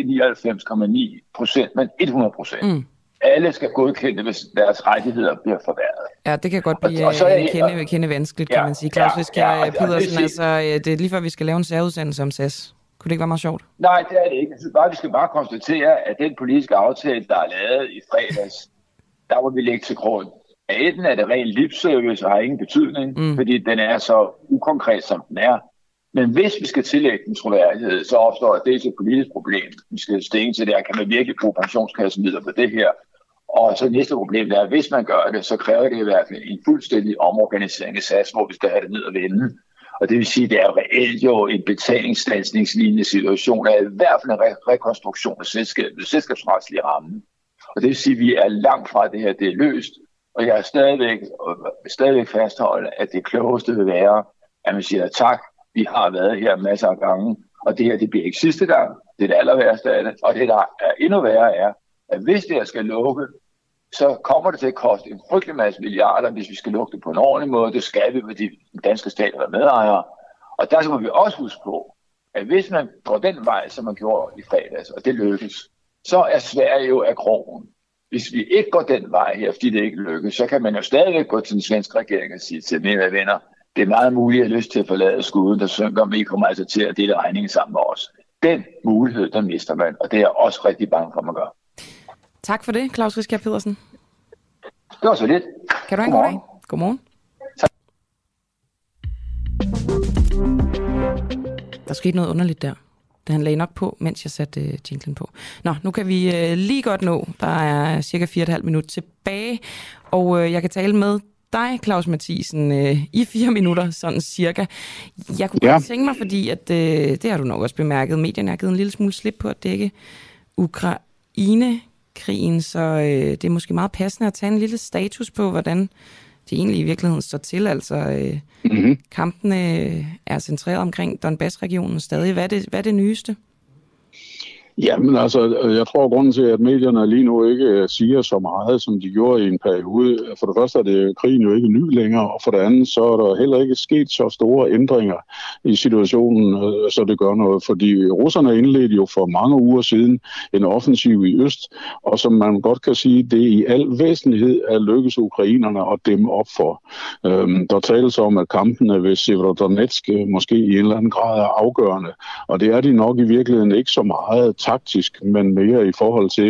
99,9%, men 100%. Alle skal godkende, hvis deres rettigheder bliver forværret.
Ja, det kan godt blive kende vanskeligt, kan man sige. Claus Riskær Pedersen, altså det er lige før, vi skal lave en særudsendelse om SAS. Kunne det ikke være meget sjovt?
Nej, det er det ikke. Vi skal bare konstatere, at den politiske aftale, der er lavet i fredags, der må vi lægge til grund. Enten er det ren lipservice og har ingen betydning, fordi den er så ukonkret, som den er. Men hvis vi skal tillægge den troværdighed, så opstår det et politisk problem. Vi skal stænge til det her. Kan man virkelig bruge pensionskassen videre på det her? Og så næste problem er, at hvis man gør det, så kræver det i hvert fald en fuldstændig omorganisering af SAS, hvor vi skal have det ned og vende. Og det vil sige, at det er reelt jo en betalingsstandsningslignende situation, af i hvert fald en rekonstruktion af selskabsretslige ramme. Og det vil sige, at vi er langt fra det her, det er løst. Og jeg er stadigvæk fastholdt, at det klogeste vil være, at man siger tak, vi har været her masser af gange, og det her, det bliver ikke sidste gang. Det er det aller værste af det. Og det, der er endnu værre, er, at hvis det her skal lukke, så kommer det til at koste en frygtelig masse milliarder, hvis vi skal lukke det på en ordentlig måde. Det skal vi, fordi den danske stat er medejere. Og der må vi også huske på, at hvis man går den vej, som man gjorde i fredags, og det lykkes, så er Sverige jo af krogen. Hvis vi ikke går den vej her, fordi det ikke lykkes, så kan man jo stadigvæk gå til den svenske regering og sige til mine venner, det er meget muligt, at jeg har lyst til at forlade skuden, der synker, men I kommer altså til at dele regningen sammen med os. Den mulighed, der mister man, og det er jeg også rigtig bange for, at man gør.
Tak for det, Claus Riskær Pedersen.
Det var så lidt.
Kan du have en god dag? Godmorgen.
Tak.
Der skete noget underligt der. Det han lagde nok på, mens jeg satte jinglen på. Nå, nu kan vi lige godt nå. Der er cirka 4,5 minutter tilbage, og jeg kan tale med dig, Claus Mathiesen, i 4 minutter, sådan cirka. Jeg kunne godt tænke mig, fordi at, det har du nok også bemærket, medierne har givet en lille smule slip på at dække Ukraine-krigen, så det er måske meget passende at tage en lille status på, hvordan det egentlig i virkeligheden står til. Altså, kampene er centreret omkring Donbass-regionen stadig. Hvad er det nyeste?
Jamen altså, jeg tror, grunden til, at medierne lige nu ikke siger så meget, som de gjorde i en periode. For det første er det krigen jo ikke ny længere, og for det andet, så er der heller ikke sket så store ændringer i situationen, så det gør noget. Fordi russerne indledte jo for mange uger siden en offensiv i øst, og som man godt kan sige, det i al væsentlighed er lykkes ukrainerne at dæmme op for. Der tales om, at kampene ved Severodonetsk måske i en eller anden grad er afgørende, og det er de nok i virkeligheden ikke så meget taktisk, men mere i forhold til,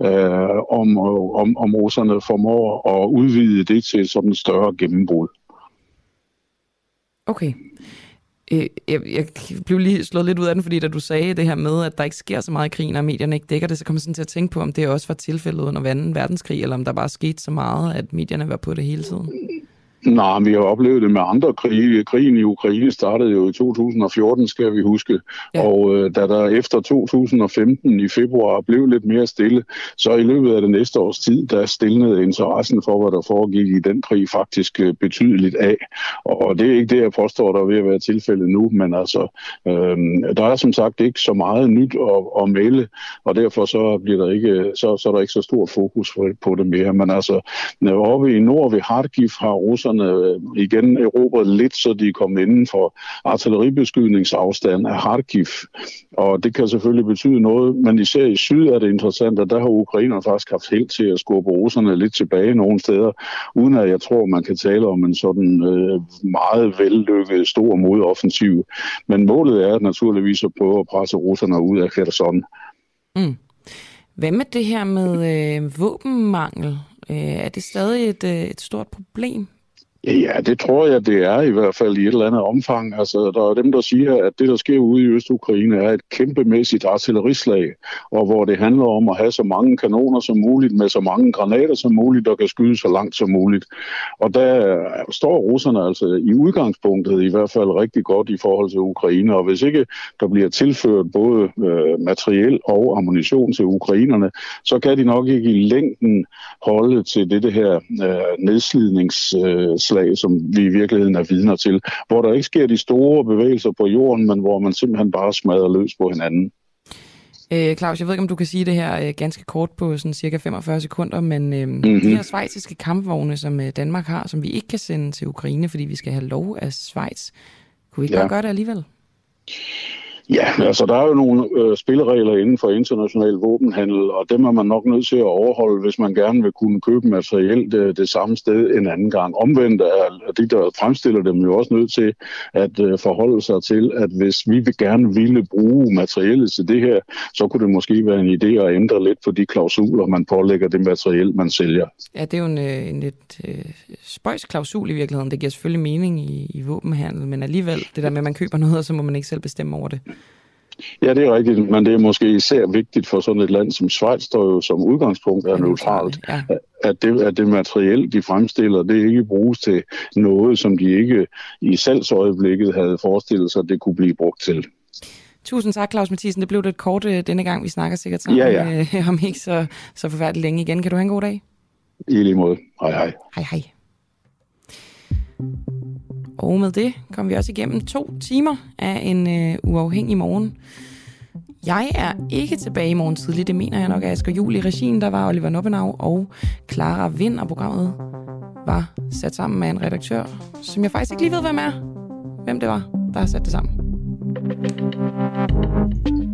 om russerne formår at udvide det til sådan en større gennembrud.
Okay. Jeg blev lige slået lidt ud af den, fordi da du sagde det her med, at der ikke sker så meget i krigen, og medierne ikke dækker det, så kom jeg sådan til at tænke på, om det også var tilfældet under 2. verdenskrig, eller om der bare skete så meget, at medierne var på det hele tiden.
Nej, vi har oplevet det med andre krige. Krigen i Ukraine startede jo i 2014, skal vi huske. Ja. Og da der efter 2015 i februar blev lidt mere stille, så i løbet af det næste års tid, der stillede interessen for, hvad der foregik i den krig faktisk betydeligt af. Og det er ikke det, jeg påstår, der er ved at være tilfældet nu, men altså, der er som sagt ikke så meget nyt at melde, og derfor så bliver der ikke, så er der ikke så stor fokus på det mere. Men altså, oppe i nord ved Kharkiv har russerne igen erobret lidt, så de er kommet inden for artilleribeskydningsafstand af Kharkiv. Og det kan selvfølgelig betyde noget, men især i syd er det interessant, at der har ukrainerne faktisk haft held til at skubbe russerne lidt tilbage nogle steder, uden at jeg tror, man kan tale om en sådan meget vellykket stor modoffensiv. Men målet er naturligvis at prøve at presse russerne ud af Kherson.
Hvad med det her med våbenmangel? Er det stadig et stort problem?
Ja, det tror jeg, det er i hvert fald i et eller andet omfang. Altså, der er dem, der siger, at det, der sker ude i Øst-Ukraine, er et kæmpemæssigt artillerislag, og hvor det handler om at have så mange kanoner som muligt, med så mange granater som muligt, der kan skyde så langt som muligt. Og der står russerne altså i udgangspunktet i hvert fald rigtig godt i forhold til Ukraine, og hvis ikke der bliver tilført både materiel og ammunition til ukrainerne, så kan de nok ikke i længden holde til det her nedslidningsslag, som vi i virkeligheden er vidner til, hvor der ikke sker de store bevægelser på jorden, men hvor man simpelthen bare smadrer løs på hinanden.
Claus, jeg ved ikke, om du kan sige det her ganske kort på sådan cirka 45 sekunder, men de her schweiziske kampvogne, som Danmark har, som vi ikke kan sende til Ukraine, fordi vi skal have lov af Schweiz, kunne vi ikke bare gøre det alligevel?
Ja, altså der er jo nogle spilleregler inden for international våbenhandel, og dem er man nok nødt til at overholde, hvis man gerne vil kunne købe materiel det samme sted en anden gang. Omvendt er de, der fremstiller dem, jo også nødt til at forholde sig til, at hvis vi gerne ville bruge materiellet til det her, så kunne det måske være en idé at ændre lidt på de klausuler, man pålægger det materiel, man sælger. Ja,
det er jo en lidt spøjs klausul i virkeligheden. Det giver selvfølgelig mening i våbenhandel, men alligevel, det der med, at man køber noget, så må man ikke selv bestemme over det.
Ja, det er rigtigt, men det er måske især vigtigt for sådan et land som Schweiz, der jo som udgangspunkt er neutralt, ja. at det materiel, de fremstiller, det ikke bruges til noget, som de ikke i salgsøjeblikket havde forestillet sig, det kunne blive brugt til.
Tusind tak, Claus Mathisen. Det blev lidt kort denne gang. Vi snakker sikkert sammen om ikke så forfærdeligt længe igen. Kan du have en god dag?
I lige måde. Hej hej.
Hej hej. Og med det kom vi også igennem 2 timer af en uafhængig morgen. Jeg er ikke tilbage i morgen tidlig. Det mener jeg nok af Asger Juhl i regien. Der var Oliver Noppenau og Clara Vind, og programmet var sat sammen med en redaktør, som jeg faktisk ikke lige ved, hvem det var, der har sat det sammen.